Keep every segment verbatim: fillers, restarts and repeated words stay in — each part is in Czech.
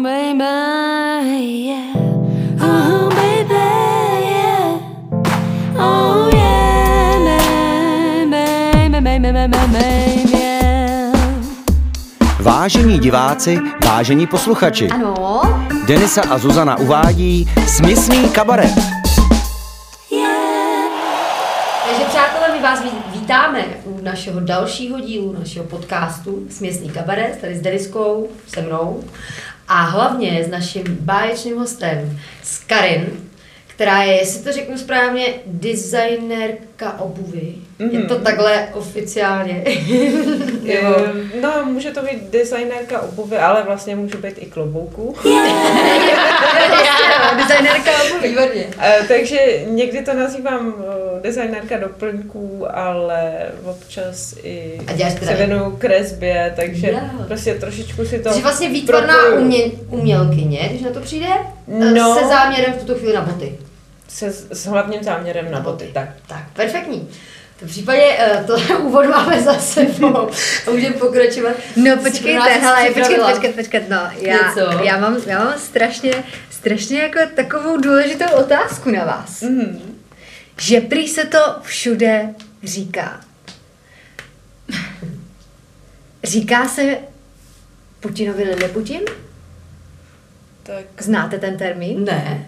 baby, yeah. Oh, baby, yeah. Oh, yeah, baby, baby, baby, baby, yeah. Vážení diváci, vážení posluchači. Ano. Denisa a Zuzana uvádí Směsný kabaret. Yeah. Takže přátelé, my vás vítáme u našeho dalšího dílu, našeho podcastu Směsný kabaret, tady s Deniskou, se mnou a hlavně s naším báječným hostem, s Karin, která je, jestli to řeknu správně, designérka obuvy. Mm-hmm. Je to takhle oficiálně? Jo. No, může to být designérka obuvy, ale vlastně může být i klobouků. Yeah. Designérka obuvy, výborně. Takže někdy to nazývám designérka doplňků, ale občas i se věnuju kresbě, takže yeah. prostě trošičku si to... Takže vlastně výtvarná umě, umělkyně, když na to přijde, no, se záměrem v tuto chvíli na boty. Se, s hlavním záměrem na, na boty, boty, tak. Tak, perfektní. V případě to úvod máme za sebou a můžeme pokračovat. No počkejte, hele, počkejte, počkejte, počkejte, no, já, já, mám, já mám strašně, strašně jako takovou důležitou otázku na vás. Mm-hmm. Že prý se to všude říká. Říká se Putinovi Lili Putin? Tak. Znáte ten termín? Ne.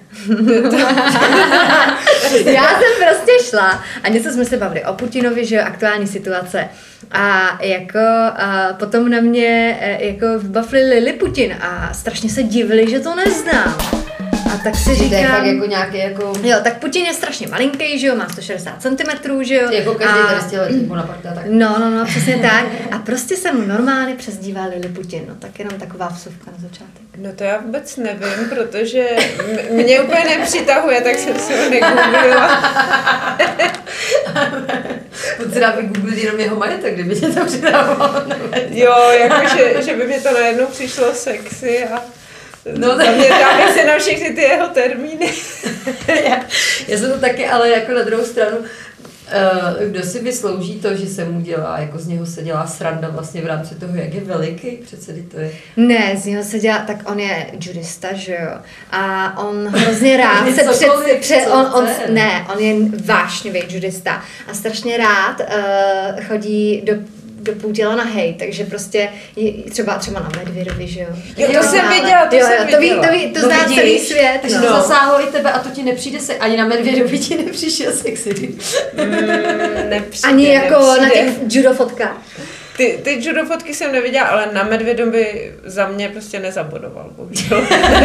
Já jsem prostě šla a něco jsme se bavili o Putinovi, že jo, aktuální situace. A jako a potom na mě jako vybavili Lili Putin a strašně se divili, že to neznám. A tak si říkám... To je fakt jako nějaký jako... Jo, tak Putin je strašně malinký, že jo, má sto šedesát centimetrů, že jo. Jako každý a... tady z těle Bonaparte, tak. No, no, no, přesně tak. A prostě jsem normálně přezdívá Lili Putin, no tak jenom taková vsuvka na začátek. No to já vůbec nevím, protože m- mě úplně nepřitahuje, tak jsem si ho negooglila. Buď si dá vygooglit jenom jeho majetek, kdyby tě to přitahovalo. Jo, jakože že by mě to najednou přišlo sexy a... No, zaměřáme se na všechny ty jeho termíny. já, já jsem to taky, ale jako na druhou stranu, uh, kdo si vyslouží to, že se mu dělá, jako z něho se dělá sranda vlastně v rámci toho, jak je veliký, přece to je. Ne, z něho se dělá, tak on je judista, že jo, a on hrozně rád se před, před on, on, ne, on je vášnivý judista a strašně rád uh, chodí do do půl těla nahej, takže prostě je, třeba třeba na Medvědovi, že jo. Jo, to jo, jsem viděla, to jo, jsem to viděla. To, ví, to, to no, zná vidíš, celý svět. Takže no. To zasáhlo i tebe a to ti nepřijde se, ani na Medvědovi ti nepřišel sexy. Mm, nepřijde, ani jako nepřijde. Na těch judo fotkách. Ty, ty judo fotky jsem neviděla, ale na Medvědovi za mě prostě nezabodoval, bohužel.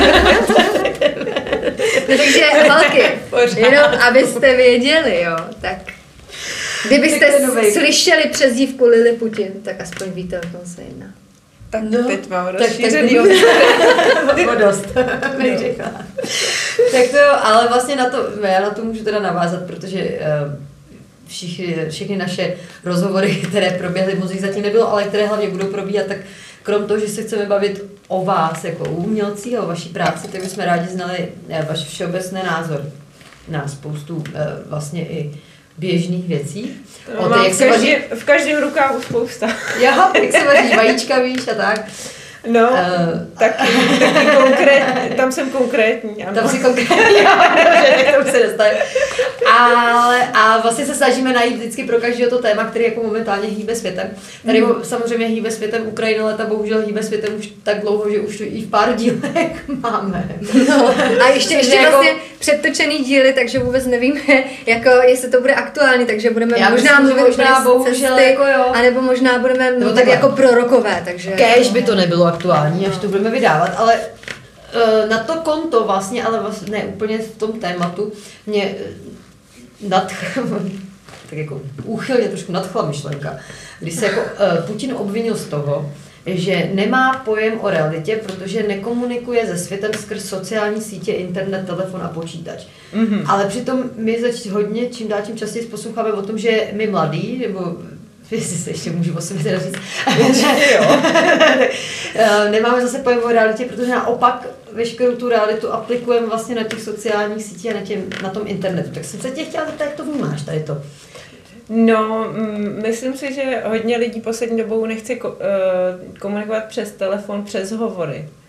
No takže holky, jenom abyste věděli, jo, tak kdybyste slyšeli přezdívku Lili Putin, tak aspoň víte, o tom se jedná. Tak no, teď mám rozšířený obzor. dost, bych řekla. Tak to jo, ale vlastně na to, já na to můžu teda navázat, protože uh, všichni, všechny naše rozhovory, které proběhly, moc jich zatím nebylo, ale které hlavně budou probíhat, tak krom toho, že se chceme bavit o vás, jako o umělcích a o vaší práci, tak bychom rádi znali váš všeobecný názor na spoustu uh, vlastně i běžných věcí. O té, jak v, každý, vaří... v každém rukávu spousta. Jo, jak se vaří vajíčka, víš, a tak. No, uh, taky, taky konkrétní, tam jsem konkrétní. Ano. Tam jsi konkrétní, jo, dobře, k tomu se dostane. Ale a vlastně se snažíme najít vždycky pro každého to téma, který jako momentálně hýbe světem. Tady mm. samozřejmě hýbe světem Ukrajina, ale ta bohužel hýbe světem už tak dlouho, že už to i v pár dílech máme. No, a ještě, ještě jako... vlastně předtočený díly, takže vůbec nevíme, jako, jestli to bude aktuální, takže budeme Já možná myslím, mluvit možná bohužel, cesty, jako jo. anebo možná budeme mluvit tak jako prorokové. Takže Kéž by to nebylo aktuální, až to budeme vydávat, ale uh, na to konto vlastně, ale vlastně ne úplně v tom tématu, mě nad, tak jako úchylně trošku nadchla myšlenka, když se jako uh, Putin obvinil z toho, že nemá pojem o realitě, protože nekomunikuje se světem skrz sociální sítě, internet, telefon a počítač. Mm-hmm. Ale přitom my zač hodně, čím dál tím častěji posloucháme o tom, že my mladí, nebo jestli se ještě můžu o sobě teda říct, jo. Nemáme zase pojem o realitě, protože naopak veškerou tu realitu aplikujeme vlastně na těch sociálních sítích a na, těm, na tom internetu. Tak jsem se tě chtěla zeptat, jak to vnímáš tady to? No, myslím si, že hodně lidí poslední dobou nechce komunikovat přes telefon, přes hovory.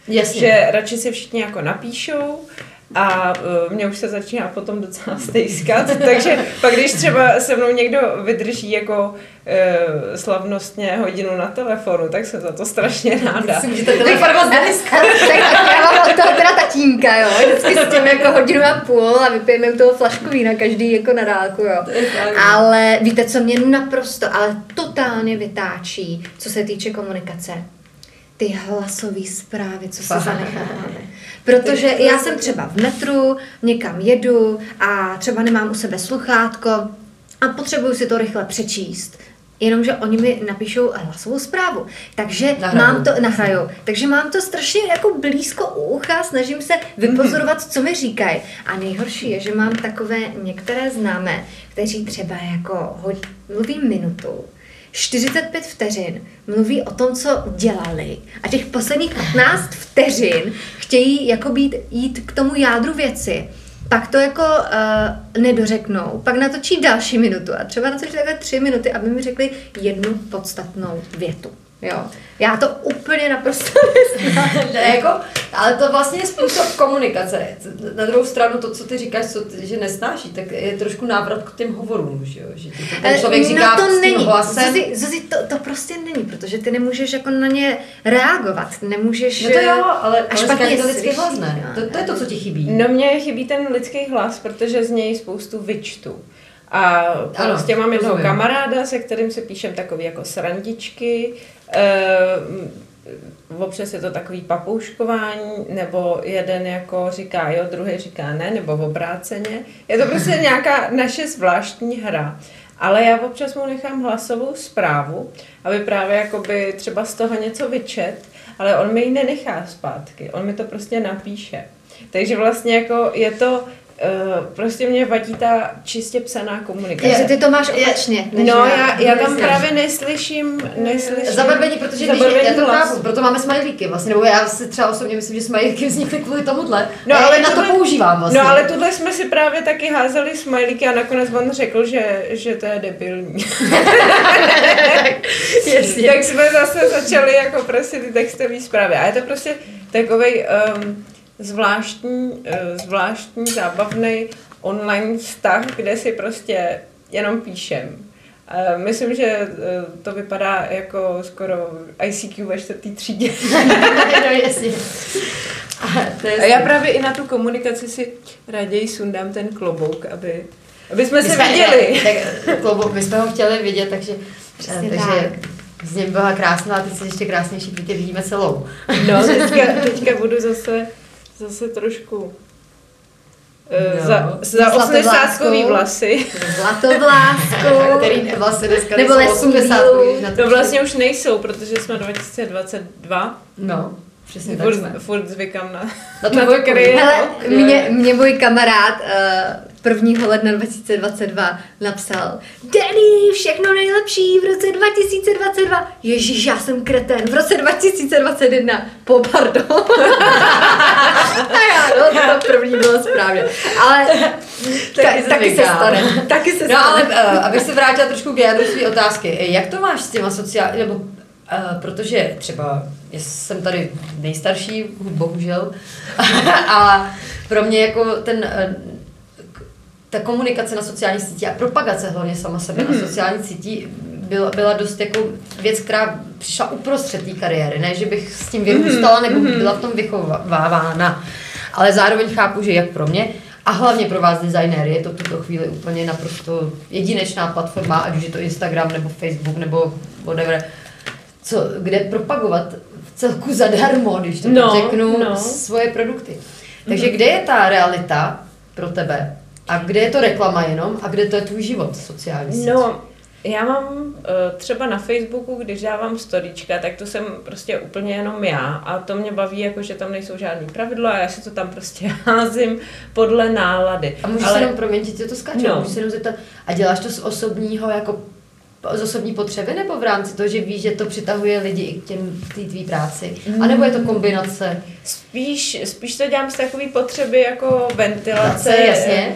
Jasně. Že radši si všichni jako napíšou a uh, mě už se začíná potom docela stejskat, takže pak když třeba se mnou někdo vydrží jako uh, slavnostně hodinu na telefonu, tak jsem za to strašně ráda. Myslím, že to telefon vás dneska. Tak já mám od toho teda tatínka, jo, vždycky s tím jako hodinu a půl a vypijeme u toho flašku vína, každý jako na dálku, jo. Ale víte, co mě naprosto, ale totálně vytáčí, co se týče komunikace? Ty hlasové zprávy, co se zanecháváme. Protože já jsem třeba v metru, někam jedu a třeba nemám u sebe sluchátko a potřebuju si to rychle přečíst. Jenomže oni mi napíšou hlasovou zprávu. Takže nahraju. mám to, nahraju. Takže mám to strašně jako blízko u ucha, snažím se vypozorovat, co mi říkají. A nejhorší je, že mám takové některé známé, kteří třeba jako mluví minutu, čtyřicet pět vteřin mluví o tom, co dělali a těch posledních patnáct vteřin chtějí jako být, jít k tomu jádru věci. Pak to jako uh, nedořeknou, pak natočí další minutu a třeba natočí takové tři minuty, aby mi řekli jednu podstatnou větu. Jo. Já to úplně naprosto neznám. Ne, jako, ale to vlastně je způsob komunikace. Na druhou stranu to, co ty říkáš, co ty, že nesnáší, tak je trošku návrat k těm hovorům, že jo? Že ti to ten člověk říká no to s tím není. hlasem. Zuzi, Zuzi, to, to prostě není, protože ty nemůžeš jako na ně reagovat, nemůžeš... No to jo, ale, a ale špatně to lidský slyší, hlas, ne? no, To, to je to, co ti chybí. No mně chybí ten lidský hlas, protože z něj spoustu vyčtu. A ano, prostě mám jednoho rozumím. kamaráda, se kterým se píšem takový jako srandičky, uh, občas je to takový papouškování, nebo jeden jako říká jo, druhý říká ne, nebo obráceně. Je to prostě nějaká naše zvláštní hra. Ale já občas mu nechám hlasovou zprávu, aby právě jakoby třeba z toho něco vyčet, ale on mi ji nenechá zpátky, on mi to prostě napíše. Takže vlastně jako je to Uh, prostě mě vadí ta čistě psaná komunikace. Takže ty to máš opačně. No, já, já tam právě neslyším, neslyším. Zabarbení, protože zabarbení když, já to hlas. chápu, proto máme smajlíky vlastně, nebo já si třeba osobně myslím, že smajlíky vznikly kvůli tomuhle. No, ale ale na tohle, to používám vlastně. No ale tuhle jsme si právě taky házeli smajlíky a nakonec on řekl, že, že to je debilní. Tak jsme zase začali jako prostě ty textové zprávy. A je to prostě takovej um, zvláštní, zvláštní, zábavný online vztah, kde si prostě jenom píšem. Myslím, že to vypadá jako skoro I C Q ve čtvrtý třídě. No, jasně. A já právě i na tu komunikaci si raději sundám ten klobouk, aby, aby jsme my se jsme, viděli. Tak klobouk, my jsme ho chtěli vidět, takže, takže z něm byla krásná a teď se ještě krásnější, protože tě vidíme celou. No, teďka, teďka budu zase zase trošku uh, no. za, za osmdesátkový vlasy. Zlatovlásku. Který vlasy dneska nebo nejsou osmdesátkový. No vlastně už nejsou, protože jsme dva tisíce dvacet dva. No, přesně furt, tak furt zvykám na, na to, na to kryje. Hele, mě, mě můj kamarád uh, prvního ledna dva tisíce dvacet dva napsal: Danny, všechno nejlepší v roce dva tisíce dvacet dva. Ježíš, já jsem kreten. V roce dva tisíce dvacet jedna. Po pardon. A já, no, to první bylo správně. Ale taky, ta, taky se stane. Taky se no, stane. ale uh, abych se vrátila trošku k jádru své otázky. Jak to máš s těma sociální, nebo uh, protože třeba jsem tady nejstarší, bohužel, a pro mě jako ten uh, ta komunikace na sociální síti a propagace hlavně sama sebe mm. na sociální síti byla, byla dost jako věc, která přišla uprostřed té kariéry. Ne, že bych s tím vyrůstala nebo mm. byla v tom vychovávána. Ale zároveň chápu, že jak pro mě a hlavně pro vás designéry je to v tuto chvíli úplně naprosto jedinečná platforma, ať už je to Instagram nebo Facebook nebo whatever, co, kde propagovat v celku zadarmo, když to no, řeknu, no. svoje produkty. Takže mm. kde je ta realita pro tebe? A kde je to reklama jenom a kde to je tvůj život sociální síť? No, já mám uh, třeba na Facebooku, když dávám storíčka, tak to jsem prostě úplně jenom já a to mě baví, jako že tam nejsou žádný pravidla a já si to tam prostě házím podle nálady. A můžeš Ale... se jenom, promiň, ti to skáče, no. můžeš se jenom zeptat, a děláš to z osobního jako z osobní potřeby nebo v rámci toho, že víš, že to přitahuje lidi i k těm té tvý práci? A nebo je to kombinace? Spíš, spíš to dělám z takové potřeby jako ventilace. Práce, jasně.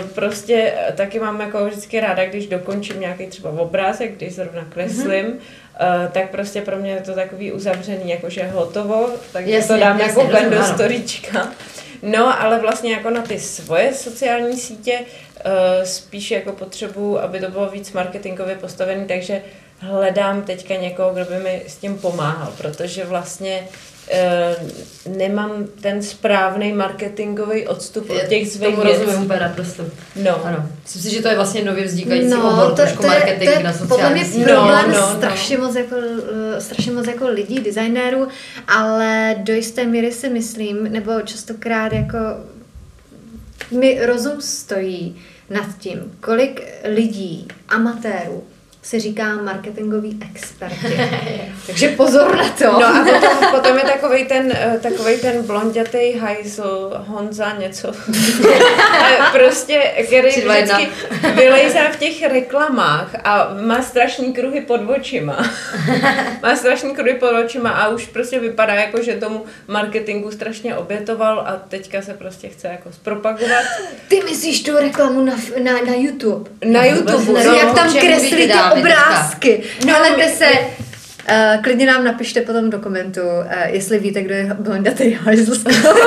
Prostě taky mám jako vždycky ráda, když dokončím nějaký třeba obrázek, když zrovna kreslím. Mm-hmm. Uh, tak prostě pro mě je to takový uzavřený, jakože hotovo, takže jasně, to dám jasně, jako ven do ano. storíčka. No, ale vlastně jako na ty svoje sociální sítě uh, spíš jako potřebuji, aby to bylo víc marketingově postavené, takže hledám teďka někoho, kdo by mi s tím pomáhal, protože vlastně uh, nemám ten správný marketingový odstup od těch svých věcí. Rozumím úplně naprosto. No. Ano. Myslím si, že to je vlastně nově vznikající No, obor, to, trošku to je, marketing to je na podle sociální mě sítě. problém No, no, strašně, no. Moc jako, uh, strašně moc jako lidí, designérů, ale do jisté míry si myslím, nebo častokrát jako mi rozum stojí nad tím, kolik lidí, amatérů, se říká marketingový experti. Takže pozor na to. No a potom, potom je takovej ten, takovej ten blondětej hajzl, Honza něco. Prostě, který vždycky vylejzá v těch reklamách a má strašný kruhy pod očima. Má strašný kruhy pod očima a už prostě vypadá jako, že tomu marketingu strašně obětoval a teďka se prostě chce jako zpropagovat. Ty myslíš tu reklamu na, na, na YouTube? Na YouTube, No, no, jak tam kreslí ty obrázky. No, Helejte se, uh, klidně nám napište potom do komentu, uh, jestli víte, kdo je blondatý hajzl.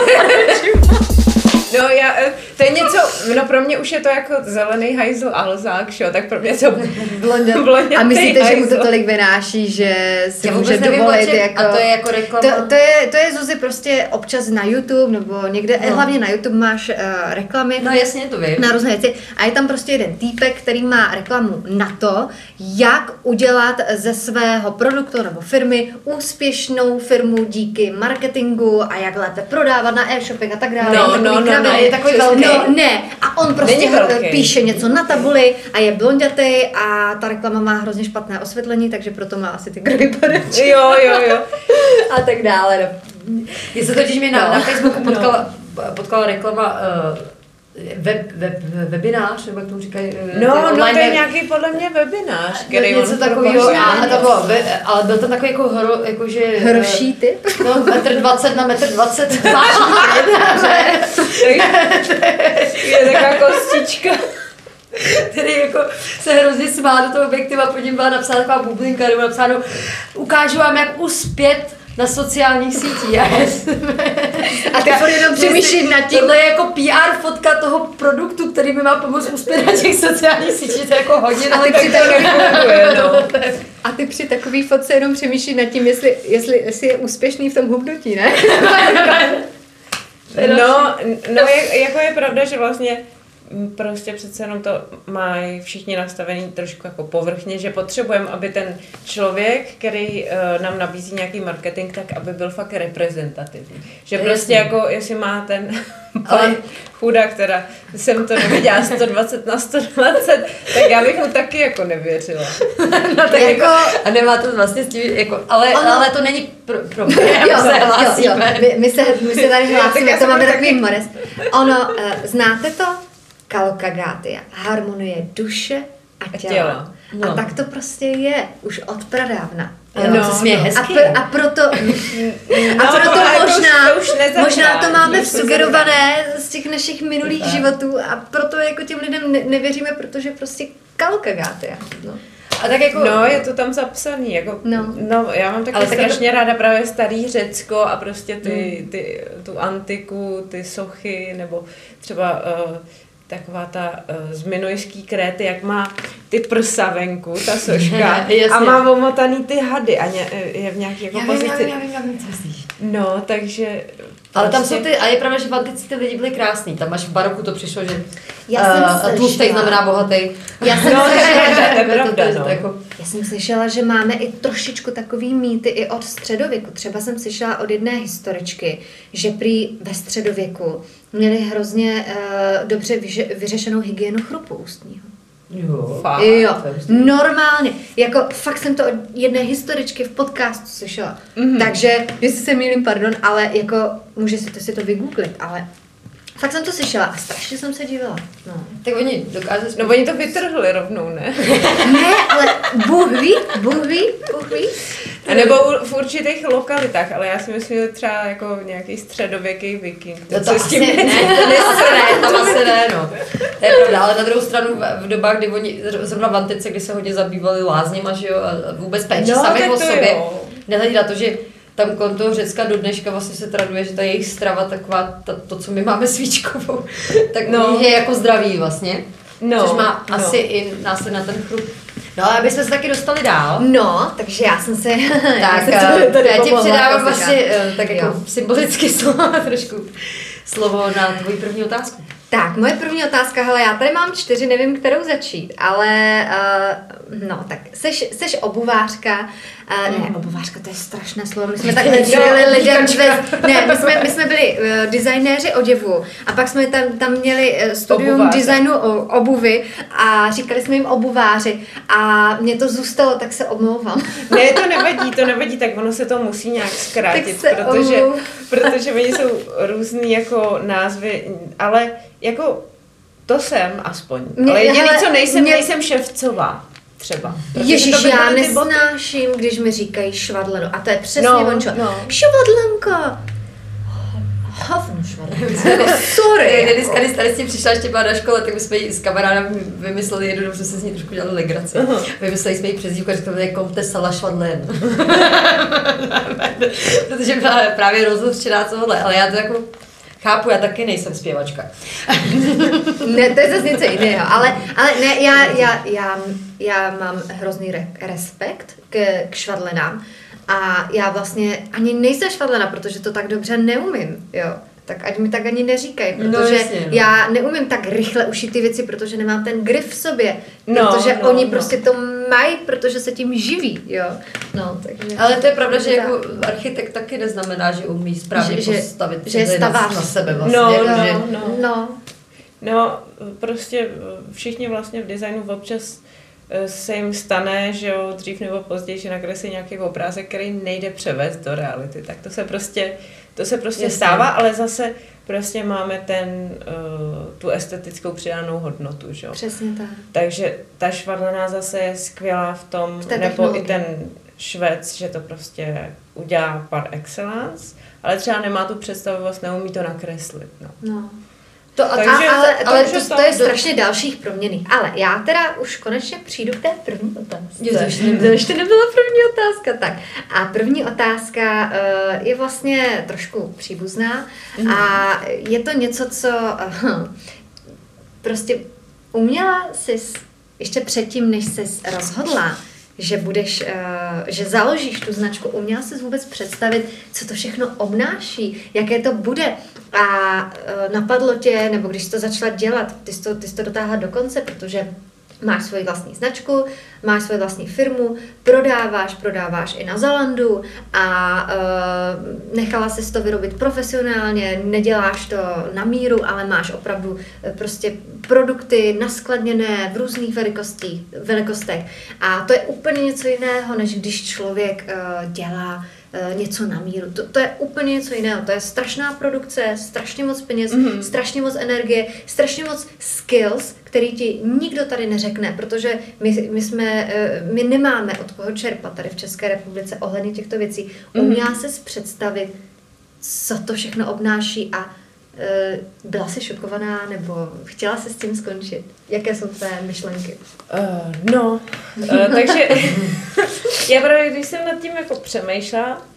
No já, to je něco, no pro mě už je to jako zelený hajzl alzák, šo, tak pro mě je to blondětej. A myslíte, hajzl. že mu to tolik vynáší, že si Já může vůbec nevím, dovolit o čem- jako... A to je jako reklama? To, to, je, to je Zuzi prostě občas na YouTube, nebo někde, No. hlavně na YouTube máš uh, reklamy. No jasně, to vím. Na různé věci. A je tam prostě jeden týpek, který má reklamu na to, jak udělat ze svého produktu nebo firmy úspěšnou firmu díky marketingu a jak lépe prodávat na e-shopech a tak dále. No, Je takový no, no, kraviny. no, je takový přesně. velký. No, ne. A on prostě Není velký. píše něco na tabuli a je blondětej a ta reklama má hrozně špatné osvětlení, takže proto má asi ty kruhy pod očima. Jo, jo, jo. A tak dále. No. Já se totiž mi na, No. na Facebooku potkala, potkala reklama uh, web, web, webinář, nebo jak tomu říkají? uh, No, ten no to online je web- nějaký podle mě webinář, který něco on takového, propaguje. a, a to bylo, ve- ale byl to takový jako hro, jakože... uh, Hroší typ? No, metr dvacet na metr dvacet. Je taková kostička. Který jako se hrozně smál do toho objektiva, pod ním byla napsána taková bublinka, nebo napsáno, ukážu vám, jak uspět na sociálních sítích. A ty furt jenom přemýšlíš nad tím. Tohle je jako P R fotka toho produktu, který mi má pomoct uspět na těch sociálních sítích, to je jako hodně. A ty tak při to takový- funguje, no. A ty při takový fotce jenom přemýšlíš nad tím, jestli, jestli, jestli je úspěšný v tom hubnutí, ne? No, no je, jako je pravda, že vlastně m, prostě přece jenom to mají všichni nastavený trošku jako povrchně, že potřebujeme, aby ten člověk, který uh, nám nabízí nějaký marketing, tak aby byl fakt reprezentativní. Že To je prostě jasný. jako, jestli má ten Ale- pan chudák, teda jsem to neviděla sto dvacet na sto dvacet, tak já bych mu taky jako nevěřila. No, tak jako, a nemá to vlastně s tím, jako, ale, Ono- ale to není pro, pro mě, Jo, my se jo, jo, hlásíme. my, my, se, my se tady Tak hlásíme, já to jsem máme taky- takový modest. Ono, uh, znáte to? Kalokagatia. Harmonie duše a těla. těla. No. A tak to prostě je, už od pradávna. Ale No, no, se směje no. A, hezky. pr- a proto, a No, proto ale to už- možná, to už nezabrání, možná to máme to už vsugerované z těch našich minulých Tak. životů a proto jako těm lidem ne- nevěříme, protože prostě kalokagatia. No. A tak jako, No, je to tam zapsaný, jako, No. no. no já mám taky Ale taky strašně ráda právě starý Řecko a prostě ty, ty, tu antiku, ty sochy, nebo třeba uh, taková ta uh, z minojský Kréty, jak má ty prsa venku, ta soška, Jasně. a má omotaný ty hady a ně, je v nějaký jako já vím, já pozici. vím, já vím, já vím, co myslíš. No, takže... Ale tam prostě- jsou ty, a je pravda, že v antice ty lidi byli krásný, tam až v baroku to přišlo, že Já jsem uh, tlustej slyšela. znamená bohatý. Já jsem No, to je slyšela, pravda, to je To- to- pravda, to- no. to jako- Já jsem slyšela, že máme i trošičku takový mýty i od středověku. Třeba jsem slyšela od jedné historičky, že prý ve středověku měli hrozně uh, dobře vyže, vyřešenou hygienu chrupu ústního. Jo. Fakt. Jo, to je hustý. normálně. Jako fakt jsem to od jedné historičky v podcastu slyšela. Mhm. Takže, jestli se mýlím, pardon, ale jako může si to, si to vygooglit, ale fakt jsem to slyšela a strašně jsem se divila. No. Tak oni dokážou No, oni to vytrhli rovnou, ne? Ne, ale Bůh ví, Bůh ví, Bůh ví. A nebo v určitých lokalitách, ale já si myslím, že třeba jako nějaký středověký viking. No to asi ne, to ne, to asi ne, no. To je pravda, ale na druhou stranu v dobách, kdy oni, zrovna v antice, kdy se hodně zabývali lázněma, že jo, a vůbec péči no, sami o sobě, jo. nehledí na to, že tam kolem toho Řecka do dneška vlastně se traduje, že ta jejich strava taková, ta, to, co my máme svíčkovou, tak no. je jako zdraví vlastně, no, což má no. asi i následně na ten chrup. No ale abychom se taky dostali dál. No, takže já jsem se... Tak já, jsem tady já ti předávám vlastně tak jako jo. symbolicky slovo, trošku slovo na tvoji první otázku. Tak, moje první otázka, hele, já tady mám čtyři, nevím, kterou začít, ale uh, no, tak seš, seš obuvářka, uh, ne, obuvářka, to je strašné slovo, my jsme takhle dělali lidem, ne, my jsme, my jsme byli uh, designéři oděvu a pak jsme tam, tam měli uh, studium Obuváře. designu obuvy a říkali jsme jim obuváři a mě to zůstalo, tak se omlouvám. Ne, to nevadí, to nevadí, tak ono se to musí nějak zkrátit, protože, protože oni jsou různý jako názvy, ale jako to jsem aspoň, mě, ale jediný, co nejsem, mě... nejsem ševcová třeba. Ježiš, já nesnáším, když mi říkají švadleno a to je přesně no, vončo. No. Švadlenka! Hovno švadlenka. Sorry. Když tady, tady s tím přišla ještě byla na škole, tak my jsme jí s kamarádem vymysleli jednu, že se z ní trošku dělali legraci. Uh-huh. Vymysleli jsme jí přezdívku a říkali, že Komtesa Švadlen. Protože byla právě rozhořčená tohle, ale já to jako chápu, já taky nejsem zpěvačka. Ne, to je zase něco jiného, ale, ale ne, já, já, já, já mám hrozný re- respekt k, k švadlenám a já vlastně ani nejsem švadlena, protože to tak dobře neumím, jo. Tak ať mi tak ani neříkají, protože no, jasně, no. já neumím tak rychle ušít ty věci, protože nemám ten grif v sobě, no, protože no, oni no. prostě to mají, protože se tím živí, jo. No, takže... Ale to je pravda, že jako architekt taky neznamená, že umí správně že, postavit že, že na, na sebe vlastně. No, jako, no, že... no. no. No, prostě všichni vlastně v designu občas se jim stane, že jo, dřív nebo později, že nakreslí nějaký obrázek, který nejde převést do reality. Tak to se prostě, to se prostě Jasně. stává, ale zase prostě máme ten, uh, tu estetickou přidanou hodnotu, že jo. Přesně tak. Takže ta švadlená zase je skvělá v tom, v nebo i ten švec, že to prostě udělá par excellence, ale třeba nemá tu představivost, neumí to nakreslit, no. no. To, a, Takže, a, ale ale to, to, to je strašně dalších proměnných. Ale já teda už konečně přijdu k té první otázce. To ještě nebyla první otázka. Tak. A první otázka uh, je vlastně trošku příbuzná mm. a je to něco, co uh, prostě uměla jsi ještě předtím, než jsi rozhodla, že budeš, že založíš tu značku, uměla jsi vůbec představit, co to všechno obnáší, jaké to bude a napadlo tě, nebo když jsi to začala dělat, ty jsi to, ty jsi to dotáhla do konce, protože máš svoji vlastní značku, máš svoji vlastní firmu, prodáváš, prodáváš i na Zalandu a uh, nechala jsi to vyrobit profesionálně, neděláš to na míru, ale máš opravdu uh, prostě produkty naskladněné v různých velikostích, velikostech. A to je úplně něco jiného, než když člověk uh, dělá něco na míru. To, to je úplně něco jiného. To je strašná produkce, strašně moc peněz, mm-hmm. strašně moc energie, strašně moc skills, který ti nikdo tady neřekne, protože my, my, jsme, my nemáme od koho čerpat tady v České republice ohledně těchto věcí. Mm-hmm. Uměla ses představit, co to všechno obnáší a byla jsi šokovaná nebo chtěla se s tím skončit? Jaké jsou tvé myšlenky? Uh, no, uh, takže já právě, když jsem nad tím jako přemýšlela, uh,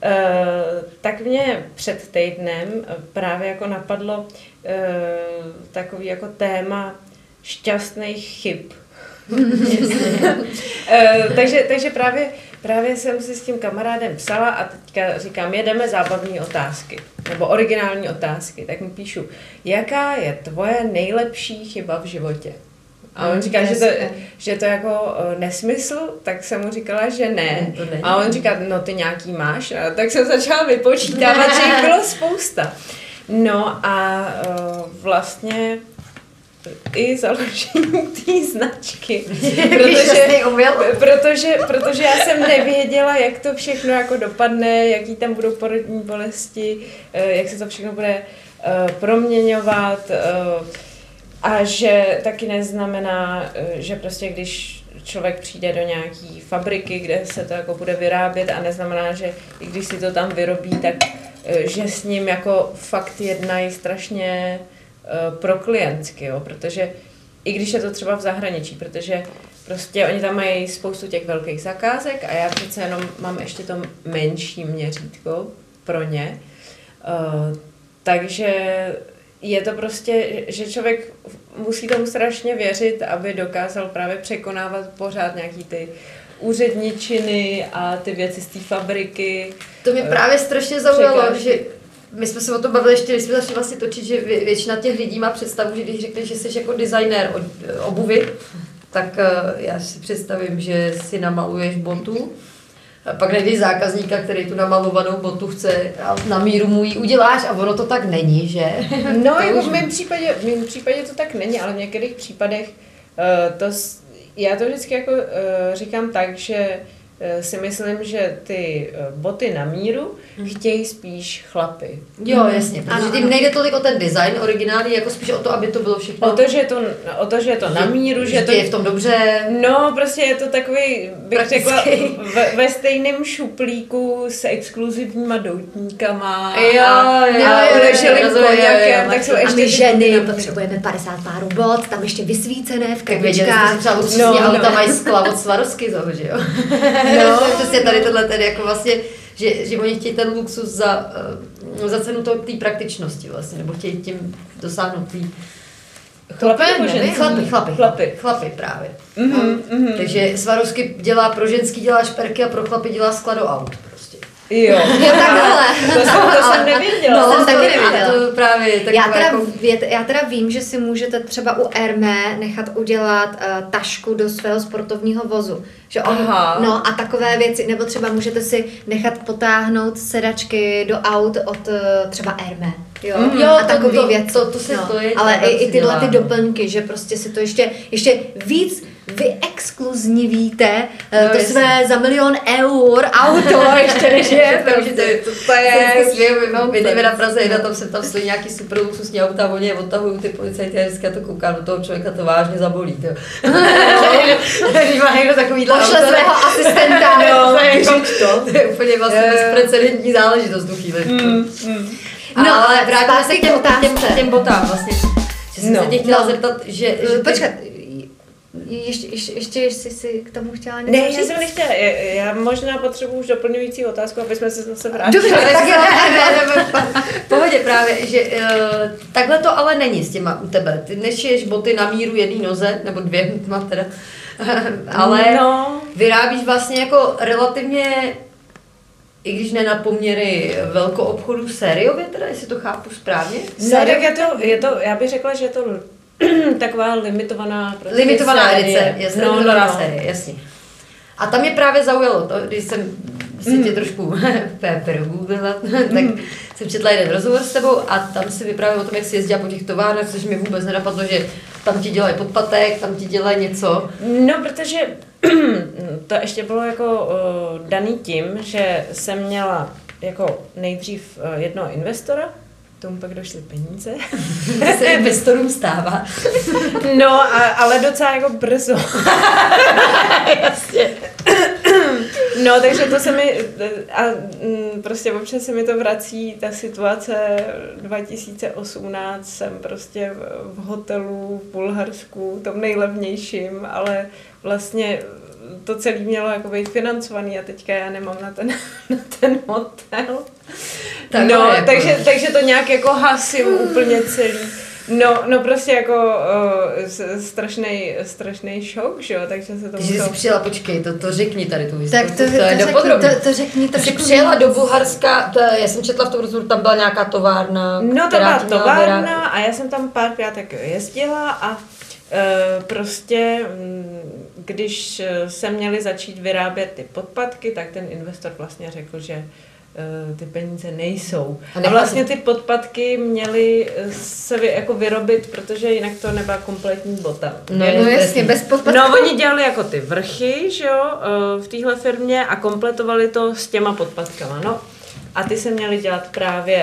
tak mě před týdnem právě jako napadlo uh, takový jako téma šťastných chyb. uh, takže, takže právě, právě jsem si s tím kamarádem psala a teďka říkám, jedeme zábavní otázky, nebo originální otázky, tak mi píšu, jaká je tvoje nejlepší chyba v životě? A on říká, že to, že to jako uh, nesmysl, tak jsem mu říkala, že ne. A on říká, no ty nějaký máš. A tak jsem začala vypočítávat, že jich bylo spousta. No a uh, vlastně i založení té značky, protože, protože, protože já jsem nevěděla, jak to všechno jako dopadne, jaký tam budou porodní bolesti, jak se to všechno bude uh, proměňovat uh, a že taky neznamená, že prostě když člověk přijde do nějaký fabriky, kde se to jako bude vyrábět a neznamená, že i když si to tam vyrobí, tak že s ním jako fakt jednají strašně uh, pro klientsky, jo, protože i když je to třeba v zahraničí, protože prostě oni tam mají spoustu těch velkých zakázek a já přece jenom mám ještě to menší měřítko pro ně. Uh, takže je to prostě, že člověk musí tomu strašně věřit, aby dokázal právě překonávat pořád nějaký ty úředničiny a ty věci z té fabriky. To mě právě strašně zaujalo, že my jsme se o tom bavili ještě, když jsme začali vlastně točit, že většina těch lidí má představu, že když řekneš, že jsi jako designér obuvy, tak já si představím, že si namaluješ botu, a pak najdeš zákazníka, který tu namalovanou botu chce a na míru mu ji uděláš a ono to tak není, že? No, jako v mém případě, v mém případě to tak není, ale v některých případech uh, to, já to vždycky jako uh, říkám tak, že uh, si myslím, že ty uh, boty na míru chtějí spíš chlapy. Jo, jasně, protože tím nejde tolik o ten design originální, jako spíš o to, aby to bylo všechno. O to, že je to, o to, že je to na míru, že, že to je v tom dobře. No, prostě je to takový, bych řekla, ve, ve stejném šuplíku s exkluzivníma doutníkama jo, a, jo, a jo, uleželým jo, jo, koněkem, jo, tak jsou A ještě my ženy ty- potřebujeme padesát párů bot, tam ještě vysvícené v Tak věděli jste, že krabičkách. třeba luxusní No, auta no. mají skla od Swarovski, toho, že jo? No. To je přesně tady tohle tedy jako vlastně, že, že oni chtějí ten luxus za, uh, za cenu té praktičnosti vlastně, nebo chtějí tím dosáhnout tý... Chlapy To nebo nevím. ženský? Chlapy, chlapy, Chlapy. Chlapy právě. Mhm, mhm. Takže Swarovski dělá pro ženský dělá šperky a pro chlapy dělá skla do aut prostě. Jo, Jo, takhle. to jsem, to jsem nevěděla. No, jsem taky to, nevěděla. to právě tak Já teda, jako... věd, já teda vím, že si můžete třeba u Hermé nechat udělat uh, tašku do svého sportovního vozu. Že on, Aha. no a takové věci, nebo třeba můžete si nechat potáhnout sedačky do aut od uh, třeba Hermé. Jo, Mm, jo jo, a to- takový to- věci. to- to se- no. to je- Ale to i, i se tyhle dělá, ty no. doplňky, že prostě si to ještě, ještě víc vyexkluznivíte uh, No, to jasně. své za milion eur auto, ještě než je. Takže to, to, to je Vidíme na Praze jedna, tam se tam stojí nějaký super luxusní auta, oni je odtahují ty policajty a vždycky já to koukám, do toho člověka to vážně zabolí. Když má někdo takovýhle Pošle svého asistenta. no, to, je jako- to, to je úplně vlastně Jo, jo. bezprecedentní záležitost tu chvíli. Mm, mm. No, ale vrátíme se zpátky k těm, k otázce. těm, těm botám vlastně. Že jsem No, se tě chtěla no. zeptat, že... že ty- Počkat, ještě, ještě, ještě jestli si k tomu chtěla něco Ne, já říct? jsem nechtěla, já, já možná potřebuji už doplňující otázku, aby jsme se zase vrátili. Dobře, tak jo. V pohodě právě, že uh, takhle to ale není s těma u tebe. Ty nešiješ boty na míru jedné noze, nebo dvě, má teda, ale No. vyrábíš vlastně jako relativně, i když ne na poměry velkou obchodu, sériově teda, jestli to chápu správně? No, tak je to, je to, já bych řekla, že je to taková limitovaná prostě Limitovaná série. edice, jasně, no, limitovaná no, no. série, jasně. A tam mě právě zaujalo to, když jsem si tě trošku progooglila, tak jsem četla jeden rozhovor s tebou a tam si vyprávěl o tom, jak jsi jezdila po těch továrnách, což mi vůbec nenapadlo, že tam ti dělají podpatek, tam ti dělají něco. No, protože to ještě bylo jako uh, daný tím, že jsem měla jako nejdřív uh, jednoho investora, tomu pak došly peníze. To se investorům stává. No, a, ale docela jako brzo. Jasně. No, takže to se mi, a mm, prostě občas se mi to vrací, ta situace dva tisíce osmnáct jsem prostě v- v hotelu v Bulharsku, tom nejlevnějším, ale vlastně to celé mělo jako být financovaný a teďka já nemám na ten, na ten hotel. Tak no, ale- takže, takže to nějak jako hasím úplně celý. No, no prostě jako uh, strašný, strašný šok, že jo, takže se to Takže jsi muselo... přijela, počkej, to, to řekni tady tu Tak historii, to, to, to je to, řekni, dopodrobně. to, to řekni Ty jsi trošku přijela víc. do Bulharska, to, je- já jsem četla v tom rozhovoru, tam byla nějaká továrna, No, to která byla ti měla továrna vyrábět. a já jsem tam párkrát tak jezdila a e, prostě, mm, když se měli začít vyrábět ty podpatky, tak ten investor vlastně řekl, že e, ty peníze nejsou. A A, nechala vlastně si- ty podpatky měly se vy, jako vyrobit, protože jinak to nebyla kompletní bota. No, No jasně, bez podpatku. No, oni dělali jako ty vrchy, že jo, e, v téhle firmě a kompletovali to s těma podpatkama, no. A ty se měly dělat právě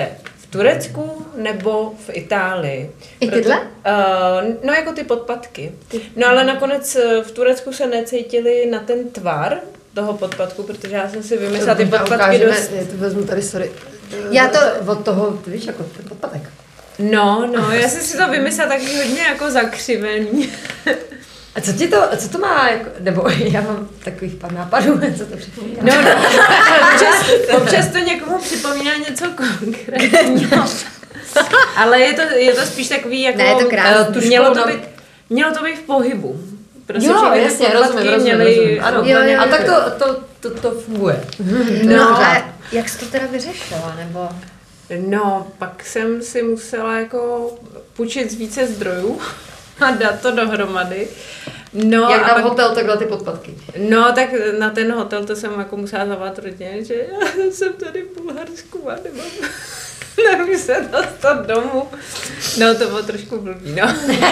v Turecku nebo v Itálii. I tyhle? Proto, uh, no jako ty podpatky. No ale nakonec v Turecku se necítili na ten tvar toho podpatku, protože já jsem si vymyslela ty podpatky dost... Já to vezmu tady, sorry. Já to... Od toho, víš, jako ten podpatek. No, no, já jsem si to vymyslela taky hodně jako zakřivený. A co ti to, co to má, jako, nebo já mám takových pár nápadů, co to připomíná. No, no, občas, občas to někomu připomíná něco konkrétního. Ale je to, je to spíš takový jako... Ne, je to krásný. Mělo to být, mělo to být v pohybu. Prostě jo, jasně, rozumím, rozumím, rozumím. Ano, jo, jo, jo. A tak to, to, to, to funguje. No, no ale jak jsi to teda vyřešila, nebo... No, pak jsem si musela jako půjčit z více zdrojů a dát to dohromady. No, jak a na pak, hotel, takhle ty podpatky. No, tak na ten hotel to jsem jako musela zavolat rodině, že já jsem tady v Bulharsku a nemám, nemůžu se dostat domů. No, to bylo trošku blbý, no.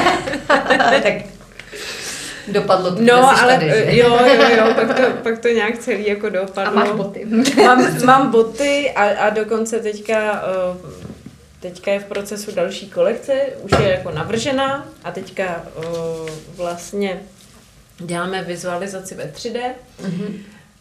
Tak dopadlo to, no, ale tady, že? jo, jo, jo, pak to, pak to nějak celý jako dopadlo. A máš boty. Mám, mám boty a, a dokonce teďka, uh, teďka je v procesu další kolekce, už je jako navržená a teďka uh, vlastně děláme vizualizaci ve tři dé, mm-hmm.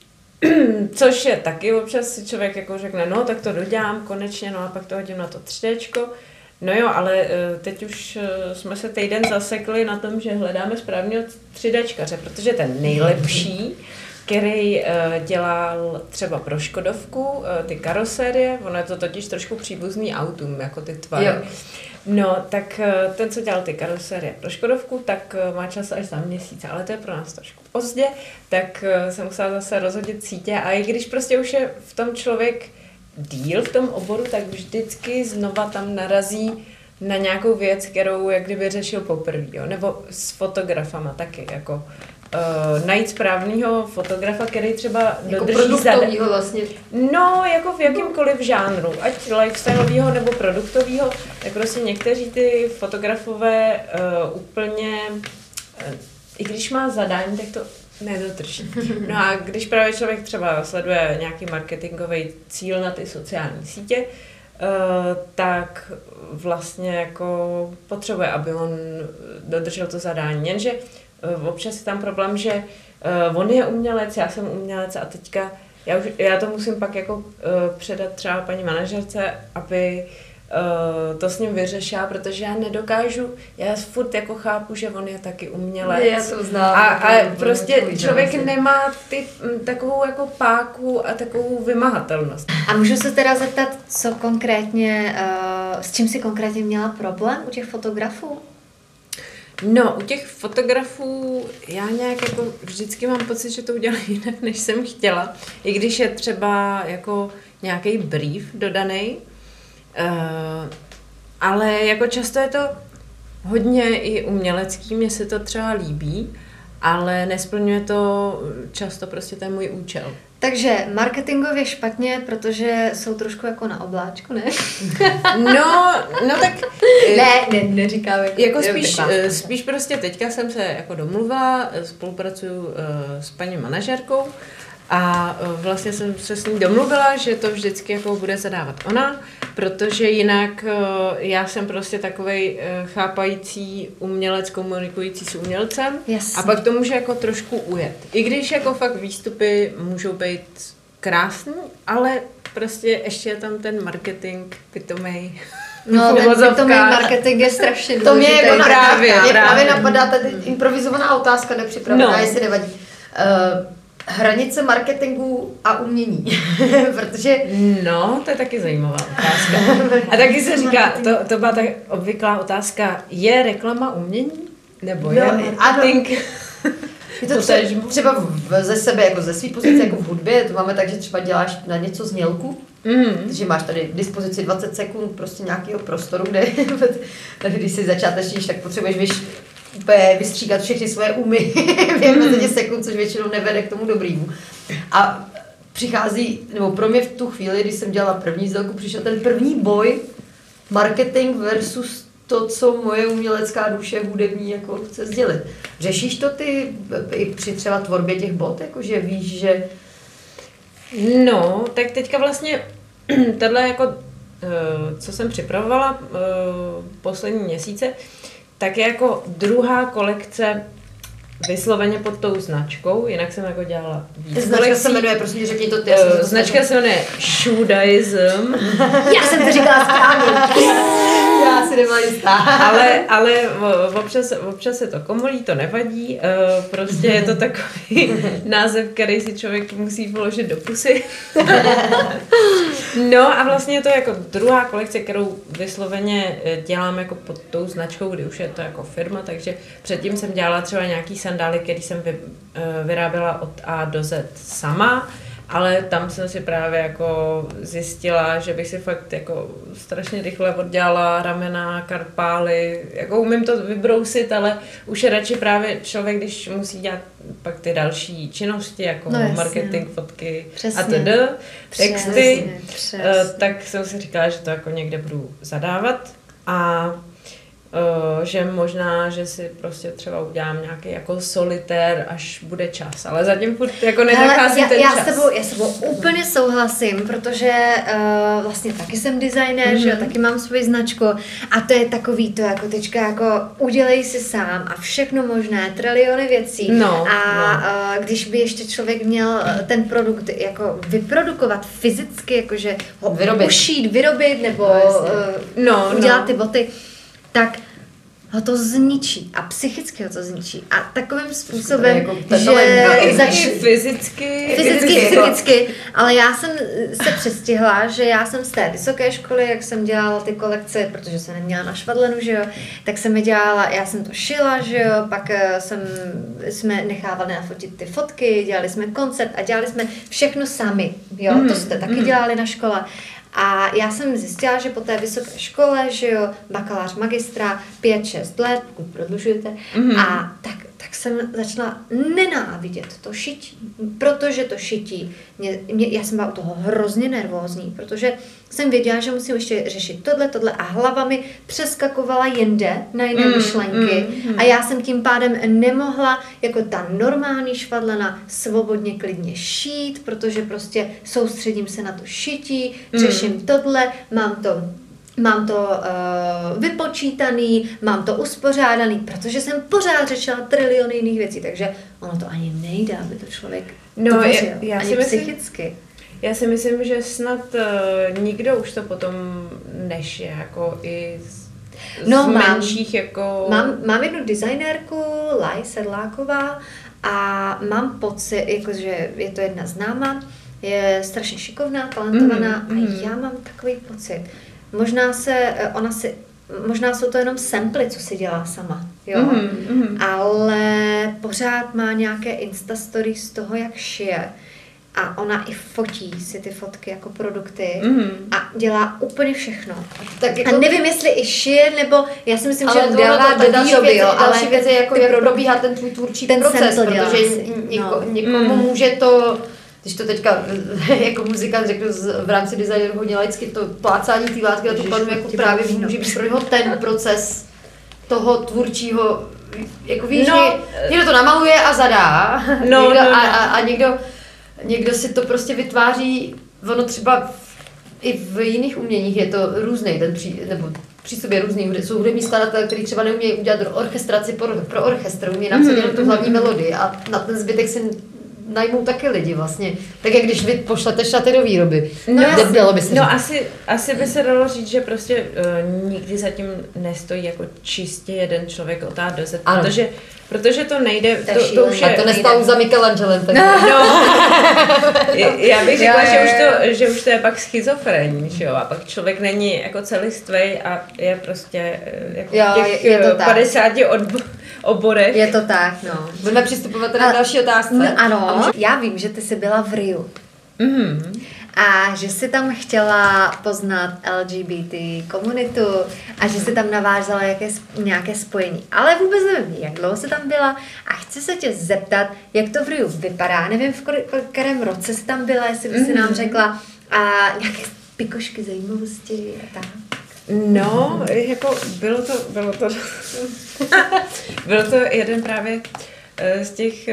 což je taky občas si člověk jako řekne, no tak to dodělám konečně, no a pak to hodím na to tři déčko. No jo, ale teď už jsme se týden zasekli na tom, že hledáme správného tři déčkaře, protože ten nejlepší, který dělal třeba pro Škodovku ty karosérie, ono je to totiž trošku příbuzný autům, jako ty tvary. Jo. No, tak ten, co dělal ty karosérie pro Škodovku, tak má čas až za měsíc, ale to je pro nás trošku pozdě, tak jsem musela zase rozhodit sítě a i když prostě už je v tom člověk díl v tom oboru, tak vždycky znova tam narazí na nějakou věc, kterou jak kdyby řešil poprvé, jo? Nebo s fotografama taky, jako uh, najít správného fotografa, který třeba jako dodrží produktovýho vlastně. No, jako v jakýmkoliv žánru, ať lifestyleovýho nebo produktovýho, tak prostě někteří ty fotografové uh, úplně, uh, i když má zadání, tak to nedodrží. No a když právě člověk třeba sleduje nějaký marketingový cíl na ty sociální sítě, uh, tak vlastně jako potřebuje, aby on dodržel to zadání. Jenže uh, občas je tam problém, že uh, on je umělec, já jsem umělec a teďka já, už, já to musím pak jako uh, předat třeba paní manažerce, aby Uh, to s ním vyřešila, protože já nedokážu, já furt jako chápu, že on je taky umělec. Já to znám. A, a to prostě to člověk vlastně. nemá ty, m, takovou jako páku a takovou vymahatelnost. A můžu se teda zeptat, co konkrétně, uh, s čím jsi konkrétně měla problém u těch fotografů? No, u těch fotografů já nějak jako vždycky mám pocit, že to udělali jinak, než jsem chtěla. I když je třeba jako nějaký brief dodaný, Uh, ale jako často je to hodně i umělecký, mně se to třeba líbí, ale nesplňuje to často prostě ten můj účel. Takže marketingově špatně, protože jsou trošku jako na obláčku, ne? No, no tak... ne, ne, neříkám. Jako, jako spíš, spíš prostě teďka jsem se jako domluvila, spolupracuju uh, s paní manažerkou a vlastně jsem se s ní domluvila, že to vždycky jako bude zadávat ona, protože jinak já jsem prostě takovej chápající umělec, komunikující s umělcem. Jasně. A pak to může jako trošku ujet. I když jako fakt výstupy můžou být krásný, ale prostě ještě je tam ten marketing pitomej. No, ten pitomej marketing je strašně důležitý. To mě jako na, právě, mě právě. právě napadá tady improvizovaná otázka nepřipravená, no. Jestli nevadí. Uh, Hranice marketingu a umění, protože... No, to je taky zajímavá otázka. A taky se říká, to, to byla tak obvyklá otázka, je reklama umění? Nebo je no, marketing? Je to třeba, třeba v, ze sebe, jako ze své pozice, jako v hudbě, to máme tak, že třeba děláš na něco znělku, mm. že máš tady k dispozici dvacet sekund prostě nějakého prostoru, kde tady, když jsi začátečníš, tak potřebuješ víš, vystříkat všechny svoje umy během dvacet sekund, což většinou nevede k tomu dobrýmu. A přichází, nebo pro mě v tu chvíli, když jsem dělala první sdělku, přišel ten první boj marketing versus to, co moje umělecká duše hudební jako chce sdělit. Řešíš to ty i při třeba tvorbě těch bot, jakože víš, že... No, tak teďka vlastně tohle jako co jsem připravovala poslední měsíce, tak je jako druhá kolekce vysloveně pod tou značkou, jinak jsem jako dělala víc značka kolekcí. Se jmenuje, prosím, řekni to ty. Uh, značka se jmenuje Shoedaism. Já jsem to říkala správně. Já si nemám jistá. ale ale občas, občas se to komolí, to nevadí. Uh, prostě je to takový název, který si člověk musí položit do pusy. No a vlastně je to jako druhá kolekce, kterou vysloveně dělám jako pod tou značkou, kdy už je to jako firma, takže předtím jsem dělala třeba nějaký sandály, který jsem vy, vyráběla od A do Z sama, ale tam jsem si právě jako zjistila, že bych si fakt jako strašně rychle oddělala ramena, karpály, jako umím to vybrousit, ale už je radši právě člověk, když musí dělat pak ty další činnosti, jako no marketing, fotky přesně. A td. Texty, přesně, přesně. Tak jsem si říkala, že to jako někde budu zadávat a Uh, že možná, že si prostě třeba udělám nějaký jako solitér, až bude čas, ale zatím furt jako nenacházím já, ten já čas. S tebou, já s tebou úplně souhlasím, protože uh, vlastně taky jsem designér, mm-hmm. že jo, taky mám svoji značku a to je takový to jako teďka jako udělej si sám a všechno možné, triliony věcí no, a no. Uh, když by ještě člověk měl ten produkt jako vyprodukovat fyzicky, jakože ho vyrobit. ušít, vyrobit nebo uh, no, udělat no. ty boty, tak ho to zničí a psychicky ho to zničí a takovým způsobem, jako že no, zač... fyzicky, fyzicky, fyzicky, ale já jsem se přestihla, že já jsem z té vysoké školy, jak jsem dělala ty kolekce, protože jsem neměla na švadlenu, že jo, tak jsem je dělala, já jsem to šila, že jo, pak jsem, jsme nechávali nafotit ty fotky, dělali jsme koncert a dělali jsme všechno sami, jo, mm, to jste taky mm. dělali na škole. A já jsem zjistila, že po té vysoké škole, že jo, bakalář, magistra, pět, šest let, pokud prodlužujete, mm-hmm. a tak, tak jsem začala nenávidět to šití, protože to šití, mě, mě, já jsem byla u toho hrozně nervózní, protože jsem věděla, že musím ještě řešit tohle, tohle a hlava mi přeskakovala jinde na jiné mm, myšlenky mm, mm. a já jsem tím pádem nemohla jako ta normální švadlena svobodně klidně šít, protože prostě soustředím se na to šití, řeším mm. tohle, mám to Mám to uh, vypočítaný, mám to uspořádaný, protože jsem pořád řešila triliony jiných věcí, takže ono to ani nejde, aby to člověk no, tvořil, já, já ani si myslím, psychicky. Já si myslím, že snad uh, nikdo už to potom než je, jako i z, no, z mám, menších jako... Mám, mám jednu designérku, Lai Sedláková, a mám pocit, jakože je to jedna známá, je strašně šikovná, talentovaná mm, mm. a já mám takový pocit. Možná se, ona si, možná jsou to jenom samply, co si dělá sama, jo, mm, mm. ale pořád má nějaké instastory z toho, jak šije a ona i fotí si ty fotky jako produkty mm. a dělá úplně všechno. Tak jako a nevím, jestli i šije, nebo já si myslím, ale že dává do výroby, jo, ale další věc je, jako, jak probíhá ten tvůj tvůrčí ten proces, protože něko, no. někomu mm. může to... Když to teďka jako muzikant řeknu v rámci designu hodně laicky, to plácání té látky na tu panu jako právě může být pro něho ten proces toho tvůrčího, jako víš, no, někdo to namaluje a zadá, no, někdo, no, no. A, a, a někdo, někdo si to prostě vytváří, ono třeba i v jiných uměních je to různý, ten pří, nebo přístup je různý, jsou hudební skladatelé, kteří třeba neumějí udělat orchestraci pro, pro orchestr, umějí napsat jenom tu hlavní melodii a na ten zbytek si najmou taky lidi vlastně. Tak jak když vy pošlete šaty do výroby. No, by se no asi, asi by se dalo říct, že prostě uh, nikdy zatím nestojí jako čistě jeden člověk od A do Z, protože, protože to nejde, to, to, to už je... A to nestalo za Michelangelem. Tak no, no. Já bych řekla, že už, to, že už to je pak schizofrenní, že jo, a pak člověk není jako celistvej a je prostě jako jo, v těch je to padesáti odbo- oborech. Je to tak, no. Budeme přistupovat teda k další otázce. No, ano, může... já vím, že ty jsi byla v Riu. Mm-hmm. A že jsi tam chtěla poznat L G B T komunitu a že jsi tam navázala jaké, nějaké spojení. Ale vůbec nevím, jak dlouho jsi tam byla a chci se tě zeptat, jak to v Riu vypadá. Nevím, v kterém roce jsi tam byla, jestli bys mm-hmm. nám řekla a nějaké pikošky, zajímavosti a tak. No, jako bylo to, bylo to, bylo to jeden právě z těch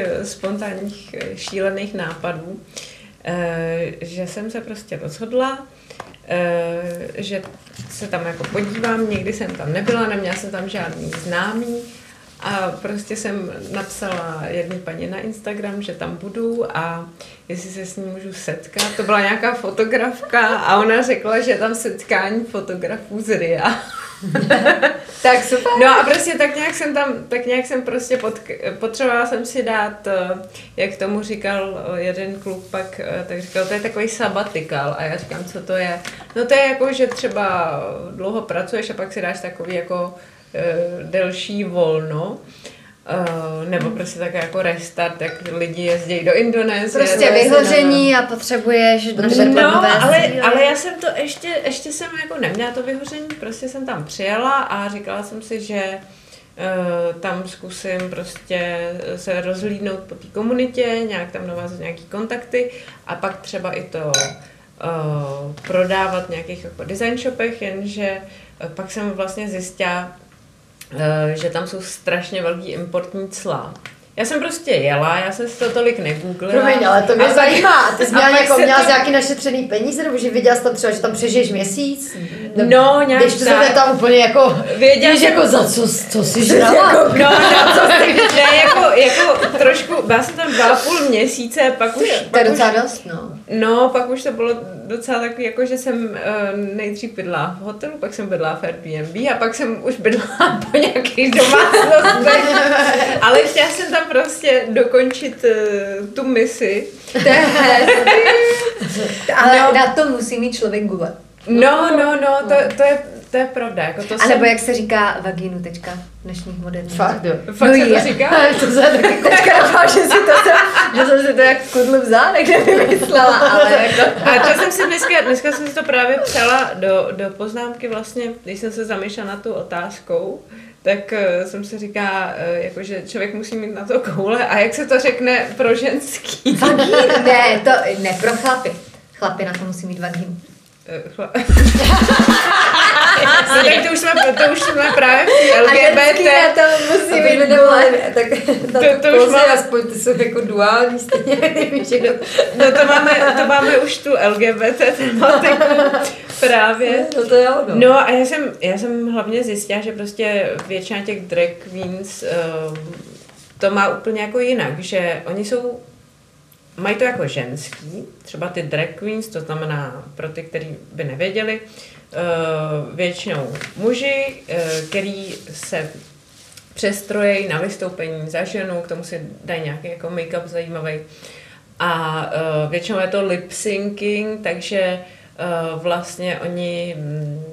spontánních šílených nápadů, že jsem se prostě rozhodla že se tam jako podívám, nikdy jsem tam nebyla, neměla jsem tam žádný známý a prostě jsem napsala jedné paní na Instagram, že tam budu a jestli se s ní můžu setkat. To byla nějaká fotografka a ona řekla, že je tam setkání fotografů z R I A. Tak super. No a prostě tak nějak jsem tam, tak nějak jsem prostě pod, potřebovala jsem si dát, jak tomu říkal jeden kluk pak, tak říkal, to je takový sabatikal a já říkám, co to je? No to je jako, že třeba dlouho pracuješ a pak si dáš takový jako delší volno. Uh, nebo prostě tak jako restart, jak lidi jezdí do Indonésie. Prostě vyhoření a potřebuješ no, ale, ale já jsem to ještě, ještě jsem jako neměla to vyhoření, prostě jsem tam přijela a říkala jsem si, že uh, tam zkusím prostě se rozhlídnout po té komunitě, nějak tam navázat nějaký kontakty a pak třeba i to uh, prodávat v nějakých jako design shopech, jenže uh, pak jsem vlastně zjistila, že tam jsou strašně velký importní cla. Já jsem prostě jela, já jsem si to tolik negooglila. Promiň, ale to mě a zajímá. Ty jsi měla, jako, měla to... nějaký našetřený peníze, nebo že viděla jsi tam třeba, že tam přežiješ měsíc? No, nějak Když to se tam úplně jako, věděla, víš, jako za co, co jsi žrala? Jako, no, no, co jsi, ne, jako, jako trošku, byla jsem tam dva a půl měsíce, pak už... To je docela dost, no. No, pak už to bylo docela takový, jako že jsem uh, nejdřív bydla v hotelu, pak jsem bydla v Airbnb a pak jsem už bydla po nějakých domácnostech. Ale chtěla jsem tam prostě dokončit uh, tu misi. Ale no. Na to musí mít člověk Google. No, no, no, to, to, je, to je pravda. Jako to a jsem... nebo jak se říká vagínu tečka dnešních moderních. Fakt, jo. Fakt no se je. To říká? To se taky teďka napá, že, si to jsem, že jsem si to jak kudlu v zádech nevymyslela, ale jako... A to jsem si dneska, dneska jsem si to právě psala do, do poznámky vlastně, když jsem se zamýšlela na tu otázkou, tak uh, jsem si říká, uh, jako, že člověk musí mít na to koule a jak se to řekne pro ženský? Vagín? Ne, to, ne, pro chlapy. Chlapy na to musí mít vagín. Chla... no, tak to už jsme, to už jsme právě v L G B T. A to musí být nevolené. Tak to, to, to už máme... aspoň ty jsou jako duální stejně, nevím, že no to máme, to máme už tu L G B T tematiku právě. No to je ono. No a já jsem, já jsem hlavně zjistila, že prostě většina těch drag queens um, to má úplně jako jinak, že oni jsou mají to jako ženský, třeba ty drag queens, to znamená pro ty, kteří by nevěděli, uh, většinou muži, uh, který se přestrojejí na vystoupení za ženu, k tomu si dají nějaký jako make-up zajímavý. A uh, většinou je to lip syncing, takže uh, vlastně oni mm,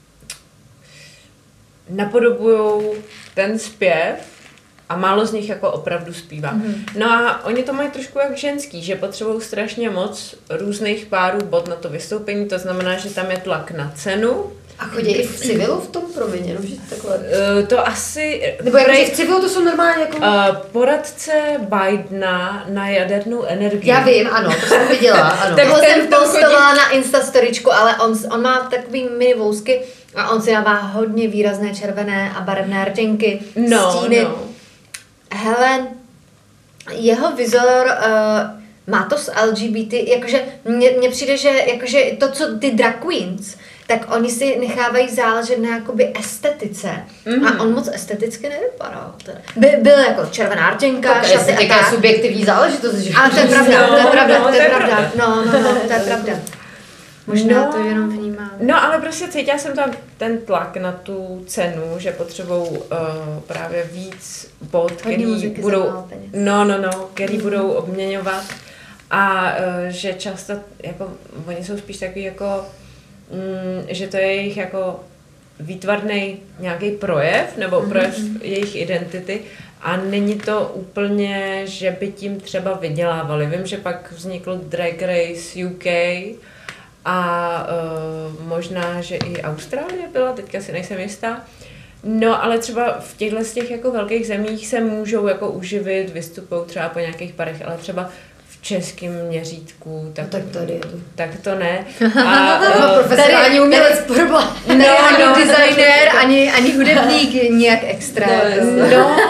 napodobujou ten zpěv a málo z nich jako opravdu zpívá. Mm. No a oni to mají trošku jak ženský, že potřebují strašně moc různých párů bod na to vystoupení, to znamená, že tam je tlak na cenu. A chodí i v civilu v tom proměně, no, že takhle? Uh, to asi... Nebo jako, že v civilu to jsou normálně jako... Uh, poradce Bidena na jadernou energii. Já vím, ano, to jsem viděla, ano. Tak jsem postovala chodí... na Instastoričku, ale on, on má takový mini vousky a on si dává hodně výrazné červené a barevné rtěnky, no, stíny. No. Hele, jeho vizor uh, má to s L G B T, jakože mně přijde, že jakože to, co ty drag queens, tak oni si nechávají záležet na jakoby estetice. Mm-hmm. A on moc esteticky nevypadal. By, byl jako červená rtěnka, šaty a tak. Subjektivní záležitost. Že ale to je pravda, no, to je pravda, no, to je pravda. No, no, no, to je pravda. Možná no, to jenom vnímám. No, ale prostě cítila jsem tam ten tlak na tu cenu, že potřebou uh, právě víc bod, který budou, no, no, no, který mm. budou obměňovat a uh, že často, jako, oni jsou spíš takový jako, mm, že to je jejich jako výtvarný nějaký projev, nebo projev mm-hmm. jejich identity a není to úplně, že by tím třeba vydělávali. Vím, že pak vznikl Drag Race U K, a uh, možná, že i Austrálie byla, teďka si nejsem jistá. No, ale třeba v těchto z těch jako velkých zemích se můžou jako uživit, vystupují třeba po nějakých parech, ale třeba v českém měřítku, tak, no, tak, tady je to. tak to ne. A uh, profesionální umělec problém. Ne, no, ani no, designér, ani, ani hudebník nějak extra. No, no,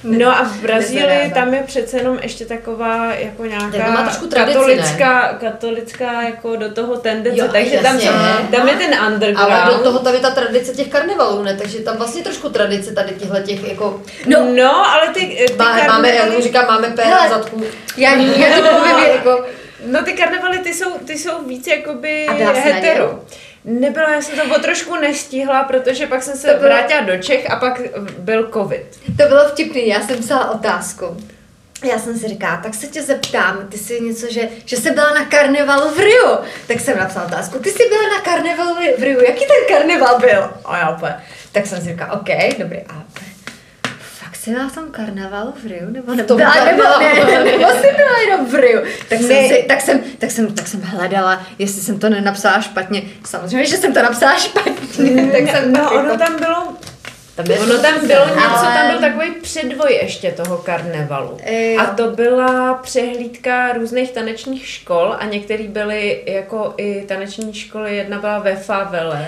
No a v Brazílii Nezarába. tam je přece jenom ještě taková jako Tak to nějaká má trošku tradici, katolická, katolická jako do toho tendence, Jo, takže tam, jasně. tam je ten underground. Ale do toho tam je ta tradice těch karnevalů, ne? Takže tam vlastně trošku tradice tady těchto těch jako... No, no ale ty, ty Má, máme, já tomu říkám, máme péra Hele. v zadku. Já, já to povím jako... No ty karnevaly, ty jsou, ty jsou víc jakoby A byla jsi na hetero. Nebyla, já jsem to o trošku nestihla, protože pak jsem se To bylo- vrátila do Čech a pak byl covid. To bylo vtipný, já jsem psala otázku. Já jsem si říkala, tak se tě zeptám, ty jsi něco, že, že jsi byla na karnevalu v Riu. Tak jsem napsala otázku, ty jsi byla na karnevalu v Riu, jaký ten karneval byl? A já úplně, tak jsem si říkala, OK, dobrý, a fakt jsi byla v tom karnevalu v Riu? Nebo, nebo, tom byla, nebo, karnevalu. ne, nebo jsi byla jenom v Riu? Tak jsem, Ne. si, tak, jsem, tak, jsem, tak jsem hledala, jestli jsem to nenapsala špatně. Samozřejmě, že jsem to napsala špatně. tak jsem No tak ono jako- tam bylo, Tam je ono tam bylo něco, Ale- tam byl takový předvoj ještě toho karnevalu. Jo. A to byla přehlídka různých tanečních škol a některý byly jako i taneční školy, jedna byla ve Favele,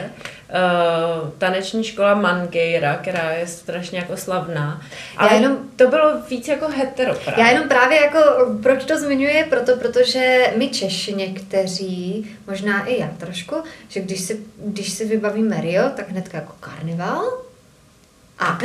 uh, taneční škola Mangueira, která je strašně jako slavná. Ale Já jenom- to bylo víc jako hetero právě. Já jenom právě jako, proč to zmiňuji, proto, protože my Češi někteří, možná i já trošku, že když si, když si vybavíme Rio, tak hnedka jako karneval a,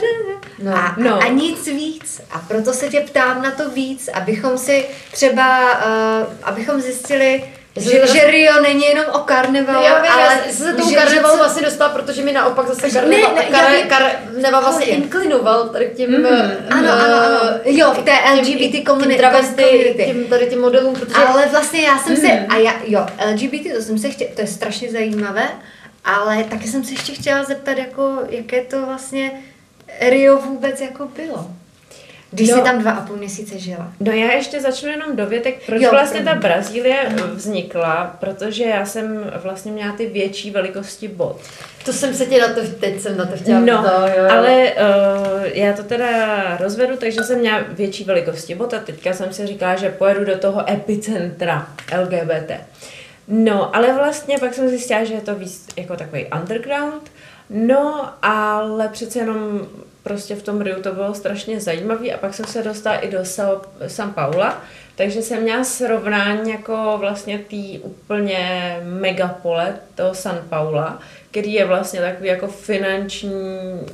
No, a, no. a nic víc. A proto se tě ptám na to víc, abychom si třeba, uh, abychom zjistili, Já že, jsem teda- že Rio není jenom o karnevalu, Já vím, ale já jsem se tomu že- karnevalu že co- vlastně dostala, protože mi naopak zase Ne, karneval, ne, já kar, vím. karneval vlastně Pohodě. inklinoval tady k těm... Mm, ano, ano, ano. Jo, v té L G B T tím, community- tím travesty, community. tím, tady těm modelům, protože... Ale vlastně já jsem se, a já, jo, L G B T, to jsem se chtěla, to je strašně zajímavé, ale taky jsem se ještě chtěla zeptat, jako, jaké to vlastně Rio vůbec jako bylo. Když No. jsi tam dva a půl měsíce žila. No já ještě začnu jenom dovětek, proč Jo, vlastně ta promiň. Brazílie vznikla, protože já jsem vlastně měla ty větší velikosti bot. To jsem se tě na to, teď jsem na to chtěla No, ptát, jo, jo. ale uh, já to teda rozvedu, takže jsem měla větší velikosti bot a teďka jsem si říkala, že pojedu do toho epicentra L G B T. No, ale vlastně pak jsem zjistila, že je to víc jako takový underground, no, ale přece jenom prostě v tom Riu to bylo strašně zajímavý a pak jsem se dostala i do Sao, São Paula, takže jsem měla srovnání jako vlastně tý úplně megapole toho São Paula, který je vlastně takový jako finanční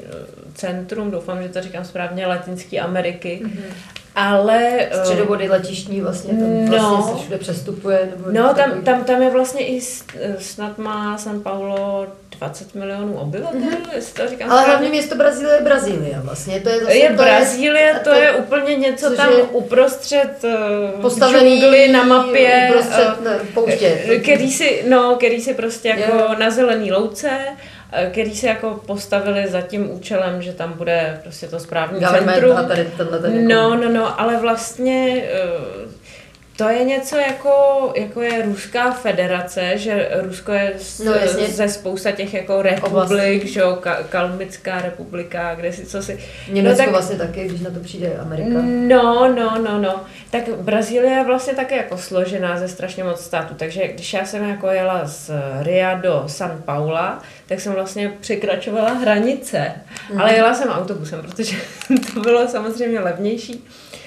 centrum, doufám, že to říkám správně, Latinské Ameriky, mm-hmm. ale... Středobody letištní vlastně, tam No. vlastně se všude přestupuje. Nebo No, tam, takový- tam, tam je vlastně i s- snad má São Paulo dvacet milionů obyvatel, mm-hmm. jestli to říkám Ale správně. hlavně město Brazílie je Brazílie vlastně. To je, zase, Je to Brazílie, to, to je úplně něco což tam je uprostřed uh, postavený džungly na mapě, uprostřed uh, ne, pouště. který si, no, který si prostě jako Jo. na zelený louce, uh, který si jako postavili za tím účelem, že tam bude prostě to správní Government centrum. a tady tenhle ten jako- No, no, no, ale vlastně uh, to je něco jako, jako je Ruská federace, že Rusko je z, No, jasně. ze spousta těch jako republik, že jo, Ka- Kalmická republika, kde si co si... Německo no, tak, vlastně taky, když na to přijde Amerika. No, no, no, no. Tak Brazílie je vlastně také jako složená ze strašně moc států, takže když já jsem jako jela z Ria do São Paula, tak jsem vlastně překračovala hranice, mm. ale jela jsem autobusem, protože to bylo samozřejmě levnější.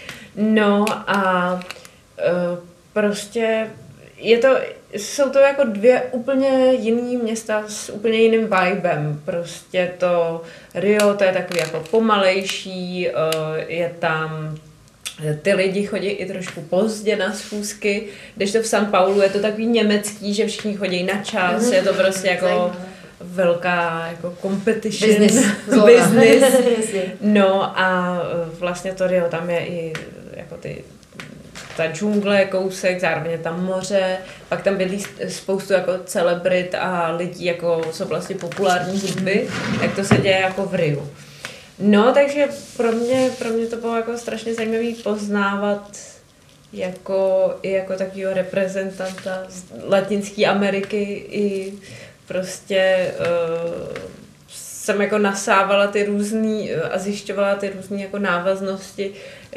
No a uh, prostě je to, jsou to jako dvě úplně jiný města s úplně jiným vibem. Prostě to Rio, to je takový jako pomalejší, uh, je tam ty lidi chodí i trošku pozdě na schůzky, když to v São Paulu je to takový německý, že všichni chodí na čas, mm, je to prostě jako zajímavé. velká jako competition, Business. business. Jasně. No a vlastně to Rio, tam je i jako ty ta džungle, kousek, zároveň je tam moře, pak tam bydlí spoustu jako celebrit a lidí, jako jsou vlastně populární hudby, jak to se děje jako v Riu. No, takže pro mě, pro mě to bylo jako strašně zajímavý poznávat jako, i jako takového reprezentanta z Latinské Ameriky i prostě uh, jsem jako nasávala ty různý uh, a zjišťovala ty různý jako návaznosti.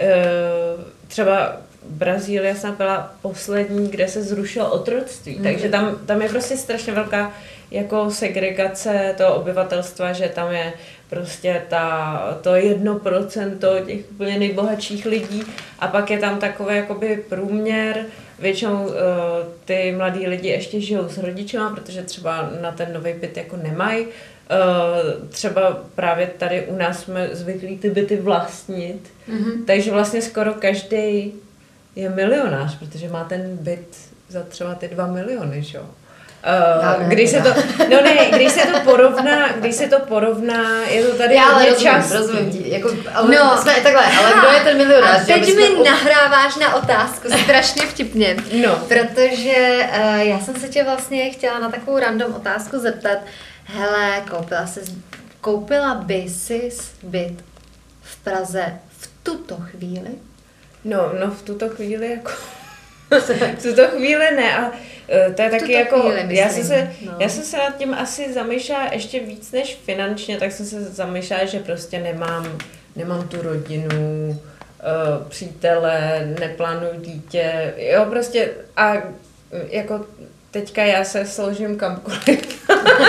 Uh, třeba Brazílie snad byla poslední, kde se zrušilo otroctví, mm. takže tam, tam je prostě strašně velká jako segregace toho obyvatelstva, že tam je prostě ta, to jedno procento těch úplně nejbohatších lidí a pak je tam takový jakoby průměr. Většinou uh, ty mladí lidi ještě žijou s rodičema, protože třeba na ten nový byt jako nemají. Uh, třeba právě tady u nás jsme zvyklí ty byty vlastnit, mm-hmm. takže vlastně skoro každý je milionář, protože má ten byt za třeba ty dva miliony, že jo. Uh, když se to, no ne, když se to porovná, když se to porovná, je to tady já hodně rozumím, čas. rozumím ti, jako, ale no, jsme takhle, ale kdo je ten milionář? A teď mi od... nahráváš na otázku, strašně vtipně, no. protože uh, já jsem se tě vlastně chtěla na takovou random otázku zeptat, hele, koupila jsi, koupila by jsi byt v Praze v tuto chvíli? No, no v tuto chvíli jako... v tuto chvíli ne a uh, to je taky jako, chvíli, já, jsem se, no. já jsem se nad tím asi zamýšlela ještě víc než finančně, tak jsem se zamýšlela, že prostě nemám, nemám tu rodinu, uh, přítele, neplánuju dítě, jo prostě a jako teďka já se složím kamkoliv.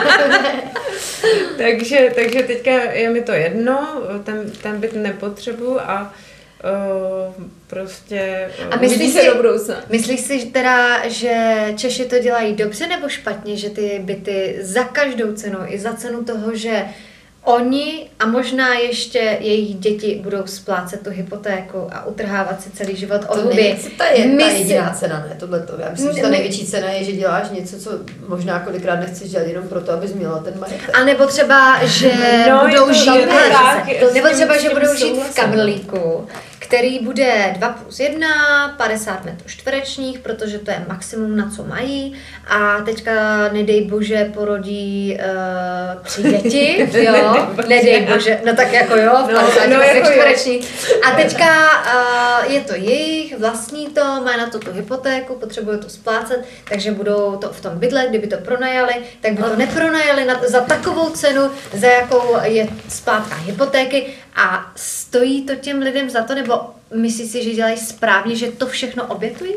takže, takže teďka je mi to jedno, ten, ten byt nepotřebuju a Uh, prostě uh, a myslíš se si, do budoucna. Myslíš si teda, že Češi to dělají dobře nebo špatně, že ty byty za každou cenu, i za cenu toho, že oni a možná ještě jejich děti budou splácet tu hypotéku a utrhávat si celý život od huby. To je ta jediná cena, ne? Tohleto. Já myslím, že ta největší cena je, že děláš něco, co možná kolikrát nechceš dělat jenom proto, abys měla ten majetek. A nebo třeba, že no, budou žít, tak, nebo třeba, že budou žít v kabrlíku, který bude dva plus jedna, padesát metrů čtverečních, protože to je maximum, na co mají. A teďka, nedej bože, porodí uh, tři děti, jo, nedej bože, no tak jako jo, v padesát no, metrů jako čtverečních. A teďka uh, je to jejich, vlastní to, mají na to tu hypotéku, potřebují to splácet, takže budou to v tom bydlet, kdyby to pronajali, tak by to nepronajali na, za takovou cenu, za jakou je splátka hypotéky. A stojí to těm lidem za to, nebo myslíš si, že dělají správně, že to všechno obětují?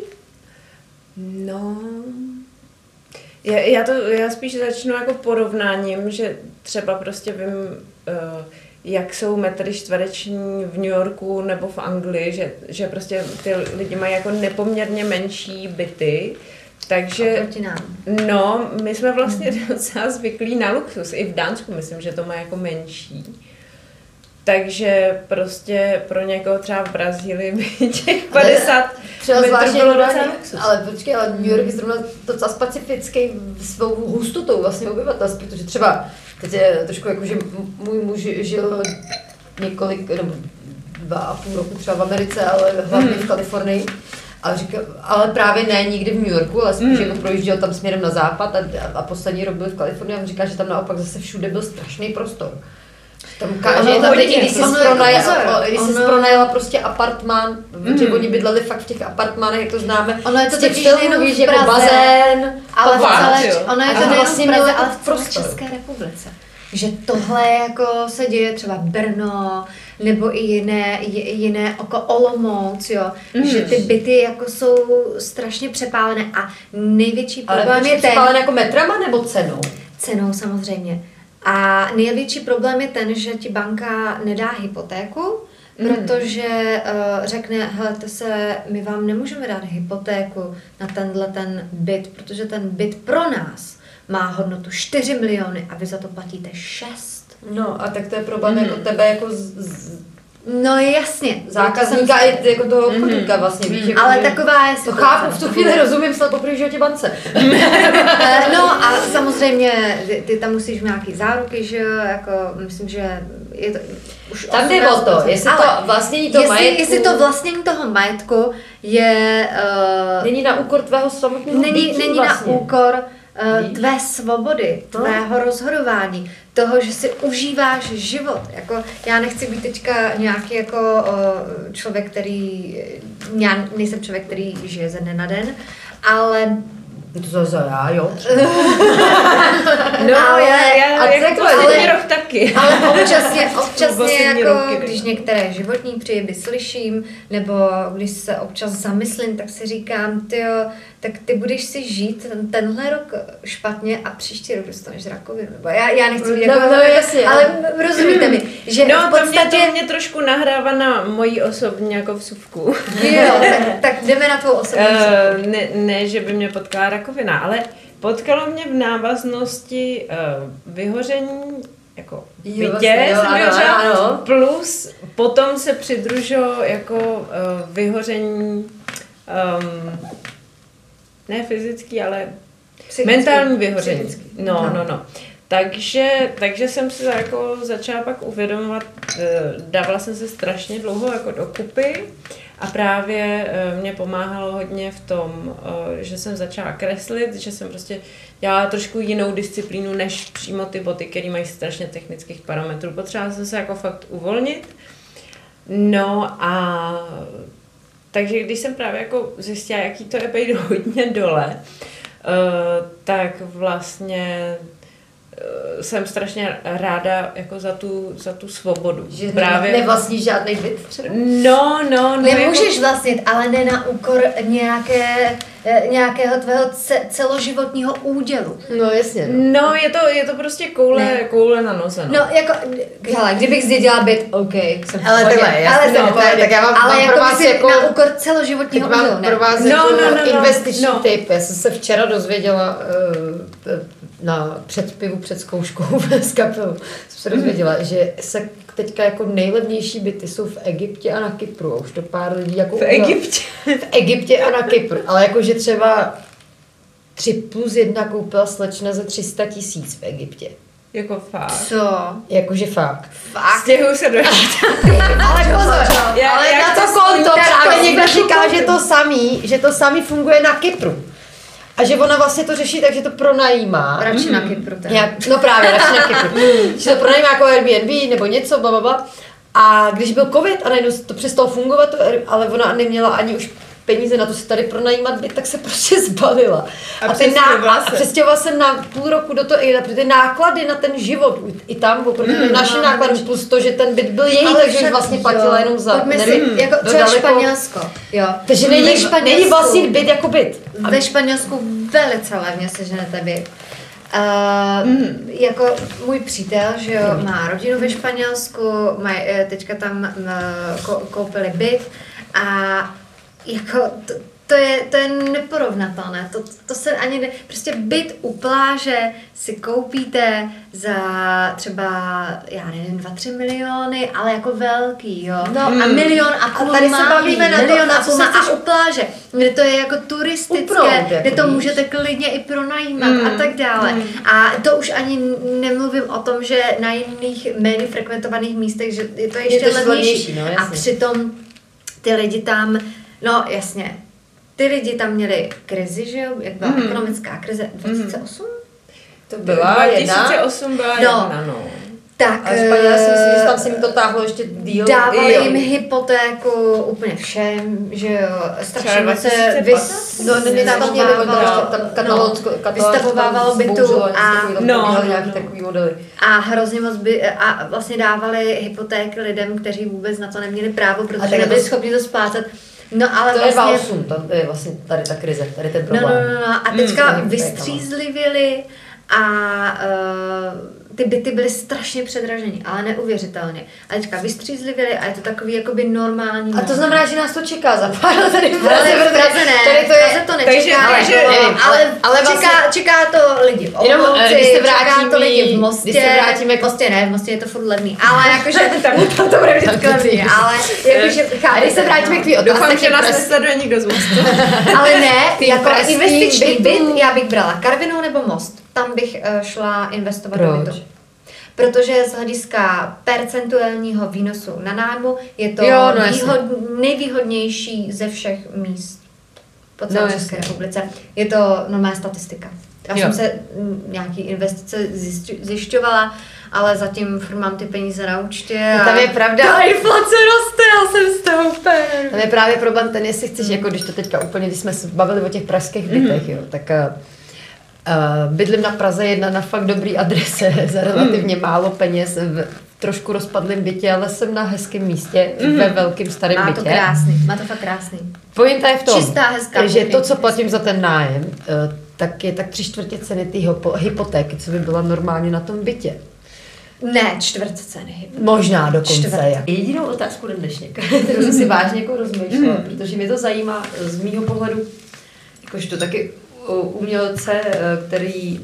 No, já, já, to, já spíš začnu jako porovnáním, že třeba prostě vím, uh, jak jsou metry čtvereční v New Yorku nebo v Anglii, že, že prostě ty lidi mají jako nepoměrně menší byty, takže, oproti nám. No, my jsme vlastně docela zvyklí na luxus, i v Dánsku myslím, že to má jako menší. Takže prostě pro někoho třeba v Brazílii by těch padesát metrů bylo docela luxus. Ale počkej, ale New York je zrovna docela specifický svou hustotou vlastně obyvatelství, protože třeba, teď je trošku jako, že můj muž žil několik, nebo dva a půl roku třeba v Americe, ale hlavně hmm. v Kalifornii. Ale, říkal, ale právě ne nikdy v New Yorku, ale spíš hmm. jako projížděl tam směrem na západ a, a poslední rok byl v Kalifornii a on říká, že tam naopak zase všude byl strašný prostor. Tam každý, tam lidi, když jsi pronajala prostě apartmán, mm. že oni bydleli fakt v těch apartmánech, jak to známe. Ono je to totiž nejenom v jako bazén, ale pavát, celé, ono je to nejenom vlastně v Praze, jako ale v celé České republice. Že tohle jako se děje třeba Brno, nebo i jiné, jiné jako Olomouc, jo. Mm. Že ty byty jako jsou strašně přepálené a největší problém ale je ten... přepálené jako metrama nebo cenou? Cenou samozřejmě. A největší problém je ten, že ti banka nedá hypotéku, mm. protože uh, řekne, helejte se, my vám nemůžeme dát hypotéku na tenhle ten byt, protože ten byt pro nás má hodnotu čtyři miliony a vy za to platíte šest. No a tak to je problém mm. jako tebe jako z, z... No jasně. Zákazníka i jako toho obchodníka vlastně, víš, jako, ale taková je to chápu, v tu chvíli rozumím, snad poprvé životě bance. No a samozřejmě ty, ty tam musíš mít nějaký záruky, že jo, jako myslím, že je to už tam jde o to, jestli to vlastnění toho jestli, majetku... Jestli to vlastnění toho majetku je... Uh, není na úkor tvého samotného Není, bytí, není vlastně. na úkor uh, tvé svobody, tvého no. rozhodování, toho, že si užíváš život. Jako, já nechci být teďka nějaký jako uh, člověk, který... Já nejsem člověk, který žije ze dne na den, ale To zase já, jo. No, Ale- já, já a jako takhle, poslední ale- rok taky. Ale občasně, občasně Poslední jako, roky. když některé životní příjmy slyším, nebo když se občas zamyslím, tak si říkám, tyjo, tak ty budeš si žít ten, tenhle rok špatně a příští rok dostaneš rakovinu. Nebo já, já nechci být No, jako, no, jasně, ale rozumíte mi, že No, v to mě, podstatě... to mě trošku nahrává na moji osobní jako vsuvku. Jo, tak, tak jdeme na tvou osobní Uh, ne, ne, že by mě potkala rakovina, ale potkalo mě v návaznosti uh, vyhoření jako v Jo, bytě, vlastně, jo, jsem ano, vyhořela, ano. plus potom se přidružilo jako uh, vyhoření um, ne fyzický, ale Psychický. mentální vyhoření. Psychický. No, Aha. no, no. Takže, takže jsem si jako začala pak uvědomovat, eh, dávala jsem se strašně dlouho jako dokupy a právě eh, mě pomáhalo hodně v tom, eh, že jsem začala kreslit, že jsem prostě dělala trošku jinou disciplínu než přímo ty boty, které mají strašně technických parametrů. Potřebovala jsem se jako fakt uvolnit. No a takže když jsem právě jako zjistila, jaký to je být hodně dole, Uh, tak vlastně uh, jsem strašně ráda jako za tu, za tu svobodu. Že právě... ne, nevlastníš žádný byt třeba? No, no, no. Nemůžeš jako... vlastnit, ale ne na úkor nějaké, eh, nějakého tvého ce- celoživotního údělu. No jasně. No, je to, je to prostě koule, Ne. koule na noze. No. No, jako, hele, kdybych zdědila byt, OK, jsem v Ale pohodě. takhle, já ale jsem jsem v v pohodě, pohodě. tak já mám- ale mám jako pro vás myslím, jako- na úkor Tak celoživotního údělu, mám ne? pro vás No, jako no, no, no. investiční No. tip. Já jsem se včera dozvěděla uh, na předpivu před zkouškou z kapelu. Jsem se dozvěděla, že se teďka jako nejlevnější byty jsou v Egyptě a na Kypru. A už to pár lidí jako V Egyptě. v Egyptě a na Kypru. Ale jakože třeba tři plus jedna koupila slečna za tři sta tisíc v Egyptě. Jako fakt. Co? Jakože fakt. Fakt? Stěhuju se do Ale pozor, Já- ale já na chci to konto tak právě to někdo znovu říká, koupím. že to samý, že to samý funguje na Kypru. A že ona vlastně to řeší tak, že to pronajímá. Radši na Kypru teda. Jak, no právě, radši na Kypru. Že to pronajímá jako Airbnb nebo něco, blablabla. A když byl covid a najednou to přestalo fungovat, to Air- ale ona neměla ani už peníze na to si tady pronajímat byt, tak se prostě zbavila. A A, ty ná, přestěhovala a se. přestěhovala jsem na půl roku do toho, i ty náklady na ten život, i tam, oproti mm, našim nákladům, plus to, že ten byt byl její, Ale takže už však vlastně jo. platila jenom za... Pojďme si, nevím, jako do třeba daleko- Španělsko, jo. Takže Ve není, Španělsku- není vlastnit byt jako byt. A Ve Španělsku velice levně seženete byt. Uh, mm. Jako můj přítel, že jo, má rodinu ve Španělsku, maj, eh, teďka tam uh, ko, koupili byt a jako to, to je, to je neporovnatelné, to, to se ani ne, prostě byt u pláže si koupíte za třeba, já nevím, dva, tři miliony, ale jako velký, jo. No, a mm. milion a půl A tady se malý, bavíme na to, milion na a co půl se má- chceš a u pláže, kde to je jako turistické, Upnout, jako kde to víš. můžete klidně i pronajímat Mm. a tak dále. Mm. A to už ani nemluvím o tom, že na jiných méně frekventovaných místech, že je to ještě to ještě levnější. levnější, no, a jasně. přitom ty lidi tam, no jasně, ty lidi tam měli krizi, že jo, jak byla Mm. ekonomická krize dva tisíce osm? to byla jedna. dva tisíce osm byla No. jedna, no. Tak Ale Španělé si myslím, že tam eh, se jim to táhlo ještě díl. dávali Jo. jim hypotéku úplně všem, že jo, strašně Třeba moc se dva tisíce vys, patnáct? No, ne, tam měli vystavovalo- tam katalonsko, no, katalonsko vystavovávalo tam bytu zbouřilo něco a takového, tam no, měli no, nějaký no. takový modely. a hrozně moc by, a vlastně dávali hypotéky lidem, kteří vůbec na to neměli právo, A protože tak nebyli to- schopni to splácet. No ale To je vlastně... dva osm, tam je vlastně tady ta krize, tady ten No, problém. no, no, no, a teďka Mm, vystřízlivěli a uh, ty byty byly strašně předražený, ale neuvěřitelně. A teďka vystřízlivěli a je to takový jakoby normální. A to znamená, že nás to čeká za pár let tady v Ale Praze, v protože Praze ne, tady to je... Praze to nečeká, Takže- ale, takže ale, nevím, ale, ale- ale čeká, vlastně- čeká to lidi v Jenom, Olomouci, eh, když se čeká vrátím to lidi v i- Mostě, když se vrátíme v k- Mostě ne, v Mostě je to furt levný, ale jakože Tam- tam to bude vždycky levný, ale jakože A když se vrátíme k tvý otázce, Doufám, že těch nás pras- nesleduje nikdo z mostu. ale ne, Ty jako pražský investiční bytů. byt, já bych brala Karvinou nebo Most, tam bych uh, šla investovat do Proč? bytu. Protože z hlediska percentuálního výnosu na nájmu je to Jo, no jasně. výhod, nejvýhodnější ze všech míst po celé No, České jasně. republice. Je to normální statistika. Já Jo. jsem se mm, nějaký investice zjišťu- zjišťovala ale zatím furt mám ty peníze na účtě. A tam je pravda. Ta inflace roste, já jsem z toho úplně. Tam je právě problém ten, jestli chceš, jako když to teďka úplně, když jsme se bavili o těch pražských bytech, jo, tak uh, bydlím na Praze jedna na fakt dobrý adrese za relativně málo peněz, v trošku rozpadlém bytě, ale jsem na hezkém místě, mm. ve velkém starém bytě. Má to krásný, má to fakt krásný. Pointa je v tom, čistá, hezká, že to, co platím za ten nájem, uh, tak je tak tři čtvrtě ceny té hypotéky, co by byla normálně na tom bytě. Ne, čtvrt ceny. Možná dokonce. Čtvrt. Jedinou otázku na dnešek, kterou jsem si vážně jako rozmýšlela, mm. protože mě to zajímá z mýho pohledu, jakož to taky umělce, který,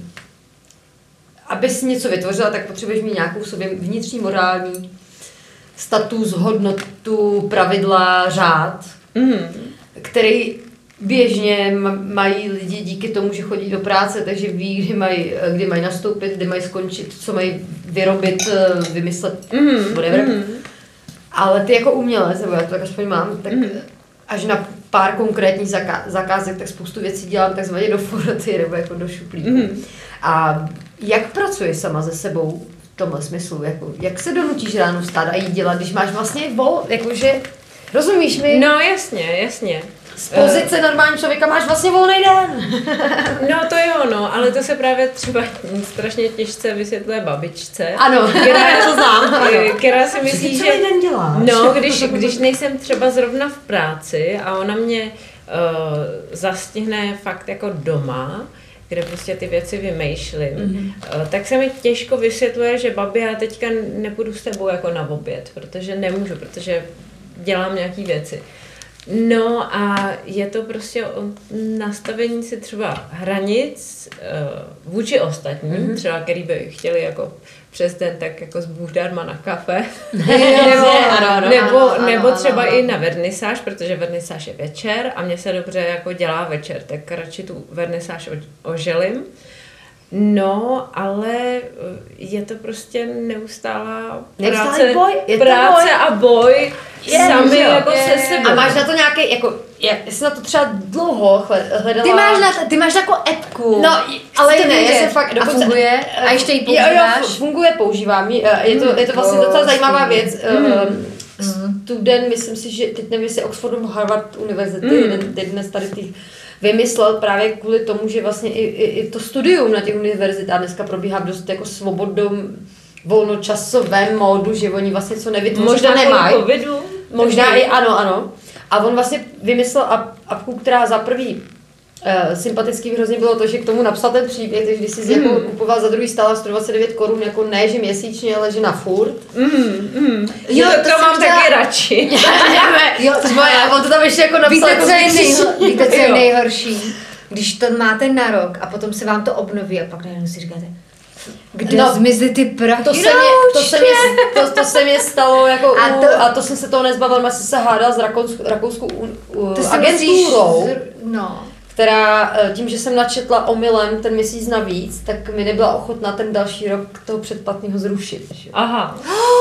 abys něco vytvořila, tak potřebuješ mít nějakou v sobě vnitřní morální status, hodnotu, pravidla, řád, mm. který běžně mají lidi díky tomu, že chodí do práce, takže ví, kdy mají, kdy mají nastoupit, kdy mají skončit, co mají vyrobit, vymyslet, mm, whatever. Mm. Ale ty jako umělec, nebo já to tak aspoň mám, tak mm. až na pár konkrétních zaká- zakázek, tak spoustu věcí dělám takzvaně do foroty, nebo jako do šuplíku. Mm. A jak pracuješ sama se sebou v tomhle smyslu? Jako, jak se donutíš ráno vstát a jít dělat, když máš vlastně vol, jakože, rozumíš mi? No jasně, jasně. Z pozice uh, normální člověka máš vlastně volný den. No to jo, no, ale to se právě třeba strašně těžce vysvětluje babičce. Ano, která to znám. Která si myslí, že... den děláš? No, když, když nejsem třeba zrovna v práci a ona mě uh, zastihne fakt jako doma, kde prostě ty věci vymýšlím, mm-hmm. uh, tak se mi těžko vysvětluje, že babi, já teďka nepůjdu s tebou jako na oběd, protože nemůžu, protože dělám nějaký věci. No a je to prostě o nastavení si třeba hranic uh, vůči ostatním, mm-hmm. třeba který by chtěli jako přes den tak jako zbůh darma na kafe, nebo, ano, ano, nebo, ano, nebo ano, třeba ano. i na vernisáž, protože vernisáž je večer a mně se dobře jako dělá večer, tak radši tu vernisáž oželím. No, ale je to prostě neustálá práce, boj. Je práce boj. a boj je, sami je, jako je, se sebou. A máš na to nějaký, jako, já jsem na to třeba dlouho hledala. Ty máš, na, ty máš takovou appku. No, ale ne, já jsem fakt dokonce, a funguje? A ještě ji používáš? Jo, jo, funguje, používám ji. Je to, je to vlastně docela zajímavá věc. Mm. Student, myslím si, že teď nevím, jestli Oxford nebo Harvard univerzity, mm. jeden, jeden z tady těch vymyslel právě kvůli tomu, že vlastně i, i, i to studium na těch univerzitách dneska probíhá v dost jako svobodom, volnočasovém módu, že oni vlastně co nevytvoří, možná nemají. covidu. Možná i ano, ano. A on vlastně vymyslel apku, která za prvý uh, sympatický hrozně bylo to, že k tomu napsal ten příběh, takže když jsi mm. jako kupoval za druhý stála sto dvacet devět korun, jako ne, že měsíčně, ale že na furt. Mm, mm. Jo, to, to mám taky chtěla... radši. Jo, to moje, on to tam ještě jako napsal. Víte, jako co je, nejho, víte, co je nejhorší? Když to máte na rok a potom se vám to obnoví a pak najednou si říkáte, kde no, zmizly ty prachy? To se, mě, to, se mě, to, to se mě stalo jako a to, u, a to jsem se toho nezbavila, jsem se hádala s rakouskou, rakouskou agenturou, no. která tím, že jsem načetla omylem ten měsíc navíc, tak mi nebyla ochotná ten další rok toho předplatného zrušit. Aha.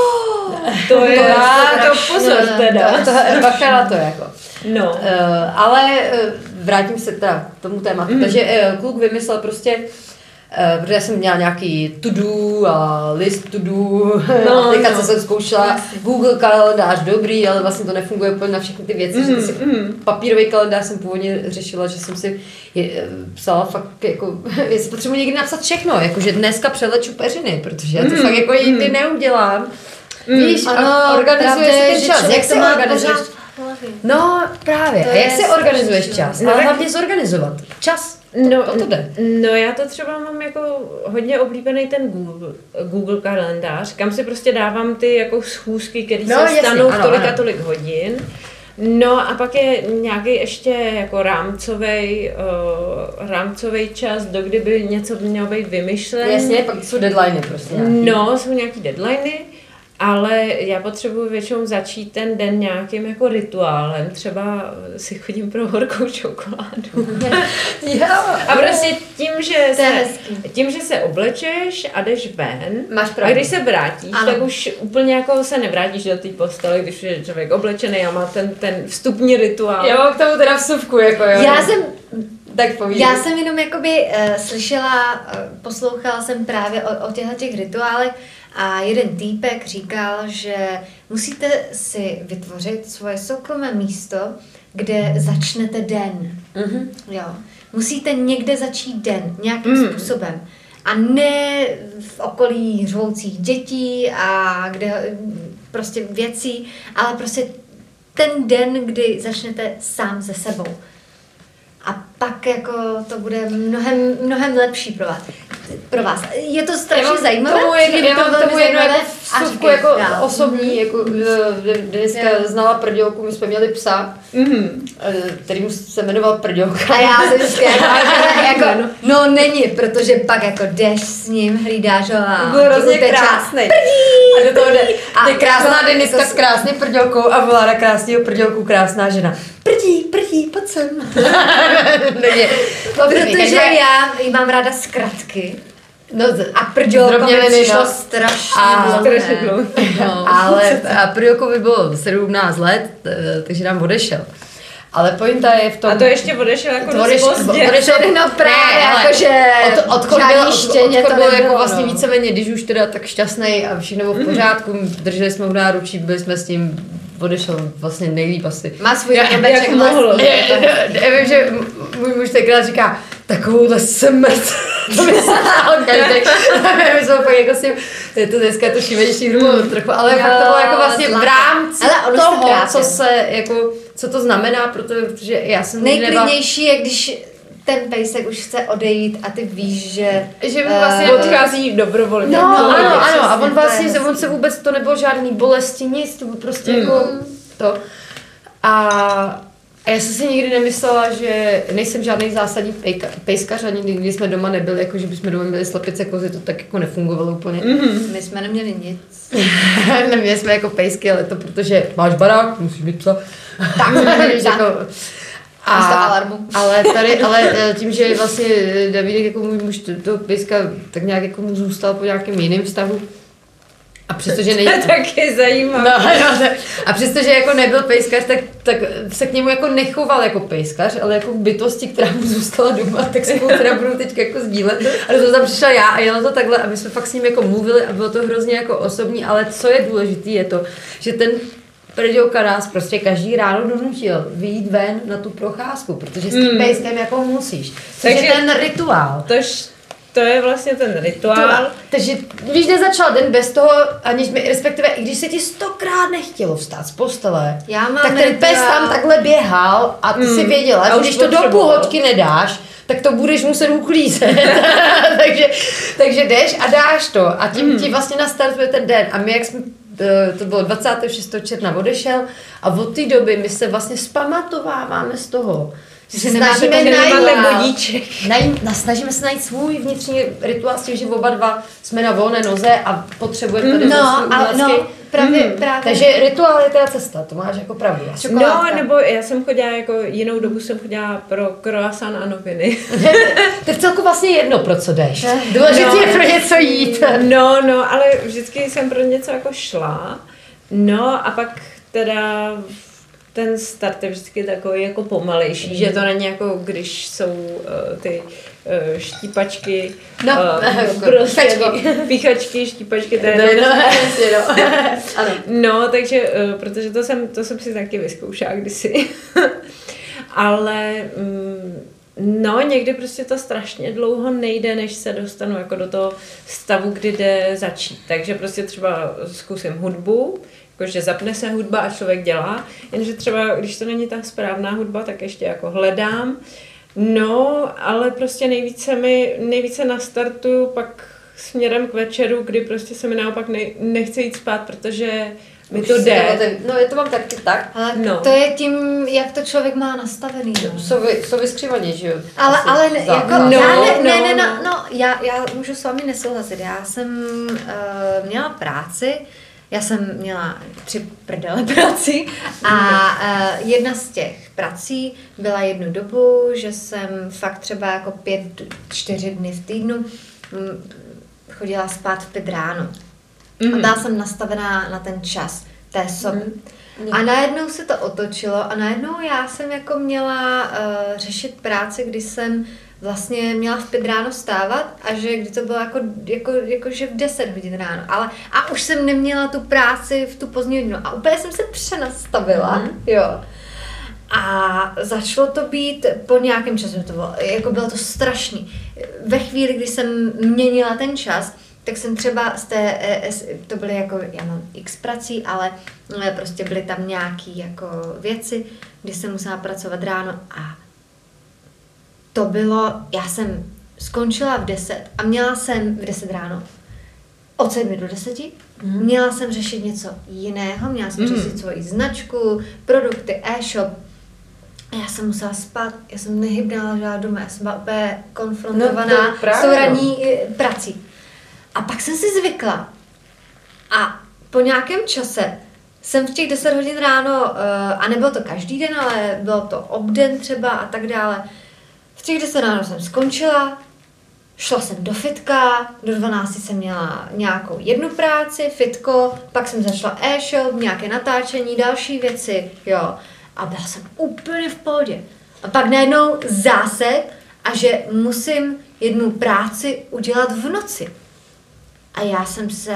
To je, to, to pozor teda. To, to, bacha na to jako. No. Uh, ale uh, vrátím se teda k tomu tématu. Mm. Takže uh, kluk vymyslel prostě Uh, protože jsem měla nějaký to-do a list to-do, no, aplikace no. jsem zkoušela, vlastně. Google kalendář dobrý, ale vlastně to nefunguje úplně na všechny ty věci, mm, že si mm. papírový kalendář jsem původně řešila, že jsem si je, psala fakt jako, jestli potřebuji někdy napsat všechno, jakože dneska přeleču peřiny, protože já to mm, fakt jako mm. nikdy neudělám. Mm, Víš, ano, organizuješ si ten čas, jak se organizuješ? No právě, a jak se organizuješ čas? Ale hlavně zorganizovat čas. To, no, to, to jde. no já to třeba mám jako hodně oblíbený ten Google, Google kalendář, kam si prostě dávám ty jako schůzky, které no, se stanou v tolik a tolik hodin. No a pak je nějaký ještě jako rámcovej, uh, rámcovej čas, do kdyby něco mělo být vymyšlené. Jasně, pak jsou deadliny prostě nějaký. No, jsou nějaký deadliny. Ale já potřebuji většinou začít ten den nějakým jako rituálem. Třeba si chodím pro horkou čokoládu. A prostě tím, že se, tím, že se oblečeš a jdeš ven, a když se vrátíš, ano. tak už úplně jako se nevrátíš do té postele, když je člověk oblečený a má ten, ten vstupní rituál. Já mám k tomu teda vstupku, jako jo. Já jsem... Tak povídej. Já jsem jenom jakoby uh, slyšela, uh, poslouchala jsem právě o, o těchto těch rituálech A jeden týpek říkal, že musíte si vytvořit svoje soukromé místo, kde začnete den. Mm-hmm. Jo. Musíte někde začít den, nějakým Mm. způsobem. A ne v okolí řvoucích dětí a kde prostě věcí, ale prostě ten den, kdy začnete sám se sebou. A pak jako to bude mnohem, mnohem lepší pro vás. Pro vás. Je to strašně zajímavé. Tomu jednu, já mám tomu jednu jako vstupku jako dál. osobní, jako eh, dneska znala prdělku, my jsme měli psa, Mm-hmm. eh, který se jmenoval Prdělka. A já jsem vždycky jako, no není, protože pak jako jdeš s ním, hlídáš ho a Byl hrozně uteče. krásný. A do toho jde, A jde krásná jako- Deniska jako- s krásným prdělkou a volá na krásného prdělku krásná žena. Prdí, prdí, pojď sem. Takže, Protože já mám ráda zkratky. no, A prdělko mi zdrobněliny, přišlo no. strašně A- dlouhé. Strašně dlouhé. No. Ale a Prdělkovi bylo sedmnáct let, eh, takže nám odešel. Ale pointa je v tom... A to ještě odešel jako dost Odešel, pozdě. odešel, No právě, ne, ale jakože od, odchod žádný byl, od, štěně odchod to byl nebylo, jako vlastně no. víceméně, když už teda tak šťastný a všechno bylo v pořádku, drželi jsme ho na ručí, byli jsme s tím, odešel vlastně nejlíp asi. Má svůj Já- domeček jak mohl. vlastní. Já vím, že m- můj muž tenkrát říká, takovouhle smrt, to by se stál každý. My jsme pak jako s tím, je to dneska je to šívenější humor trochu, ale Jo, fakt to bylo jako vlastně v zlata. rámci Ale ono se toho, trápil. co se jako, co to znamená, protože, protože já jsem nikdy nebyla- Nejklidnější je, když ten pejsek už chce odejít a ty víš, že... že mu eh, vlastně Odchází dobrovolně. No, No, ano, ano, a přesně, on to je vlastně, hezký. on se vůbec, to nebylo žádný bolesti, nic, to bylo prostě jako to. A, a já jsem si nikdy nemyslela, že nejsem žádný zásadní pejka, pejskař, ani nikdy jsme doma nebyli, jako že bychom doma měli slepice, kozy, to tak jako nefungovalo úplně. My jsme neměli nic. Neměli jsme jako pejsky, ale to protože máš barák, musíš mít psa. Tak, Víš, jako, a, Místo alarmu. ale tady, ale eh, tím, že vlastně eh, Davidek jako můj muž to- toho pejska tak nějak jako mu zůstal po nějakém jiném vztahu. A přestože To nej... je taky zajímavé. No, no, ne. A přestože jako nebyl pejskař, tak, tak se k němu jako nechoval jako pejskař, ale jako k bytosti, která mu zůstala doma, tak se teda budu teď jako sdílet. A do toho tam přišla já a jela to takhle a my jsme fakt s ním jako mluvili a bylo to hrozně jako osobní, ale co je důležité je to, že ten Prdělka nás prostě každý ráno donutil vyjít ven na tu procházku, protože s tím Mm. pejskem jako musíš. Což Takže- je ten rituál. Tož, to je vlastně ten rituál. To, takže když nezačal den bez toho, aniž mi, respektive i když se ti stokrát nechtělo vstát z postele, Já mám tak ten rituál. pes tam takhle běhal a ty Mm. si věděla, A že už když to do půl potřeboval. hoďky nedáš, tak to budeš muset uklízet. takže, takže jdeš a dáš to a tím Mm. ti vlastně nastartuje ten den. A my, jak jsme, eh, to bylo dvacátého šestého června odešel a od té doby my se vlastně zpamatováváme z toho, že se nemáte snažíme ten najít, rituál. Budíček. najít, na, snažíme se najít svůj vnitřní rituál s tím, že oba dva jsme na volné noze a potřebujeme tady No, svůj a úvazky. no, právě, Mm. právě. Takže rituál je teda cesta, to máš jako pravdu. Já jsem- No, Čokoládka. nebo já jsem chodila jako jinou dobu jsem chodila pro croissant a noviny. To je v celku vlastně jedno, pro co jdeš. Důležité No. je pro něco jít. No, no, ale vždycky jsem pro něco jako šla. No a pak teda ten start je vždycky takový jako pomalejší, mm. že to není jako když jsou uh, ty uh, štípačky, No, uh, prostě píchačky. jako píchačky, štípačky, to je No, to, no, jasně, no. Ano. No, takže, uh, protože to jsem, to jsem si taky vyzkoušela kdysi. Ale mm, no, někdy prostě to strašně dlouho nejde, než se dostanu jako do toho stavu, kdy jde začít. Takže prostě třeba zkusím hudbu, jakože zapne se hudba a člověk dělá, jenže třeba, když to není ta správná hudba, tak ještě jako hledám. No, ale prostě nejvíce mi, nejvíce nastartuju pak směrem k večeru, kdy prostě se mi naopak ne, nechce jít spát, protože mi to jde. No, je to mám taky tak. Ale No. to je tím, jak to člověk má nastavený. No. Jsou, vy, jsou vyskřívaní, že jo? Ale, Asi ale ne, za- jako, za- No, já ne, ne, no, ne, no, no. no já, já můžu s vámi nesouhlasit. Já jsem uh, měla práci, já jsem měla tři prdele prací a uh, jedna z těch prací byla jednu dobu, že jsem fakt třeba jako pět, čtyři dny v týdnu mm, chodila spát v pět ráno. Mhm. A byla jsem nastavená na ten čas té soby. Mhm. A najednou se to otočilo a najednou já jsem jako měla uh, řešit práci, kdy jsem vlastně měla v pět ráno stávat a že kdy to bylo jako, jako, jako že v deset hodin ráno, ale a už jsem neměla tu práci v tu pozdní hodinu a úplně jsem se přenastavila, mm. jo. A začalo to být po nějakém času, to bylo, jako bylo to strašný. Ve chvíli, kdy jsem měnila ten čas, tak jsem třeba z té, to byly jako, já mám x prací, ale prostě byly tam nějaký jako věci, kdy jsem musela pracovat ráno a to bylo, já jsem skončila v deset a měla jsem v deset ráno od sedmi do deseti, mm. měla jsem řešit něco jiného, měla jsem mm. řešit svoji značku, produkty, e-shop. A já jsem musela spát, já jsem nehybnala žádná doma, já jsem byla úplně konfrontovaná no s tou ranní prací. A pak jsem si zvykla a po nějakém čase jsem v těch deset hodin ráno, a nebylo to každý den, ale bylo to obden třeba a tak dále, v těch deset ráno jsem skončila, šla jsem do fitka, do dvanácti jsem měla nějakou jednu práci, fitko, pak jsem začala e-shop, nějaké natáčení, další věci, jo. A byla jsem úplně v pohodě. A pak najednou zásek a že musím jednu práci udělat v noci. A já jsem se